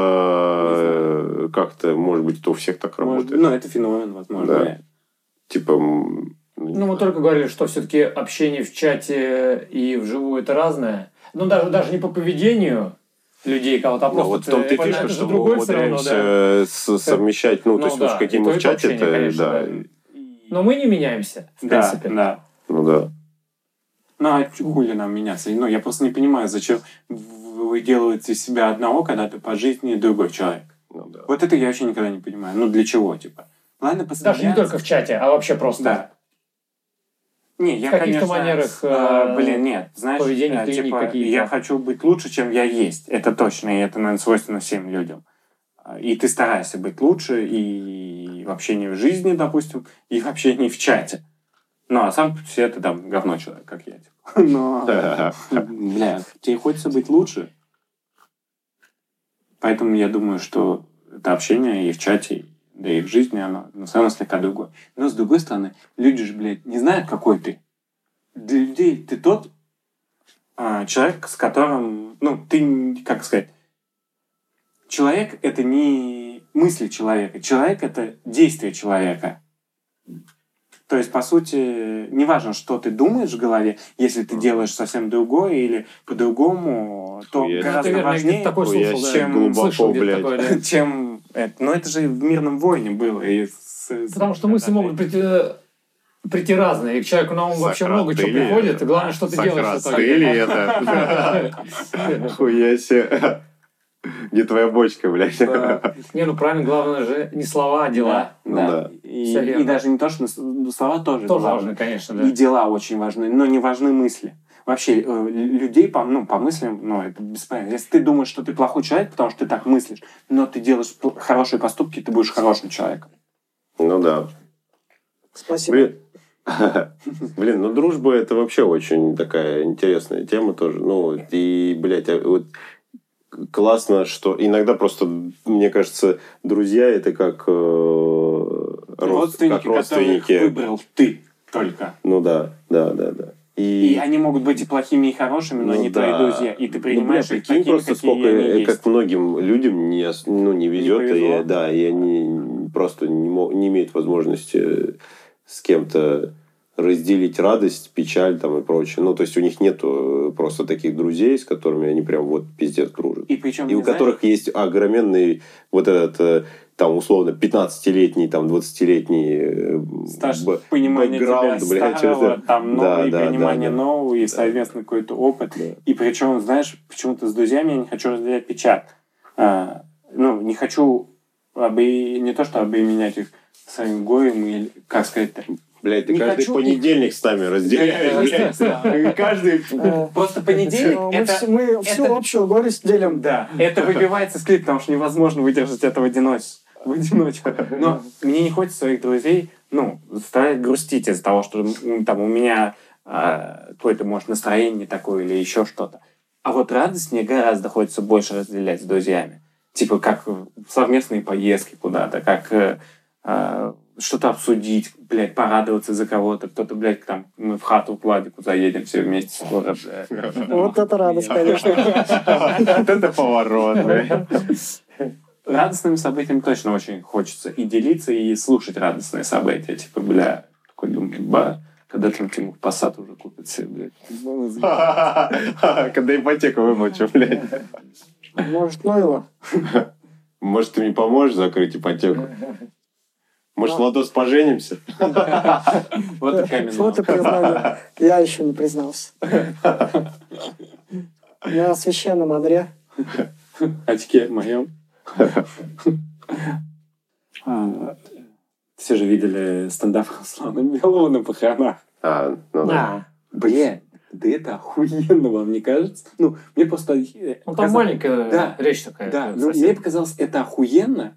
э, как-то, может быть, это у всех так Может, работает. ну, это феномен, возможно. Да. реально. Типа... м, Ну, мы только говорили, что все-таки общение в чате и вживую это разное. Ну, даже, даже не по поведению людей кого-то, а Ну, просто вот в том-то и это- фишка, это же что мы другое всё равно, умудряемся да. с- совмещать, ну, Ну то есть да, уж каким и мы то, в и то чате, общение, это, конечно, да, да. Но мы не меняемся, в Да, принципе. да. ну да. Ну, а чё хули нам меняться? Ну, я просто не понимаю, зачем вы делаете из себя одного, когда ты по жизни другой человек. Ну, да. Вот это я вообще никогда не понимаю. Ну, для чего, типа? Ладно, посмеяться. Даже не только в чате, а вообще просто. Да. Не, я, В каких-то конечно, манерах, э, э, блин, нет, знаешь, поведение, э, клиник типа, какие-то. я хочу быть лучше, чем я есть. Это точно, и это, наверное, свойственно всем людям. И ты стараешься быть лучше и в общении в жизни, допустим, и в общении в чате. Ну, а сам все это там говно человек, как я. Типа. Но, бля, тебе хочется быть лучше. Поэтому я думаю, что это общение и в чате, да и в жизни, оно, ну, все равно слегка другое. Но, с другой стороны, люди же, блядь, не знают, какой ты. Для людей ты тот а, человек, с которым, ну, ты, как сказать, человек — это не мысли человека. Человек — это действие человека. То есть, по сути, неважно, что ты думаешь в голове, если ты делаешь совсем другое или по-другому, то Хуя себе. Ну, ты, гораздо верно, важнее, где-то такое Хуя слышал, да. себе, чем глубоко, Слышал где-то блядь. такое, да. чем это. Но это же в мирном войне было. И с- с- Потому что мысли могут прийти, прийти разные, и к человеку на ум вообще Сократ, много чего ты ли приходит, это? и главное, что ты делаешь в Сократ, итоге. ты ли это? Хуя себе. Где твоя бочка, блядь? Да. Не, ну правильно, главное же не слова, а дела. Да, Ну да. да. И, и даже не то, что слова тоже, тоже важны, важны, конечно, да. И дела очень важны, но не важны мысли. Вообще, э, людей по, ну, по мыслям, ну, это бесполезно. Если ты думаешь, что ты плохой человек, потому что ты так мыслишь, но ты делаешь хорошие поступки, ты будешь хорошим человеком. Ну да. Спасибо. Блин, Блин, ну дружба это вообще очень такая интересная тема тоже. Ну, и, блядь, вот классно, что иногда просто, мне кажется, друзья это как, э, родственники, как родственники. Которых выбрал ты только. Ну да, да, да, да. И, и они могут быть и плохими, и хорошими, но ну, не да. твои друзья. И ты принимаешь ну, бля, их такими, просто какие сколько, они есть. как многим людям не, ну, не везет, не и, да, и они просто не, не имеют возможности с кем-то разделить радость, печаль там и прочее. Ну, то есть у них нету просто таких друзей, с которыми они прям вот пиздец дружат. И, причем, и у знаешь, которых есть огроменный вот этот там условно пятнадцатилетний, там двадцатилетний стаж понимания тебя блядь, старого, там новый, да, да, понимание да, да. нового, и да. совместный какой-то опыт. Да. И причем, знаешь, почему-то с друзьями я не хочу разделять печаль. А, ну, не хочу обе... не то, что обременять их своим горем, или, как сказать-то, блядь, ты не каждый хочу понедельник их... с нами разделяешь, блядь. Каждый... Просто понедельник... Мы всю общую горесть делим. Да, это выбивается с клипа, потому что невозможно выдержать это в одиночестве. В одиночку. Но мне не хочется своих друзей, ну, заставлять грустить из-за того, что там у меня э, какое-то, может, настроение такое или еще что-то. А вот радость мне гораздо хочется больше разделять с друзьями. Типа, как совместные поездки куда-то, как э, э, что-то обсудить, блядь, порадоваться за кого-то. Кто-то, блядь, там, мы в хату к Владику заедем все вместе скоро. Вот это радость, конечно. Вот это поворот, блядь. Радостными событиями точно очень хочется и делиться, и слушать радостные события. Типа, бля, такой думаю, ба, когда там Тимур Пассат уже купит себе, блядь. Когда ипотеку выплачу, блядь. Может, ну его. Может, ты мне поможешь закрыть ипотеку? Может, Владос, поженимся? Вот такая Вот и признание. Я еще не признался. На священном одре. Очке моем. а, все же видели стендап Руслана Белого на похоронах. А, ну да. Бля, да это охуенно вам не кажется? Ну, мне просто... Ну, там маленькая да, речь такая. Да, ну, мне показалось это охуенно,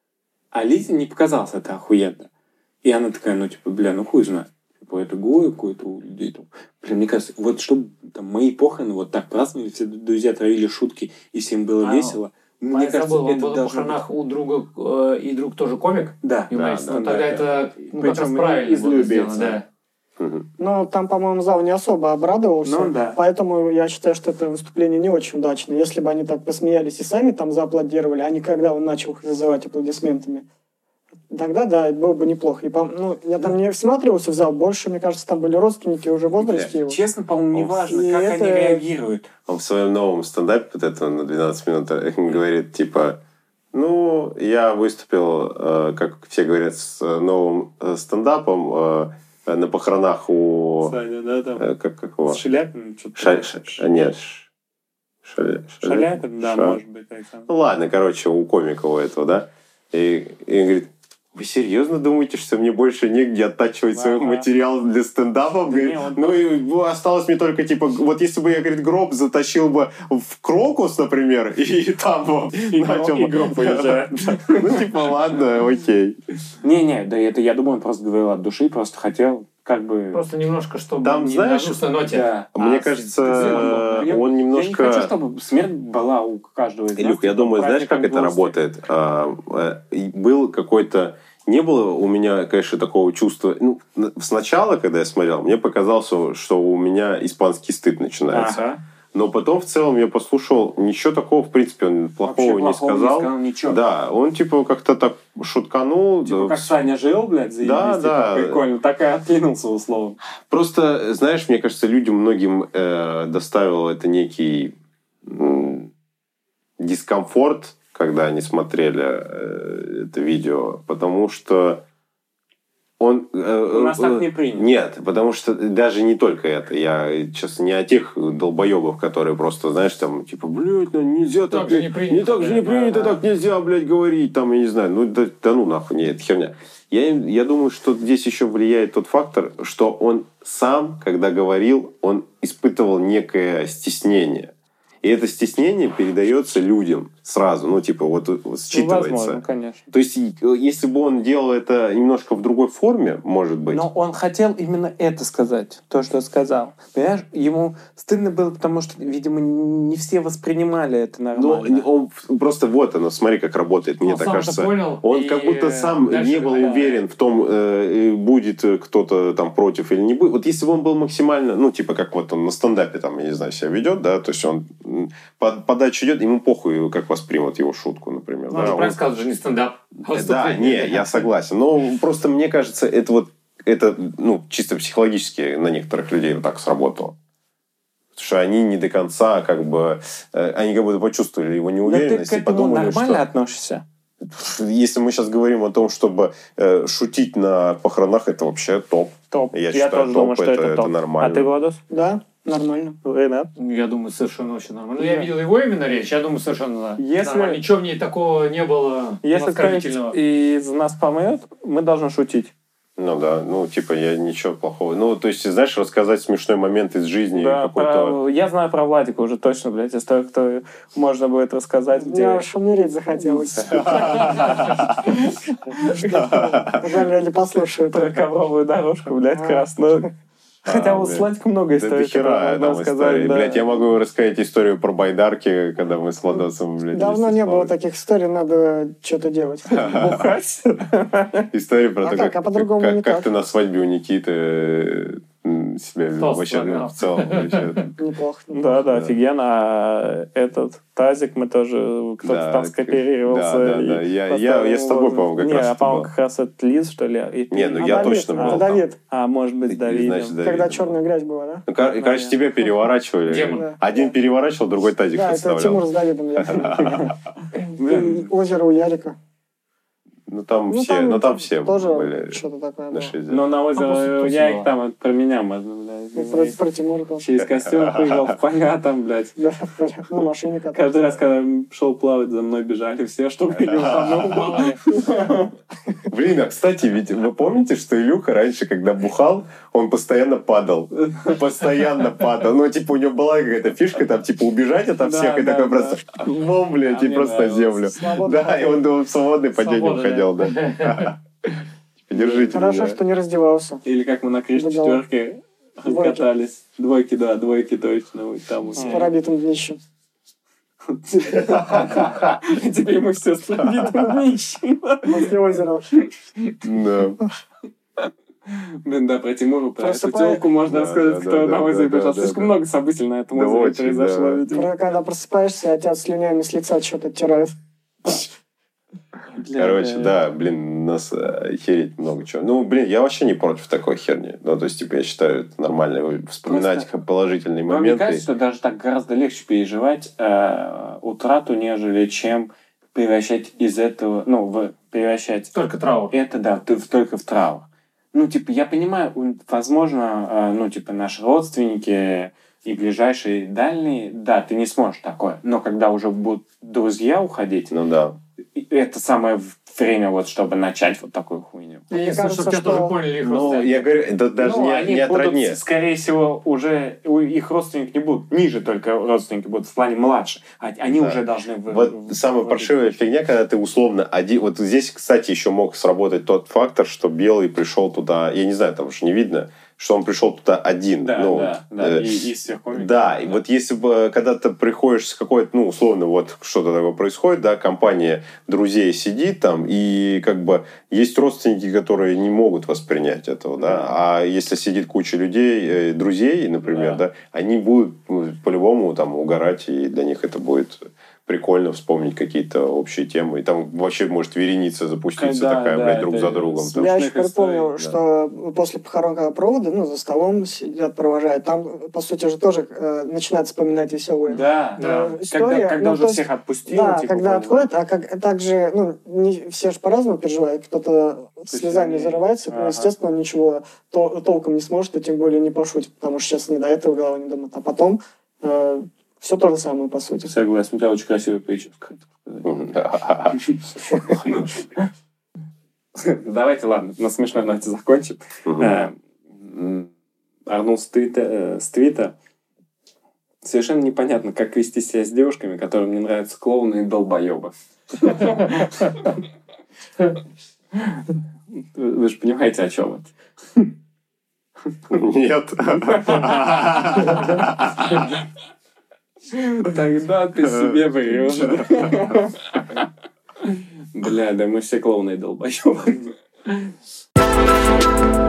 а Лизе не показалось это охуенно. И она такая, ну, типа, бля, ну хуй знает. Типа, это горе какое-то у людей там. Бля, мне кажется, вот чтобы там мои похороны вот так праздновали, все друзья травили шутки, и всем было а, весело. Мне я кажется, забыл, он это был на похоронах быть. У друга, э, и друг тоже комик. Да. Да, да, ну, да, тогда да, это да. ну, как раз правильно было сделано, да. Ну, там, по-моему, зал не особо обрадовался, ну, да. поэтому я считаю, что это выступление не очень удачное. Если бы они так посмеялись и сами там зааплодировали, а не когда он начал их называть аплодисментами, тогда, да, это было бы неплохо. И, ну, я там не всматривался в зал, больше, мне кажется, там были родственники уже в возрасте его. Честно, по-моему, не важно, как это... они реагируют. Он в своем новом стендапе, вот это на двенадцать минут, говорит, типа, ну, я выступил, как все говорят, с новым стендапом на похоронах у... Саня, да, там? Как, как его? С Шаляпиным? Ша... Ша... Нет. Шаля... Шаляпин, да, Ша... может быть. Так ну, ладно, короче, у комика у этого, да? И, и он говорит, вы серьезно думаете, что мне больше негде оттачивать да, свой да. материал для стендапа? Да не, он... Ну, и осталось мне только, типа, вот если бы я, говорит, гроб затащил бы в Крокус, например, и там бы начал бы... гроб уезжает. Ну, типа, ладно, окей. Не-не, да это, я думаю, он просто говорил от души, просто хотел как бы... Просто немножко, чтобы там, не знаешь, на грустной ноте. Да. Мне а, кажется, я, он немножко... Я не хочу, чтобы смерть была у каждого из нас. Илюх, я думаю, знаешь, как это работает? А, был какой-то... Не было у меня, конечно, такого чувства... Ну, сначала, когда я смотрел, мне показалось, что у меня испанский стыд начинается. Ага. Но потом, в целом, я послушал, ничего такого, в принципе, он плохого не сказал. не сказал. Ничего. Да, он, типа, как-то так шутканул. Типа, да, как Саня жил, блядь, заебись, да, типа, да. прикольно. Так и откинулся, условно. Просто, знаешь, мне кажется, людям многим э, доставило это некий э, дискомфорт, когда они смотрели э, это видео, потому что Он, У нас э, так не принято. Нет, потому что даже не только это. Я сейчас не о тех долбоебов, которые просто, знаешь, там, типа, блядь, ну нельзя так... Так же не принято. Не так же не принято, так нельзя, блядь, говорить, там, я не знаю. Ну, да, да ну нахуй, не, это херня. Я, я думаю, что здесь еще влияет тот фактор, что он сам, когда говорил, он испытывал некое стеснение. И это стеснение передается людям сразу. Ну, типа, вот, вот считывается. Возможно, конечно. То есть, если бы он делал это немножко в другой форме, может быть. Но он хотел именно это сказать, то, что сказал. Понимаешь, ему стыдно было, потому что, видимо, не все воспринимали это нормально. Ну, он просто вот оно, смотри, как работает, мне Он так сам кажется. понял, он и как будто сам не был говорит, уверен в том, э, будет кто-то там против или не будет. Вот если бы он был максимально, ну, типа, как вот он на стендапе, там, я не знаю, себя ведет, да, то есть он под, подача идет, ему похуй, как воспримут его шутку, например. Ну, да, он же он... правильно сказал, же не стендап. Да, не, я согласен. Но просто мне кажется, это вот, это, ну, чисто психологически на некоторых людей вот так сработало. Потому что они не до конца, как бы, они как будто почувствовали его неуверенность. Да ты к этому и подумали, нормально что... относишься? Если мы сейчас говорим о том, чтобы э, шутить на похоронах, это вообще топ. Топ. Я, Я считаю, тоже топ, думаю, что это, это топ. это нормально. А ты, Владос? Да, нормально. Ренат? Я думаю, совершенно очень нормально. Ну, я видел его именно речь, я думаю, совершенно Если- нормально. Ничего в ней такого не было Если кто-нибудь оскорбительного. из нас помрет, мы должны шутить. Ну да, ну типа я ничего плохого. Ну, то есть, знаешь, рассказать смешной момент из жизни Да, какой-то... про- Я знаю про Владика уже точно, блядь, историю, кто можно будет рассказать, Мне где... аж умереть захотелось. Жаль, я не послушаю. Про ковровую дорожку, блядь, красную. Хотя А, у блядь. Владика много Да историй, до хера которые можно там рассказать. истории. да. Блядь, я могу рассказать историю про байдарки, когда мы с Владосом, блядь, Давно вместе не было спали. таких историй, надо что-то делать. Бухать. История про А то, как? как, А по-другому как, никак. как ты на свадьбе у Никиты э, м, себя вел. Тост Вообще, ну, прогнал. в целом, вообще. Неплохо. Да, да, Да. офигенно. А этот тазик мы тоже кто-то Да, там как- скооперировался. да, да, и да. Я- я- поставил я с тобой, его. по-моему, как Не, раз а это по-моему, был. как раз это Лиз, что ли? И ты- Не, ну А я Давид? точно А, был там. Давид. А, может быть, с Или, Давидом. значит, Давид. Когда черная грязь была, да? Ну, кор- короче, тебя переворачивали. Демон. Да. Один переворачивал, другой тазик Да, это Тимур подставлял. с Давидом. я Блин. И Озеро у Ярика. Ну там Ну, все, ну там все тоже были что-то такое на было. шезе. Но на озеро после я тусила. их там вот про меня можно, Ну, блядь. Про, про Тимура тоже. Через костюм прыгал в поля там, блядь. Да, на машине катался. Каждый раз, когда шел плавать, за мной бежали все, чтобы я не утонул. Блин, а кстати, ведь вы помните, что Илюха раньше, когда бухал, он постоянно падал. Постоянно падал. Ну, типа, у него была какая-то фишка, там, типа, убежать от Да, всех, и да, такой да. просто бом, блядь, А и мне просто на нравилось. землю. Свободно. Да, и он думал, в свободное падение Свобода, уходил, да. Типа, держите Хорошо, меня. что не раздевался. Или как мы на крыше Договор. четверки Двойки. катались. Двойки, да, двойки точно. Вот там у С меня. пробитым днищем. Теперь мы все с пробитым днищем. Возле озера. Да. Блин, да, про Тимура, про эту Просыпаюсь. телку можно Да, рассказать, да, кто да, на озере да, бежал. да, Слишком да. много событий на этом Да озере очень, произошло, да. видимо. Про- Когда просыпаешься, а тебя слюнями с лица что-то оттирают. Бля, Короче, бля. да, блин, у нас э, хереть много чего. Ну, блин, я вообще не против такой херни. Ну, то есть, типа, я считаю, это нормально вспоминать Просто- положительные Но мне моменты. кажется, что даже так гораздо легче переживать э, утрату, нежели чем превращать из этого, ну, в, превращать Только траур. это, да, ты в- только в траур. Ну, типа, я понимаю, у- возможно, э, ну, типа, наши родственники и ближайшие, и дальние, да, ты не сможешь такое. Но когда уже будут друзья уходить, Ну, да. и это самое время, вот, чтобы начать вот такую хуйню. Мне Единственное, кажется, чтобы тебя тоже что... поняли их Ну, родственники. я говорю, это даже Ну, не, они не от будут, родне. скорее всего, уже у их родственники не будут, ниже только родственники будут, в плане младше. А Они Да. уже должны... вы- Вот вы- самая вы- паршивая фигня, когда ты условно один... Вот здесь, кстати, еще мог сработать тот фактор, что Белый пришел туда... Я не знаю, там уж не видно, что он пришел туда один. Да, ну, да, да, э, и, и сверху. Да, и вот если бы, когда ты приходишь с какой-то, ну, условно, вот что-то такое происходит, да, компания друзей сидит там, и как бы есть родственники, которые не могут воспринять этого, да, Да. а если сидит куча людей, э, друзей, например, Да. да, они будут ну, по-любому там угорать, и для них это будет прикольно вспомнить какие-то общие темы. И там вообще может вереница запуститься Да, такая, да, блядь, друг это за другом. с- Там. Я Смешных еще историй, помню, да. что после похорон провода, ну, за столом сидят, провожают. Там, по сути же, тоже э, начинают вспоминать веселые Да, э, да. истории. Когда, когда Ну, уже то есть, всех отпустил, Да, типа, когда понял. отходят, а как, также, ну, не, все же по-разному переживают. Кто-то слезами они- зарывается, ага. естественно, он ничего то- толком не сможет, и тем более не пошутит, потому что сейчас не до этого голова не думает. А потом э, все то же самое, по сути. Согласен, у тебя очень красивая прическа. Давайте, ладно, на смешной ноте закончим. Мгм. Э, м, Арнул с твита, э, с твита. Совершенно непонятно, как вести себя с девушками, которым не нравятся клоуны и долбоебы. Вы же понимаете, о чем это? Нет. Тогда ты себе врешь. Бля, да мы все клоуны и долбоебы.